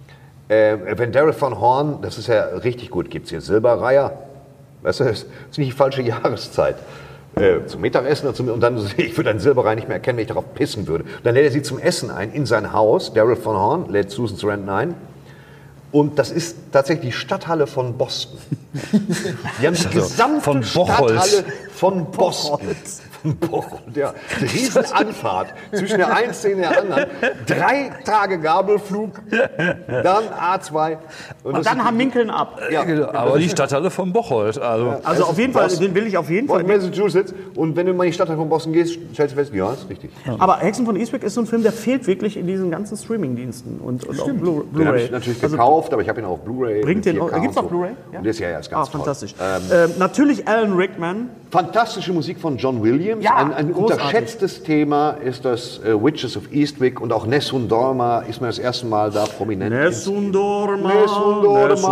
wenn Daryl von Horn, das ist ja richtig gut, gibt es hier Silberreiher, weißt du, das ist nicht die falsche Jahreszeit. Zum Mittagessen und dann, ich würde einen Silberreiher nicht mehr erkennen, wenn ich darauf pissen würde. Dann lädt er sie zum Essen ein, in sein Haus, Daryl von Horn lädt Susan Sarandon ein. Und das ist tatsächlich die Stadthalle von Boston. Die haben die gesamte von Bocholt. Stadthalle von Boston. Von Bocholt, ja. Eine riesen Anfahrt zwischen der einen Szene und der anderen. 3 Tage Gabelflug, dann A2. Und dann haben Minkeln ab. Ja, Aber die Stadthalle von Bocholt. Also auf jeden Fall, den will ich auf jeden Fall. Massachusetts. Und wenn du mal in die Stadthalle von Boston gehst, stellst du fest, ja, ist richtig. Aber Hexen von Eastwick ist so ein Film, der fehlt wirklich in diesen ganzen Streaming-Diensten und auch Den habe Blu-ray. ich natürlich gekauft, aber ich habe ihn auch auf Blu-ray. Bringt den mit auch- 4K gibt's und auf Blu-ray? Ja? Und das, ja, ist ganz toll. Fantastisch. Natürlich Alan Rickman. Fantastische Musik von John Williams. Ja, ein großartig. unterschätztes Thema ist das Witches of Eastwick und auch Nessun Dorma ist mir das erste Mal da prominent. Nessun Dorma. Nessun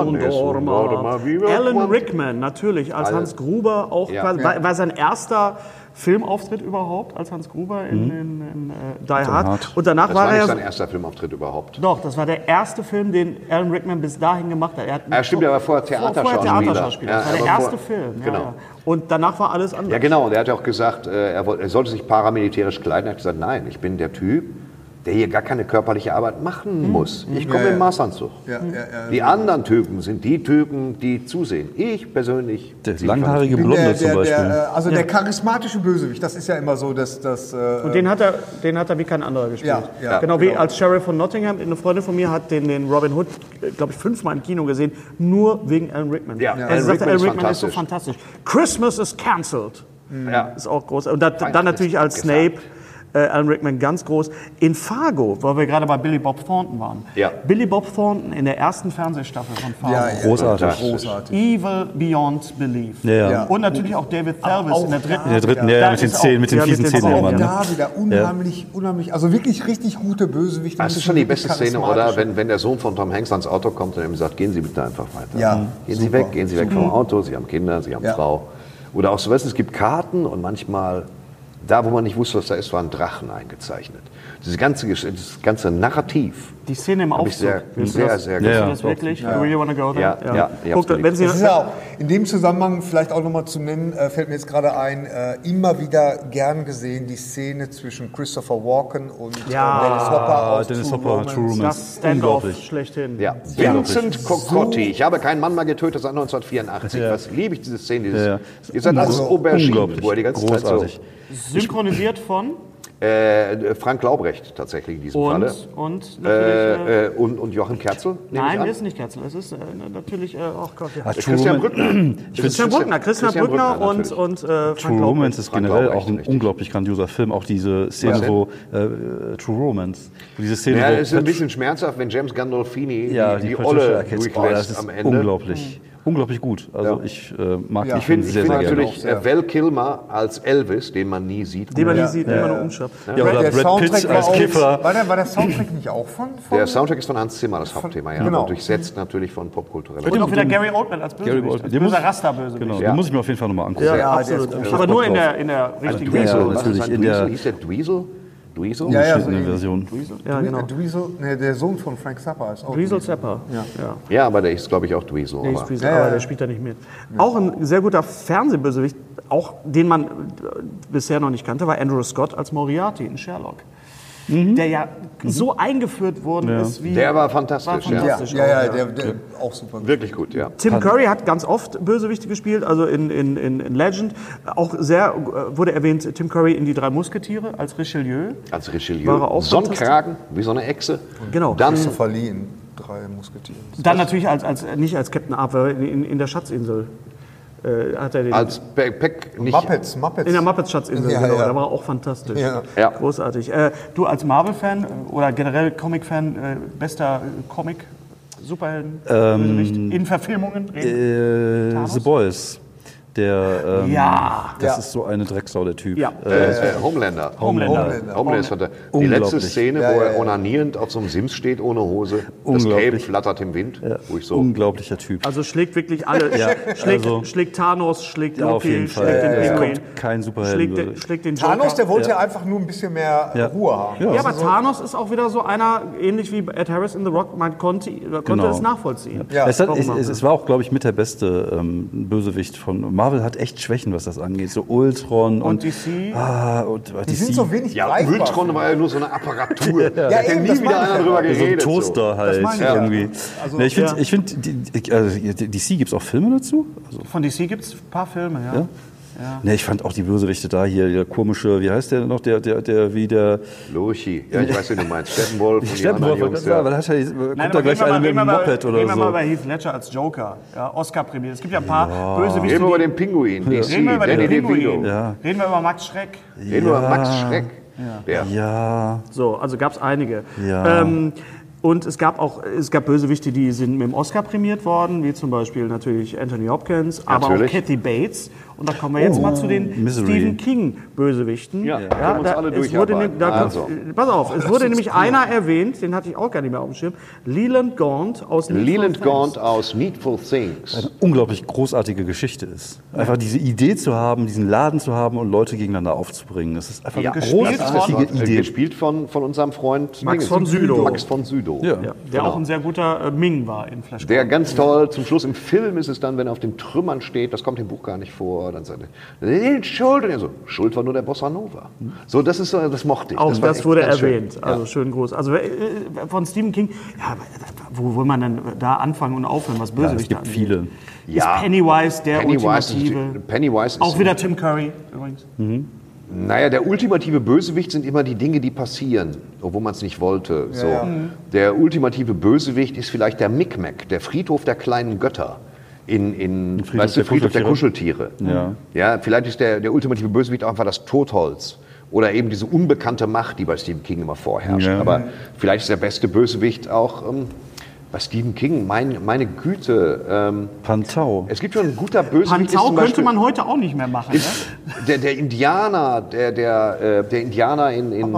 Dorma, wie wird Alan man- Rickman, natürlich, als Hans Gruber auch, Ja. war sein erster Filmauftritt überhaupt, als Hans Gruber in Die Hard. Und danach Das war war er nicht ja sein erster Filmauftritt überhaupt. Doch, das war der erste Film, den Alan Rickman bis dahin gemacht hat. Er hat Ja, stimmt, er war vorher Theaterschauspieler. Theaterschauspieler. Das war Ja, der er war erste vor- Film. Ja, genau. ja. Und danach war alles anders. Ja, genau. Und er hat ja auch gesagt, er sollte sich paramilitärisch kleiden. Er hat gesagt, nein, ich bin der Typ, der hier gar keine körperliche Arbeit machen muss. Ich komme im Maßanzug. Die anderen Typen sind die Typen, die zusehen. Ich persönlich... Der langhaarige Blonde zum Beispiel. Also der charismatische Bösewicht, das ist ja immer so, dass... Und den hat er wie kein anderer gespielt. Genau wie als Sheriff von Nottingham. Eine Freundin von mir hat den Robin Hood, glaube ich, 5-mal im Kino gesehen, nur wegen Alan Rickman. Ja, Alan Rickman ist so fantastisch. Christmas is cancelled. Ja. Ist auch groß. Und dann natürlich als Snape, Alan Rickman ganz groß. In Fargo, weil wir gerade bei Billy Bob Thornton waren. Ja. Billy Bob Thornton in der ersten Fernsehstaffel von Fargo. Großartig. Evil Beyond Belief. Ja. Und natürlich auch David Thewlis in der dritten. In der dritten, ja, mit den Zähnen, mit den fiesen Zähnen Auch immer. Ne? da wieder unheimlich, also wirklich richtig gute Bösewichte. Das ist schon die beste Szene, oder? Wenn der Sohn von Tom Hanks ans Auto kommt und ihm sagt, gehen Sie bitte einfach weiter. Ja, gehen Sie weg vom Auto, Sie haben Kinder, Sie haben Frau. Oder auch so, weißt du, es gibt Karten und manchmal, da wo man nicht wusste, was da ist, waren Drachen eingezeichnet. Das ganze Narrativ. Die Szene im Aufzug. Sehr Willst du das wirklich? You really wanna go there? Ja. Guckt, wenn Sie Das ist ja auch in dem Zusammenhang vielleicht auch nochmal zu nennen, fällt mir jetzt gerade ein, immer wieder gern gesehen, die Szene zwischen Christopher Walken und Dennis Hopper aus Dennis True Hopper, Romance. True Romance. das Stand-off Unglaublich. schlechthin. Ja. Vincent Cocotti. Ich habe keinen Mann mehr getötet seit 1984. Was liebe ich diese Szene. Ihr seid als Aubergine, wo er die ganze Zeit so... Synchronisiert von Frank Laubrecht tatsächlich in diesem Falle. und natürlich... Und Joachim Kerzel? Nein, ist nicht Kerzel. Es ist natürlich... oh Gott, ja. Christian Brückner. Christian Brückner und Frank True Laubrecht. Romance ist generell auch ein richtig. unglaublich grandioser Film. Auch diese Szene, wo True Romance. Diese Szene, Ja, wo es ist ein bisschen schmerzhaft, wenn James Gandolfini die Patricia Olle Arquette, durchlässt das am ist Ende. unglaublich. Unglaublich gut. Also ich mag den Ich Film finde sehr, sehr gerne. natürlich Val Kilmer als Elvis, den man nie sieht. Den man nie sieht, immer nur umschafft. Ja, oder Der Brad Soundtrack Pitt war als auch- Kiffer. War der Soundtrack nicht auch von Der Soundtrack ist von Hans Zimmer, das Hauptthema, ja. Genau. Und durchsetzt natürlich von popkultureller Und auch wieder Gary Oldman als Gary Bösewicht. Oldman. Den muss- Böser Rasta-Bösewicht. Genau, Ja. den muss ich mir auf jeden Fall nochmal angucken. Ja, absolut. der ist Aber Bock nur in drauf. der richtigen Ja, Dweezil, natürlich, was ist ein in der- Dweezil? Hieß der Dweezil? Dweezil? Ja, Ungeschnittene Version. Ja, genau. der Sohn von Frank Zappa ist auch. Dweezil Zappa. Ja, aber der ist, glaube ich, auch Dweezil. Nee, aber- ist Dweezil, aber der spielt da nicht mit. Auch ein sehr guter Fernsehbösewicht, auch den man bisher noch nicht kannte, war Andrew Scott als Moriarty in Sherlock. Der ja so eingeführt worden ist wie... Der war fantastisch, Ja, fantastisch der auch super. Wirklich gut, ja. Tim Curry hat ganz oft Bösewichte gespielt, also in Legend. Auch sehr wurde erwähnt, Tim Curry in Die drei Musketiere als Richelieu. Als Richelieu. War er auch Sonnenkragen, wie so eine Echse. Genau. Dann Christopher Lee in Drei Musketiere. Dann natürlich nicht als Captain Arthur in der Schatzinsel. Hat er den als Peck nicht... Muppets. in der Muppets Schatzinsel, Ja, genau. ja. Da war er auch fantastisch. Ja. Großartig. Du als Marvel-Fan oder generell Comic-Fan, bester Comic-Superhelden Bösewicht in Verfilmungen? Thanos? The Boys. Der, Ja. Das ist so eine Drecksau, der Typ. Ja. Homelander. Homelander. Homelander ist fantastisch. Die Unglaublich. letzte Szene, wo er onanierend auf so einem Sims steht, ohne Hose. Das Cape Unglaublich. flattert im Wind. Wo ich so... Unglaublicher Typ. Also schlägt wirklich alle. Schlägt Thanos, schlägt Ja, auf Loki, jeden schlägt Fall. den Es Pinguin, kommt kein Superhelden. schlägt den Joker. Thanos, der wollte ja einfach nur ein bisschen mehr Ruhe haben. Ja, aber Thanos ist auch wieder so einer, ähnlich wie Ed Harris in The Rock, man konnte Genau. es nachvollziehen. Ja. Es war auch, glaube ich, mit der beste Bösewicht von Marvel. Hat echt Schwächen, was das angeht. So Ultron Und DC? Die sind so wenig Ja, greifbar. Ultron war ja nur so eine Apparatur. Da Ja, hat ja eben, nie das wieder meine ich einer ja. drüber so ein geredet. Toaster halt meine ich ja. irgendwie. Also, Ne, ich finde, DC gibt es auch Filme dazu? Also, Von DC gibt es ein paar Filme, ja. ne, ich fand auch die Bösewichte da hier, der komische, wie heißt der noch, der wie der... Lochi. Ja, ich weiß, wie du meinst. Steppenwolf und die Steppenwolf, anderen Jungs. weil hat er, kommt da gleich einer mit einem Moped oder Reden wir mal so. über Heath Ledger als Joker, ja, Oscar prämiert. Es gibt ja ein paar Bösewichte. Reden wir über den Pinguin. DC, Reden wir über den Danny Pinguin. DeVito. Ja. Reden wir über Max Schreck. Reden wir über Max Schreck. Der. Ja, So, also gab es einige. Ja. Und es gab Bösewichte, die sind mit dem Oscar prämiert worden, wie zum Beispiel natürlich Anthony Hopkins, aber auch Natürlich. Kathy Bates. Und da kommen wir jetzt mal zu den Misery. Stephen King-Bösewichten. Ja, können wir uns alle es wurde durcharbeiten. pass auf, es wurde nämlich einer erwähnt, den hatte ich auch gar nicht mehr auf dem Schirm, Leland Gaunt aus Leland Needful Gaunt aus Needful Things. eine unglaublich großartige Geschichte ist. Einfach diese Idee zu haben, diesen Laden zu haben und Leute gegeneinander aufzubringen. Das ist einfach eine gespielt großartige von- Idee. Gespielt von unserem Freund Max Dingens. von Sydow. Max von Sydow. Bushido. Ja. Ja, der auch ein sehr guter Ming war in Flash Der Gordon. ganz toll, zum Schluss im Film ist es dann, wenn er auf den Trümmern steht, das kommt im Buch gar nicht vor, dann sagt er, Schuld, und er so, Schuld war nur der Bossa Nova. So, das ist so, das mochte ich. Auch war das echt wurde ganz schön. erwähnt, also schön groß. Also von Stephen King, ja, wo will man denn da anfangen und aufhören, was Es Bösewichte gibt viele. Ja. Ist Pennywise der Ultimative? Pennywise ist Auch wieder Tim Curry übrigens. Naja, der ultimative Bösewicht sind immer die Dinge, die passieren, obwohl man es nicht wollte. So. Der ultimative Bösewicht ist vielleicht der Micmac, der Friedhof der kleinen Götter. In Friedhof der Kuscheltiere. Ja. Ja, vielleicht ist der ultimative Bösewicht auch einfach das Totholz. Oder eben diese unbekannte Macht, die bei Stephen King immer vorherrscht. Ja. Aber vielleicht ist der beste Bösewicht auch bei Stephen King, meine Güte. Pantau. Es gibt schon ein guter Bösewicht. Pantau zum könnte Beispiel, man heute auch nicht mehr machen. ist der Indianer, der Indianer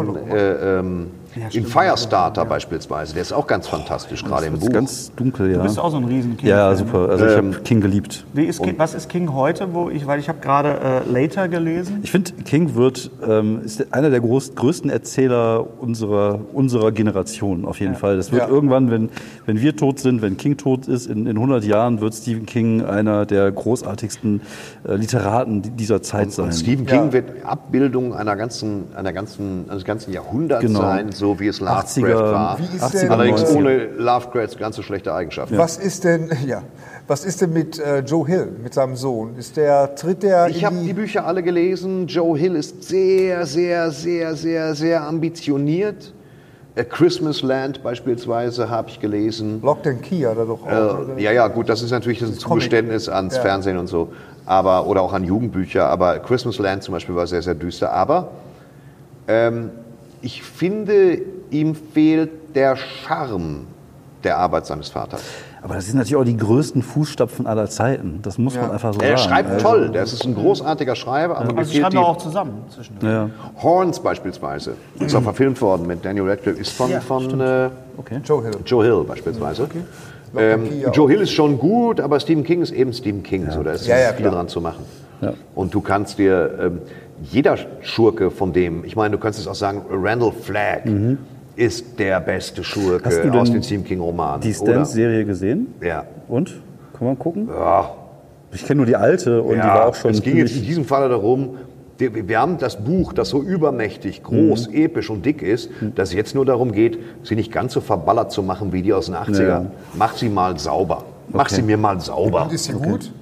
in Firestarter beispielsweise, der ist auch ganz fantastisch, gerade im Das Buch. ist ganz dunkel, ja. Du bist auch so ein riesen King. Ja, super. Also ich habe King geliebt. Was ist King heute? Weil ich habe gerade Later gelesen. Ich finde, King ist einer der größten Erzähler unserer Generation, auf jeden Fall. Das wird irgendwann, wenn wir tot sind, wenn King tot ist, in 100 Jahren wird Stephen King einer der großartigsten Literaten dieser Zeit sein. Und Stephen King wird Abbildung eines ganzen Jahrhunderts sein, so wie es Lovecraft 80er, war. Wie ist denn- Allerdings 90er. ohne Lovecrafts ganze schlechte Eigenschaften. Was ist denn mit Joe Hill, mit seinem Sohn? Tritt der Ich habe die Bücher alle gelesen. Joe Hill ist sehr, sehr, sehr, sehr, sehr ambitioniert. A Christmas Land beispielsweise habe ich gelesen. Lock and Key hat er doch auch. Ja, gut, das ist natürlich ein Zugeständnis ans Fernsehen und so. Oder auch an Jugendbücher. Aber Christmas Land zum Beispiel war sehr, sehr düster. Aber ich finde, ihm fehlt der Charme der Arbeit seines Vaters. Aber das sind natürlich auch die größten Fußstapfen aller Zeiten. Das muss man einfach so Er sagen. schreibt toll, das ist ein großartiger Schreiber. Aber mir Also fehlt schreiben wir auch zusammen zwischendurch. Ja. Horns beispielsweise, ist auch verfilmt worden mit Daniel Radcliffe, ist von Joe Hill. Joe Hill beispielsweise. Joe Hill ist schon gut, aber Stephen King ist eben Stephen King. So, da ist viel dran zu machen. Ja. Und du kannst dir, jeder Schurke von dem, ich meine, du kannst es auch sagen, Randall Flagg ist der beste Schurke Hast du denn aus den Stephen King-Romanen. Die Stans-Serie gesehen? Ja. Und? Kann man gucken? Ja. Ich kenne nur die alte und die war auch schon es ging jetzt in ziemlich- diesem Falle darum, wir haben das Buch, das so übermächtig, groß, episch und dick ist, dass es jetzt nur darum geht, sie nicht ganz so verballert zu machen wie die aus den 80ern. Ja. Mach sie mal sauber. Mach sie mir mal sauber. Und ist sie gut?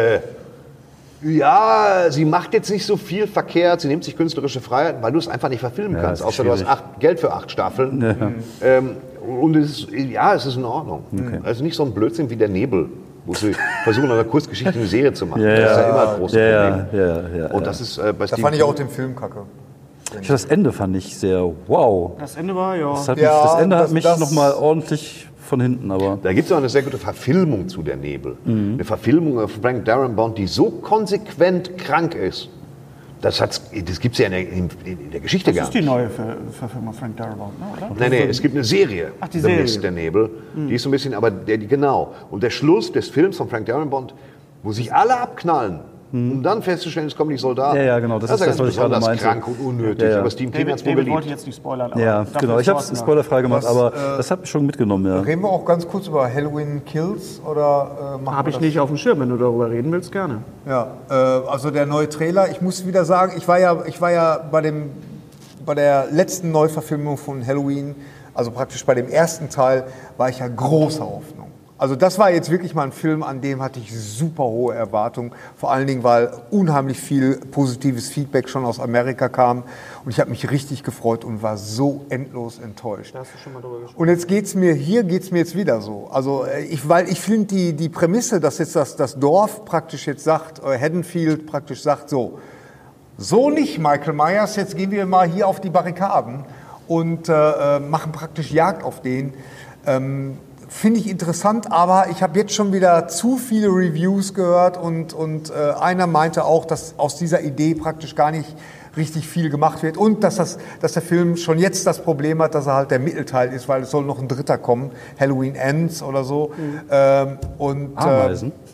Ja, sie macht jetzt nicht so viel verkehrt, sie nimmt sich künstlerische Freiheiten, weil du es einfach nicht verfilmen kannst, ist außer du hast schwierig. Geld für 8 Staffeln. Und es ist in Ordnung. Also nicht so ein Blödsinn wie der Nebel, wo sie versuchen, aus einer Kurzgeschichte eine Serie zu machen. Ja, das ist ja ja. immer ein großes Problem. Ja. Und das ist bei Da Stephen fand ich auch King- den Film kacke. Das Ende fand ich sehr wow. Das Ende war, Das Ja, Ende hat das- mich das- nochmal ordentlich von hinten, aber... Da gibt es auch eine sehr gute Verfilmung zu Der Nebel. Eine Verfilmung von Frank Darabont, die so konsequent krank ist. Das gibt es ja in der Geschichte Das gar ist die nicht. neue Verfilmung Frank Darabont, ne, oder? Nee, es gibt eine Serie, Ach, die The Serie. Mist, Der Nebel. Die ist so ein bisschen, aber genau. Und der Schluss des Films von Frank Darabont, wo sich alle abknallen, um dann festzustellen, es kommen die Soldaten. Ja, genau, das ist ja das, ganz was ich gerade besonders meinte. krank und unnötig. Ja. Aber Stephen King hat es wohl David wollte geliebt. jetzt nicht spoilern. Aber Ja, dafür genau. ist Ich habe Thorsten es da. spoilerfrei gemacht, Was, aber das hat mich schon mitgenommen, ja. Reden wir auch ganz kurz über Halloween Kills oder machen Habe wir ich das? nicht auf dem Schirm, wenn du darüber reden willst, gerne. Ja, also der neue Trailer. Ich muss wieder sagen, ich war ja bei der letzten Neuverfilmung von Halloween, also praktisch bei dem ersten Teil, war ich ja großer Hoffnung. Also das war jetzt wirklich mal ein Film, an dem hatte ich super hohe Erwartungen. Vor allen Dingen, weil unheimlich viel positives Feedback schon aus Amerika kam. Und ich habe mich richtig gefreut und war so endlos enttäuscht. Da hast du schon mal drüber gesprochen. Und jetzt geht's mir jetzt wieder so. Also weil ich finde die Prämisse, dass jetzt das Dorf praktisch jetzt sagt, Haddonfield praktisch sagt so nicht Michael Myers, jetzt gehen wir mal hier auf die Barrikaden und machen praktisch Jagd auf den. Finde ich interessant, aber ich habe jetzt schon wieder zu viele Reviews gehört und einer meinte auch, dass aus dieser Idee praktisch gar nicht richtig viel gemacht wird und dass der Film schon jetzt das Problem hat, dass er halt der Mittelteil ist, weil es soll noch ein dritter kommen, Halloween Ends oder so. Ameisen?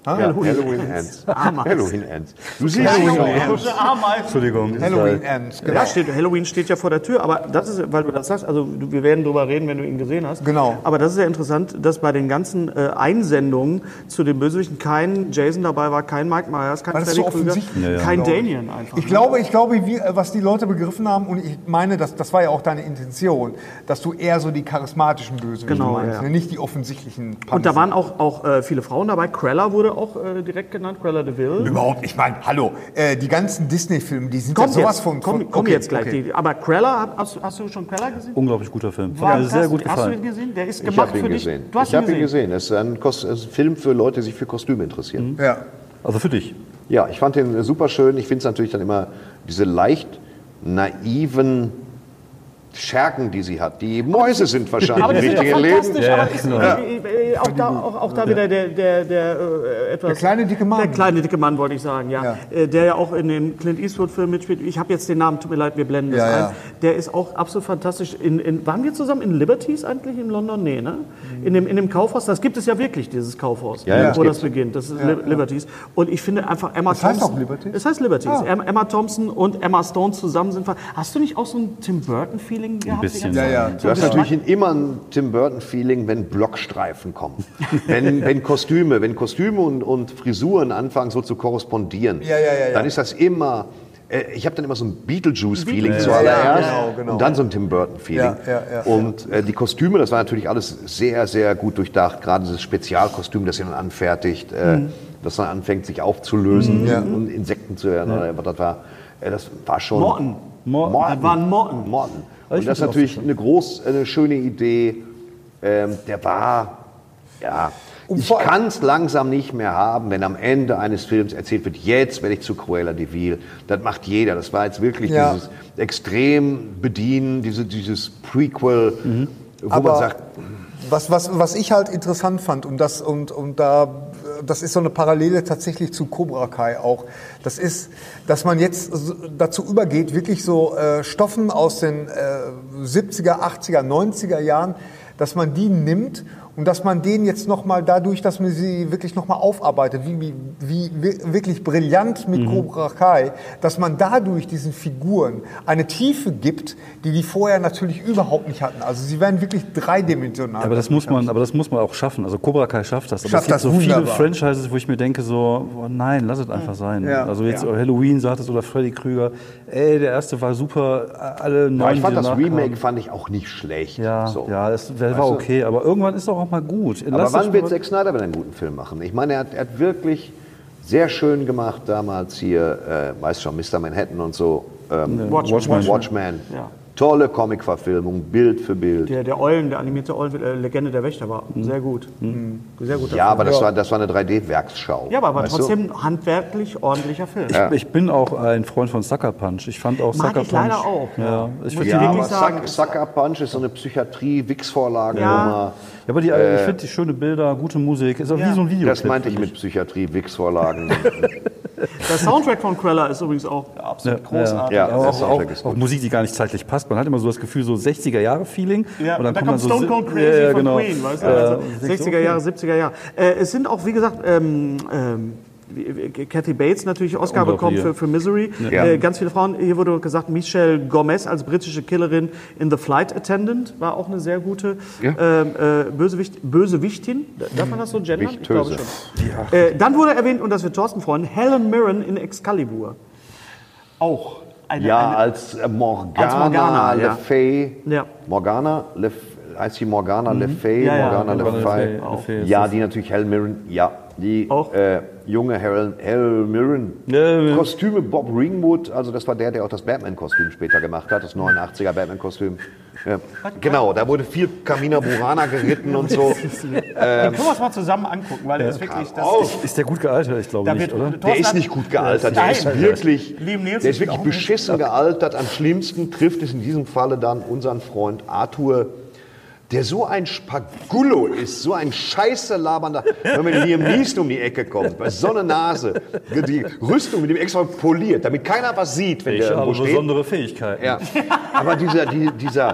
Halloween Ends. Halloween Ends. Du siehst Entschuldigung. Halloween Ends, genau. Ja, Halloween steht ja vor der Tür, aber das ist, weil du das sagst, also wir werden drüber reden, wenn du ihn gesehen hast. Genau. Aber das ist ja interessant, dass bei den ganzen Einsendungen zu den Bösewichten kein Jason dabei war, kein Mike Myers, kein Weil das Freddy so Krüger, offensichtlich kein Damien einfach. Ich glaube, was die Leute begriffen haben, und ich meine, das war ja auch deine Intention, dass du eher so die charismatischen Bösewichte meinst, ja. nicht die offensichtlichen Panzer. Und da waren auch viele Frauen dabei. Cruella wurde auch direkt genannt, Cruella de Vil. Überhaupt nicht. Ich meine, hallo, die ganzen Disney-Filme, die sind ja sowas von... Komm jetzt gleich. Aber Cruella, hast du schon Cruella gesehen? Unglaublich guter Film. War Hat mir sehr gut Hast du gefallen. ihn gesehen? Der ist Ich gemacht habe ihn für dich. gesehen. Du hast Ich habe ihn gesehen. Es ist ein Film für Leute, die sich für Kostüme interessieren. Ja. Also für dich. Ja, ich fand den super schön. Ich finde es natürlich dann immer diese leicht naiven Schergen, die sie hat. Die Mäuse sind wahrscheinlich Aber im das ist richtigen ja Leben. fantastisch. Aber auch da wieder der etwas... Der kleine, dicke Mann. Der kleine, dicke Mann, wollte ich sagen, ja. Der ja auch in den Clint Eastwood-Filmen mitspielt. Ich habe jetzt den Namen, tut mir leid, wir blenden das ein. Der ist auch absolut fantastisch. Waren wir zusammen in Liberties eigentlich in London? Nee, ne? In dem Kaufhaus. Das gibt es ja wirklich, dieses Kaufhaus, wo das beginnt. Das ist Liberties. Und ich finde einfach Emma Thompson... Das heißt auch Liberties? Es heißt Liberties. Emma Thompson und Emma Stone zusammen sind... Hast du nicht auch so ein Tim Burton-Feeling gehabt? Ein bisschen. Du hast natürlich immer ein Tim Burton-Feeling, wenn Blockstreifen kommen. wenn Kostüme und Frisuren anfangen so zu korrespondieren, dann ist das immer... Ich habe dann immer so ein Beetlejuice-Feeling zuallererst genau. und dann so ein Tim Burton-Feeling. Und die Kostüme, das war natürlich alles sehr, sehr gut durchdacht. Gerade dieses Spezialkostüm, das sie dann anfertigt, das dann anfängt, sich aufzulösen und Insekten zu werden. Das war schon... Morten. Und das ist natürlich eine schöne Idee. Der war... Ja, ich kann es langsam nicht mehr haben, wenn am Ende eines Films erzählt wird, jetzt werde ich zu Cruella de Vil. Das macht jeder. Das war jetzt wirklich dieses extrem Bedienen, dieses Prequel, wo man sagt... Was ich halt interessant fand, und das ist so eine Parallele tatsächlich zu Cobra Kai auch, das ist, dass man jetzt dazu übergeht, wirklich so Stoffen aus den 70er, 80er, 90er Jahren, dass man die nimmt und dass man denen jetzt nochmal dadurch, dass man sie wirklich nochmal aufarbeitet, wie wirklich brillant mit Cobra Kai, dass man dadurch diesen Figuren eine Tiefe gibt, die vorher natürlich überhaupt nicht hatten. Also sie werden wirklich dreidimensional. Aber das muss man auch schaffen. Also Cobra Kai schafft das. Aber es gibt so viele Franchises, wo ich mir denke so, oh nein, lass es einfach sein. Ja. Also jetzt Halloween sagtest oder Freddy Krüger, der erste war super, alle neun. Ich fand das Remake fand ich auch nicht schlecht. Ja, das war okay, aber irgendwann ist auch mal gut. Aber wann wird Zack Snyder wieder einen guten Film machen? Ich meine, er hat wirklich sehr schön gemacht damals hier, weißt schon, Mr. Manhattan und so. Watchmen. Ja. Tolle Comic-Verfilmung, Bild für Bild. Der animierte Eulen, Legende der Wächter war sehr gut. Sehr gut. Ja, aber das war eine 3D-Werksschau. Ja, aber trotzdem handwerklich ordentlicher Film. Ich bin auch ein Freund von Sucker Punch. Ich fand auch Sucker Punch. Leider auch. Ja, ich würde wirklich sagen. Sucker Punch ist so eine Psychiatrie-Wix-Vorlagennummer. Ja, aber ich finde die schöne Bilder, gute Musik, ist auch wie so ein Video. Das meinte ich mit Psychiatrie-Wix-Vorlagen. Der Soundtrack von Cruella ist übrigens auch absolut großartig. Ja, auch Musik, die gar nicht zeitlich passt. Man hat immer so das Gefühl, so 60er-Jahre-Feeling. Ja, und dann kommt Stone Cold Crazy von Queen, weißt du? Also 60er Jahre, 70er Jahre. Es sind auch, wie gesagt, Kathy Bates natürlich Oscar bekommen für Misery. Ja. Ganz viele Frauen. Hier wurde gesagt, Michelle Gomez als britische Killerin in The Flight Attendant war auch eine sehr gute Bösewichtin. Darf man das so gendern? Ich glaube schon. Ja. Dann wurde erwähnt, und das wird Thorsten freuen, Helen Mirren in Excalibur. Auch. Als Morgana Le Fay. Ja. Heißt sie Morgana Le Fay? Morgana Le Fay. Ja, die natürlich Helen Mirren. Ja. Die junge Helen Mirren. Kostüme Bob Ringwood, also das war der auch das Batman-Kostüm später gemacht hat, das 89er Batman-Kostüm. Ja. Genau, da wurde viel Carmina Burana geritten und so. Den können wir uns mal zusammen angucken, weil der ist wirklich... Ist der gut gealtert? Ich glaube nicht, oder? Der ist nicht gut gealtert, der ist wirklich beschissen gealtert. Am schlimmsten trifft es in diesem Falle dann unseren Freund Arthur, der so ein Spagullo ist, so ein scheiße labernder, wenn man Liam Neeson um die Ecke kommt, bei so einer Nase, die Rüstung mit dem extra poliert, damit keiner was sieht, wenn der irgendwo steht. Besondere Fähigkeiten. Ja. Aber dieser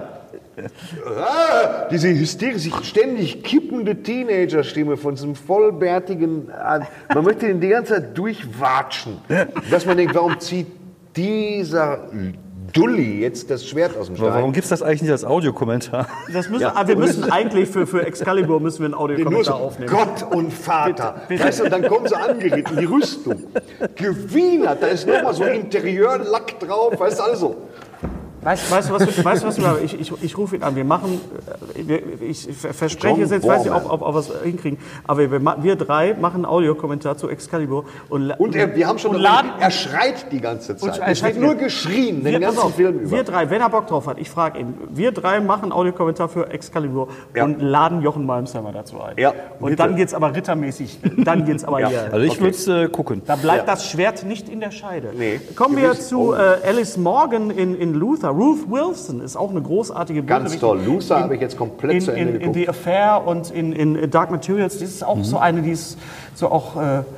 Diese hysterisch, sich ständig kippende Teenager-Stimme von so einem vollbärtigen, man möchte den die ganze Zeit durchwatschen. Dass man denkt, warum zieht dieser Dulli jetzt das Schwert aus dem Stein? Warum gibt es das eigentlich nicht als Audiokommentar? Wir müssen eigentlich für Excalibur müssen wir einen Audiokommentar aufnehmen. Gott und Vater. Weißt du, und dann kommen sie angeritten, die Rüstung. Gewienert, da ist nochmal so Interieurlack drauf, weißt du, also. Weißt du, was wir machen? Ich rufe ihn an. Wir machen, ich verspreche es jetzt, weiß nicht, ob wir es hinkriegen, aber wir drei machen einen Audiokommentar zu Excalibur. Wir haben schon er schreit die ganze Zeit. Es wird nur geschrien, den ganzen Film über. Wir drei, wenn er Bock drauf hat, ich frage ihn, wir drei machen einen Audiokommentar für Excalibur und laden Jochen Malmsheimer dazu ein. Ja, und dann geht's aber rittermäßig, dann geht's aber hier. Also ich würde es gucken. Da bleibt das Schwert nicht in der Scheide. Nee. Kommen wir zu Alice Morgan in Luther. Ruth Wilson ist auch eine großartige Ganz toll. Luther habe ich jetzt komplett zu Ende geguckt. In The Affair und in Dark Materials. Das ist auch so eine, die ist so auch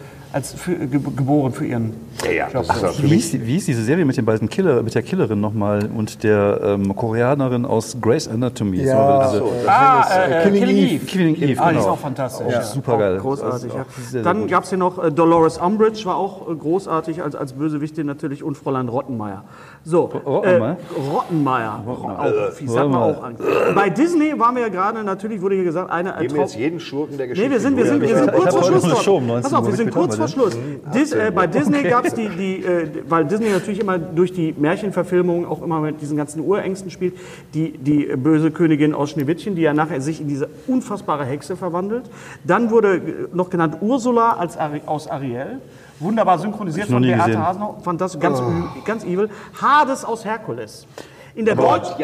geboren für ihren Job. Wie hieß diese Serie mit den beiden mit der Killerin nochmal und der Koreanerin aus Grey's Anatomy? Ja. Killing Eve. Killing Eve, Die ist genau. auch fantastisch. Ja. Super geil. Großartig, ja. Dann gab es hier noch Dolores Umbridge, war auch großartig als Bösewichtin natürlich, und Fräulein Rottenmeier. So, Rottenmeier. Auch fies, sagt man auch an. Bei Disney waren wir ja gerade, natürlich wurde hier gesagt, Geben wir jetzt jeden Schurken der Geschichte. Nee, wir sind kurz vor Schluss. Pass auf, wir sind kurz vor Schluss. Bei Disney gab es weil Disney natürlich immer durch die Märchenverfilmung auch immer mit diesen ganzen Urängsten spielt, die böse Königin aus Schneewittchen, die ja nachher sich in diese unfassbare Hexe verwandelt. Dann wurde noch genannt Ursula aus Ariel. Wunderbar synchronisiert von Beate Hasenau. Fantastisch, ganz evil. Hades aus Herkules. Jeder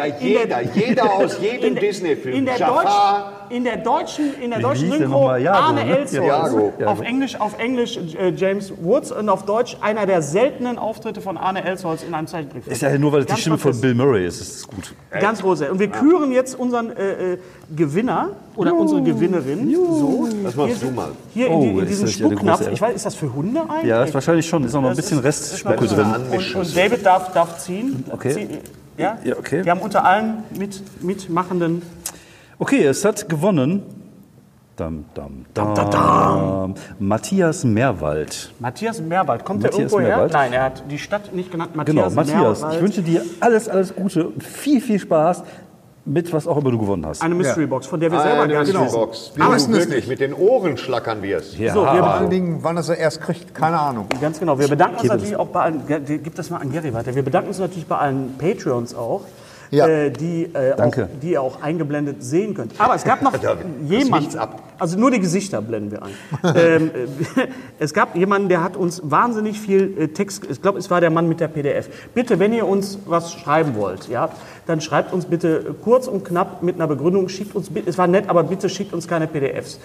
aus jedem Disney-Film. In der deutschen Synchro Arne Elsholz. Auf Englisch James Woods und auf Deutsch einer der seltenen Auftritte von Arne Elsholz in einem Zeichentrickfilm. Ist ja nur, weil es die Stimme von Bill Murray ist. Das ist gut. Ganz groß. Und wir küren jetzt unseren Gewinner oder unsere Gewinnerin. So. Das machst du mal. Hier in diesem Spucknapf. Ich weiß, ist das für Hunde eigentlich? Ja, ist wahrscheinlich schon. Ist noch ein bisschen Restspucke drin. Und David darf ziehen. Okay. Ja, okay. Wir haben unter allen Mitmachenden. Okay, es hat gewonnen. Matthias Meerwald. Matthias Meerwald. Kommt der irgendwo her? Nein, er hat die Stadt nicht genannt. Matthias. Meerwald. Ich wünsche dir alles Gute und viel Spaß mit was auch immer du gewonnen hast. Eine Mystery Box, von der wir selber gar nicht wissen. Wir wissen es nicht. Mit den Ohren schlackern wir es. Ja. So, vor allen Dingen, wann er es erst kriegt, keine Ahnung. Ganz genau. Wir bedanken uns natürlich auch bei allen, gib das mal an Gary weiter. Wir bedanken uns natürlich bei allen Patreons auch. Ja. Die ihr auch eingeblendet sehen könnt. Aber es gab noch jemanden, also nur die Gesichter blenden wir ein. Es gab jemanden, der hat uns wahnsinnig viel Text, ich glaube, es war der Mann mit der PDF. Bitte, wenn ihr uns was schreiben wollt, ja, dann schreibt uns bitte kurz und knapp mit einer Begründung, schickt uns, es war nett, aber bitte schickt uns keine PDFs.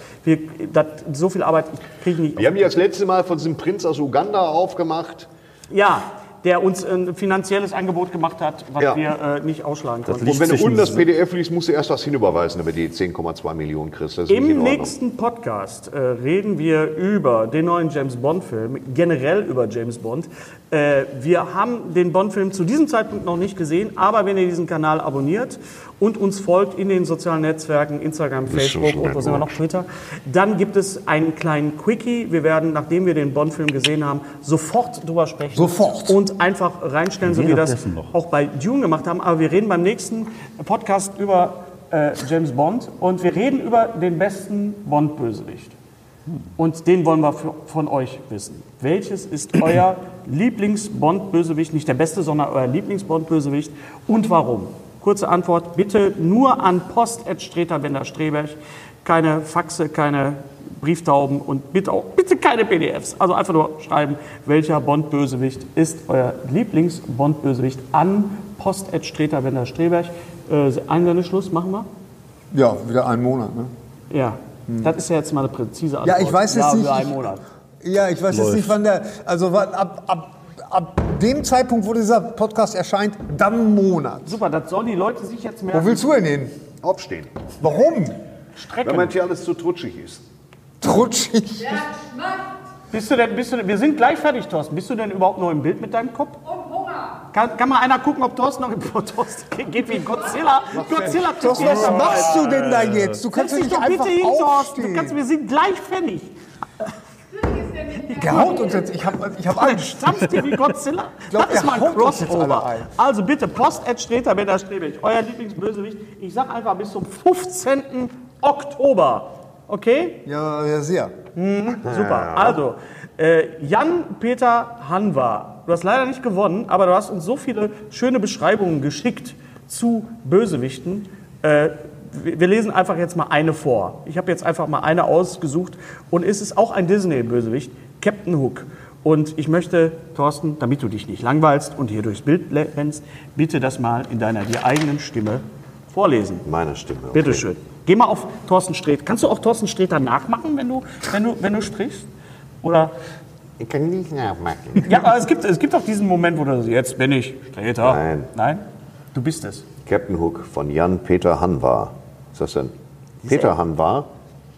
So viel Arbeit kriege ich nicht. Wir haben die das letzte Mal von diesem Prinz aus Uganda aufgemacht. Ja. Der uns ein finanzielles Angebot gemacht hat, was wir nicht ausschlagen konnten. Und wenn du unten das PDF liest, musst du erst was hinüberweisen, damit die 10,2 Millionen kriegst. Im nächsten Podcast reden wir über den neuen James-Bond-Film, generell über James Bond. Wir haben den Bond-Film zu diesem Zeitpunkt noch nicht gesehen, aber wenn ihr diesen Kanal abonniert und uns folgt in den sozialen Netzwerken, Instagram, Facebook und was sind wir noch, Twitter, dann gibt es einen kleinen Quickie. Wir werden, nachdem wir den Bond-Film gesehen haben, sofort drüber sprechen. Sofort. Und einfach reinstellen, so wie wir das auch bei Dune gemacht haben. Aber wir reden beim nächsten Podcast über James Bond und wir reden über den besten Bond-Bösewicht. Und den wollen wir von euch wissen. Welches ist euer Lieblings-Bond-Bösewicht? Nicht der beste, sondern euer Lieblings-Bond-Bösewicht und warum? Kurze Antwort, bitte nur an post@streterbender-streberg. Keine Faxe, keine Brieftauben und bitte keine PDFs. Also einfach nur schreiben, welcher Bond-Bösewicht ist euer Lieblings-Bond-Bösewicht an post@streterbender-streberg. Einsendeschluss machen wir? Ja, wieder einen Monat, ne? Ja, das ist ja jetzt mal eine präzise Antwort. Ja, ich weiß jetzt nicht. Für einen Monat. Ja, ich weiß jetzt nicht, wann der. Also ab dem Zeitpunkt, wo dieser Podcast erscheint, dann einen Monat. Super, das sollen die Leute sich jetzt merken. Wo willst du denn hin? Aufstehen. Warum? Strecken. Weil manchmal alles zu trutschig ist. Trutschig? Ja, schmeckt. Wir sind gleich fertig, Thorsten. Bist du denn überhaupt noch im Bild mit deinem Kopf? Und Hunger. Kann mal einer gucken, ob Thorsten noch im Thorsten geht wie Godzilla. Godzilla Thorsten, was machst du denn da jetzt? Du kannst Setz doch dich nicht doch bitte einfach hin, Thorsten. aufstehen. Wir sind gleich fertig. Der haut uns jetzt. Ich hab Angst. Stampft dir wie Godzilla? glaub, Das ist der mal ein haut uns jetzt alle Crossover. ein. Also bitte, post@streter-strebeck, euer Lieblingsbösewicht. Ich sag einfach bis zum 15. Oktober. Okay? Ja, sehr. Super. Also, Jan-Peter Hanwar, du hast leider nicht gewonnen, aber du hast uns so viele schöne Beschreibungen geschickt zu Bösewichten. Wir lesen einfach jetzt mal eine vor. Ich habe jetzt einfach mal eine ausgesucht und es ist auch ein Disney-Bösewicht, Captain Hook. Und ich möchte, Thorsten, damit du dich nicht langweilst und hier durchs Bild rennst, bitte das mal in deiner dir eigenen Stimme vorlesen. Meine Stimme. Okay. Bitte schön. Geh mal auf Thorsten Sträter. Kannst du auch Thorsten Sträter nachmachen, wenn du sprichst? Oder? Ich kann nicht nachmachen. Ja, aber es gibt auch diesen Moment, wo du sagst, jetzt bin ich Sträter. Nein. Nein? Du bist es. Captain Hook von Jan-Peter Hanwar. Was ist das denn? Peter Hanwar?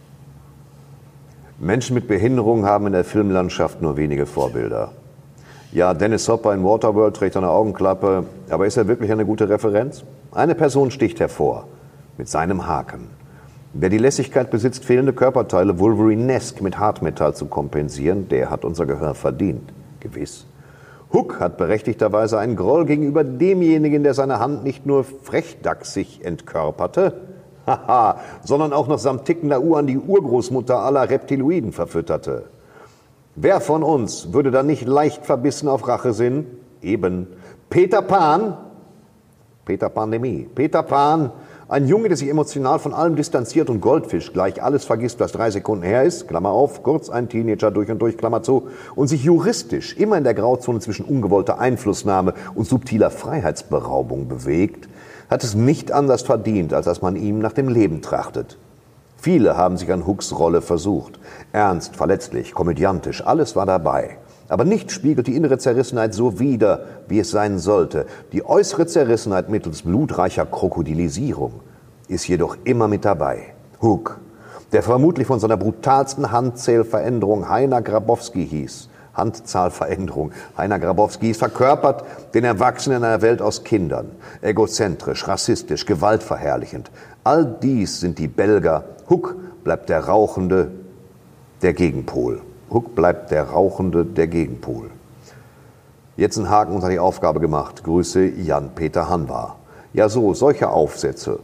Menschen mit Behinderung haben in der Filmlandschaft nur wenige Vorbilder. Ja, Dennis Hopper in Waterworld trägt eine Augenklappe, aber ist er wirklich eine gute Referenz? Eine Person sticht hervor, mit seinem Haken. Wer die Lässigkeit besitzt, fehlende Körperteile Wolverine-esk mit Hartmetall zu kompensieren, der hat unser Gehör verdient. Gewiss. Hook hat berechtigterweise einen Groll gegenüber demjenigen, der seine Hand nicht nur frechdachsig entkörperte, sondern auch noch samt tickender Uhr an die Urgroßmutter aller Reptiloiden verfütterte. Wer von uns würde da nicht leicht verbissen auf Rache sinnen? Eben Peter Pan. Peter Pandemie. Peter Pan, ein Junge, der sich emotional von allem distanziert und Goldfisch gleich alles vergisst, was 3 Sekunden her ist, Klammer auf, kurz ein Teenager durch und durch, Klammer zu, und sich juristisch immer in der Grauzone zwischen ungewollter Einflussnahme und subtiler Freiheitsberaubung bewegt, hat es nicht anders verdient, als dass man ihm nach dem Leben trachtet. Viele haben sich an Hooks Rolle versucht. Ernst, verletzlich, komödiantisch, alles war dabei. Aber nichts spiegelt die innere Zerrissenheit so wider, wie es sein sollte. Die äußere Zerrissenheit mittels blutreicher Krokodilisierung ist jedoch immer mit dabei. Hook, der vermutlich von seiner brutalsten Handzählveränderung Heiner Grabowski hieß. Handzahlveränderung. Heiner Grabowski hieß verkörpert den Erwachsenen in einer Welt aus Kindern. Egozentrisch, rassistisch, gewaltverherrlichend. All dies sind die Belger. Hook bleibt der Rauchende, der Gegenpol. Hook bleibt der Rauchende, der Gegenpol. Jetzt einen Haken unter die Aufgabe gemacht. Grüße Jan-Peter Hanwar. Ja so, solche Aufsätze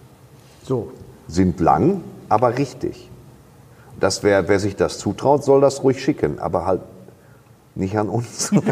sind lang, aber richtig. Wer sich das zutraut, soll das ruhig schicken, aber halt nicht an uns. Und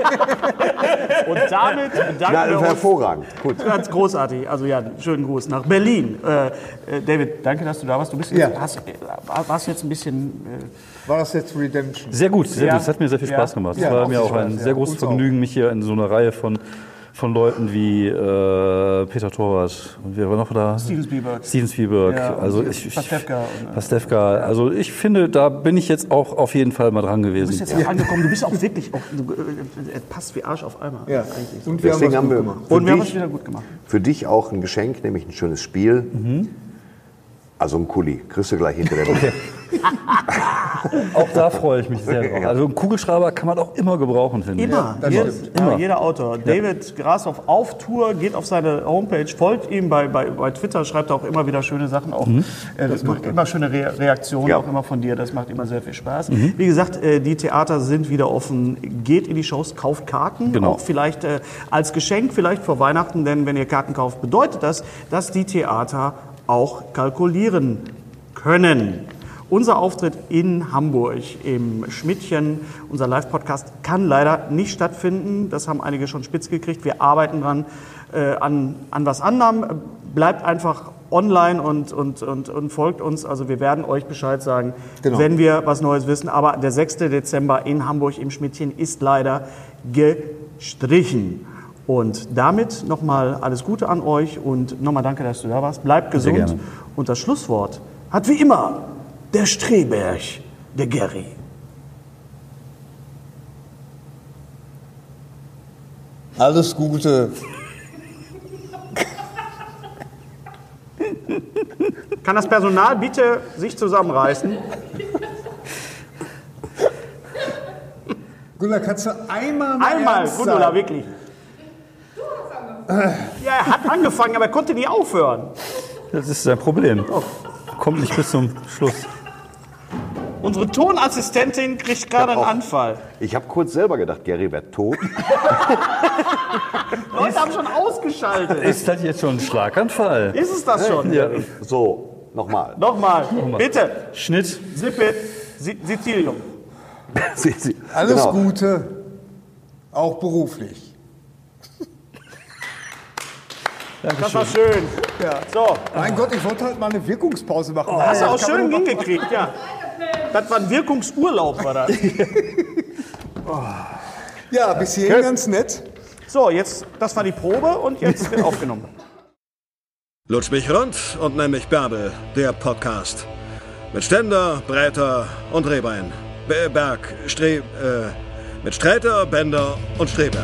damit danken wir hervorragend. Gut. Ganz großartig. Also ja, schönen Gruß nach Berlin. David, danke, dass du da warst. Du bist jetzt, warst jetzt ein bisschen... War das jetzt Redemption? Sehr gut, sehr gut. Es hat mir sehr viel Spaß gemacht. Es war mir auch ein sehr großes Vergnügen, mich hier in so einer Reihe von Leuten wie Peter Torwart und wer war noch da? Steven Spielberg. Ja, also Pastewka. Also ich finde, da bin ich jetzt auch auf jeden Fall mal dran gewesen. Du bist jetzt auch angekommen. Du bist auch wirklich, passt wie Arsch auf Einmal. Ja. Und deswegen haben wir es wieder gut gemacht. Für dich auch ein Geschenk, nämlich ein schönes Spiel. Also ein Kuli, kriegst du gleich hinter der Woche. Auch da freue ich mich sehr drauf. Also einen Kugelschreiber kann man auch immer gebrauchen, finde ich. Immer. Jeder Autor. David Grashoff auf Tour, geht auf seine Homepage, folgt ihm bei Twitter, schreibt auch immer wieder schöne Sachen. Auch, das macht immer schöne Reaktionen, auch immer von dir. Das macht immer sehr viel Spaß. Wie gesagt, die Theater sind wieder offen. Geht in die Shows, kauft Karten. Genau. Auch vielleicht als Geschenk, vielleicht vor Weihnachten. Denn wenn ihr Karten kauft, bedeutet das, dass die Theater auch kalkulieren können. Unser Auftritt in Hamburg im Schmidtchen, unser Live-Podcast, kann leider nicht stattfinden. Das haben einige schon spitz gekriegt. Wir arbeiten dran an was anderem. Bleibt einfach online und folgt uns. Also wir werden euch Bescheid sagen, wenn wir was Neues wissen. Aber der 6. Dezember in Hamburg im Schmidtchen ist leider gestrichen. Und damit nochmal alles Gute an euch und nochmal danke, dass du da warst. Bleibt gesund. Und das Schlusswort hat wie immer der Streberg, der Gary. Alles Gute. Kann das Personal bitte sich zusammenreißen? Gundula, kannst du einmal Gundula, wirklich. Ja, er hat angefangen, aber er konnte nie aufhören. Das ist sein Problem. Kommt nicht bis zum Schluss. Unsere Tonassistentin kriegt gerade einen Anfall. Ich habe kurz selber gedacht, Gary wäre tot. Leute haben schon ausgeschaltet. Ist das jetzt schon ein Schlaganfall? Ist es das schon? Ja. So, nochmal. Nochmal. Bitte. Schnitt. Sippe. Sizilium. Alles Genau. Gute, auch beruflich. Das war schön. Ja. So. Mein Gott, ich wollte halt mal eine Wirkungspause machen. Hast du Ja, auch kann man schön doch machen. hingekriegt, ja. Das war ein Wirkungsurlaub, war das. Ja, bis hierhin ganz nett. So, jetzt, das war die Probe und jetzt wird aufgenommen. Lutsch mich rund und nenn mich Bärbel, der Podcast. Mit Ständer, Breiter und Rehbein. Mit Sträter, Bender und Streberg.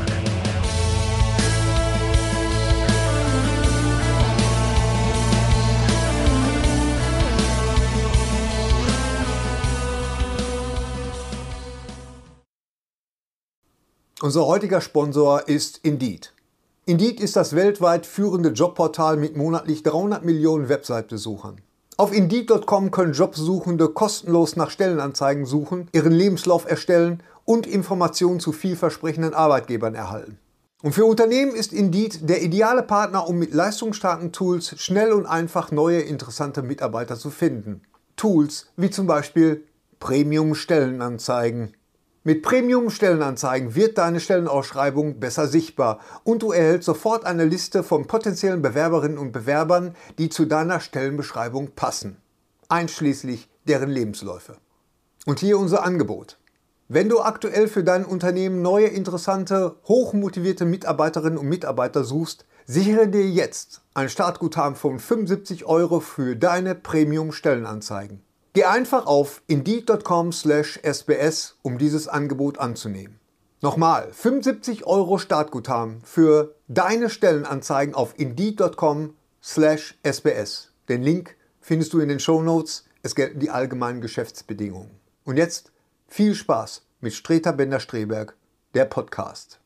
Unser heutiger Sponsor ist Indeed. Indeed ist das weltweit führende Jobportal mit monatlich 300 Millionen Website-Besuchern. Auf Indeed.com können Jobsuchende kostenlos nach Stellenanzeigen suchen, ihren Lebenslauf erstellen und Informationen zu vielversprechenden Arbeitgebern erhalten. Und für Unternehmen ist Indeed der ideale Partner, um mit leistungsstarken Tools schnell und einfach neue interessante Mitarbeiter zu finden. Tools wie zum Beispiel Premium-Stellenanzeigen. Mit Premium-Stellenanzeigen wird deine Stellenausschreibung besser sichtbar und du erhältst sofort eine Liste von potenziellen Bewerberinnen und Bewerbern, die zu deiner Stellenbeschreibung passen, einschließlich deren Lebensläufe. Und hier unser Angebot. Wenn du aktuell für dein Unternehmen neue, interessante, hochmotivierte Mitarbeiterinnen und Mitarbeiter suchst, sichere dir jetzt ein Startguthaben von 75 € für deine Premium-Stellenanzeigen. Geh einfach auf indeed.com/sbs, um dieses Angebot anzunehmen. Nochmal, 75 € Startguthaben für deine Stellenanzeigen auf indeed.com/sbs. Den Link findest du in den Shownotes. Es gelten die allgemeinen Geschäftsbedingungen. Und jetzt viel Spaß mit Streter Bender-Streberg, der Podcast.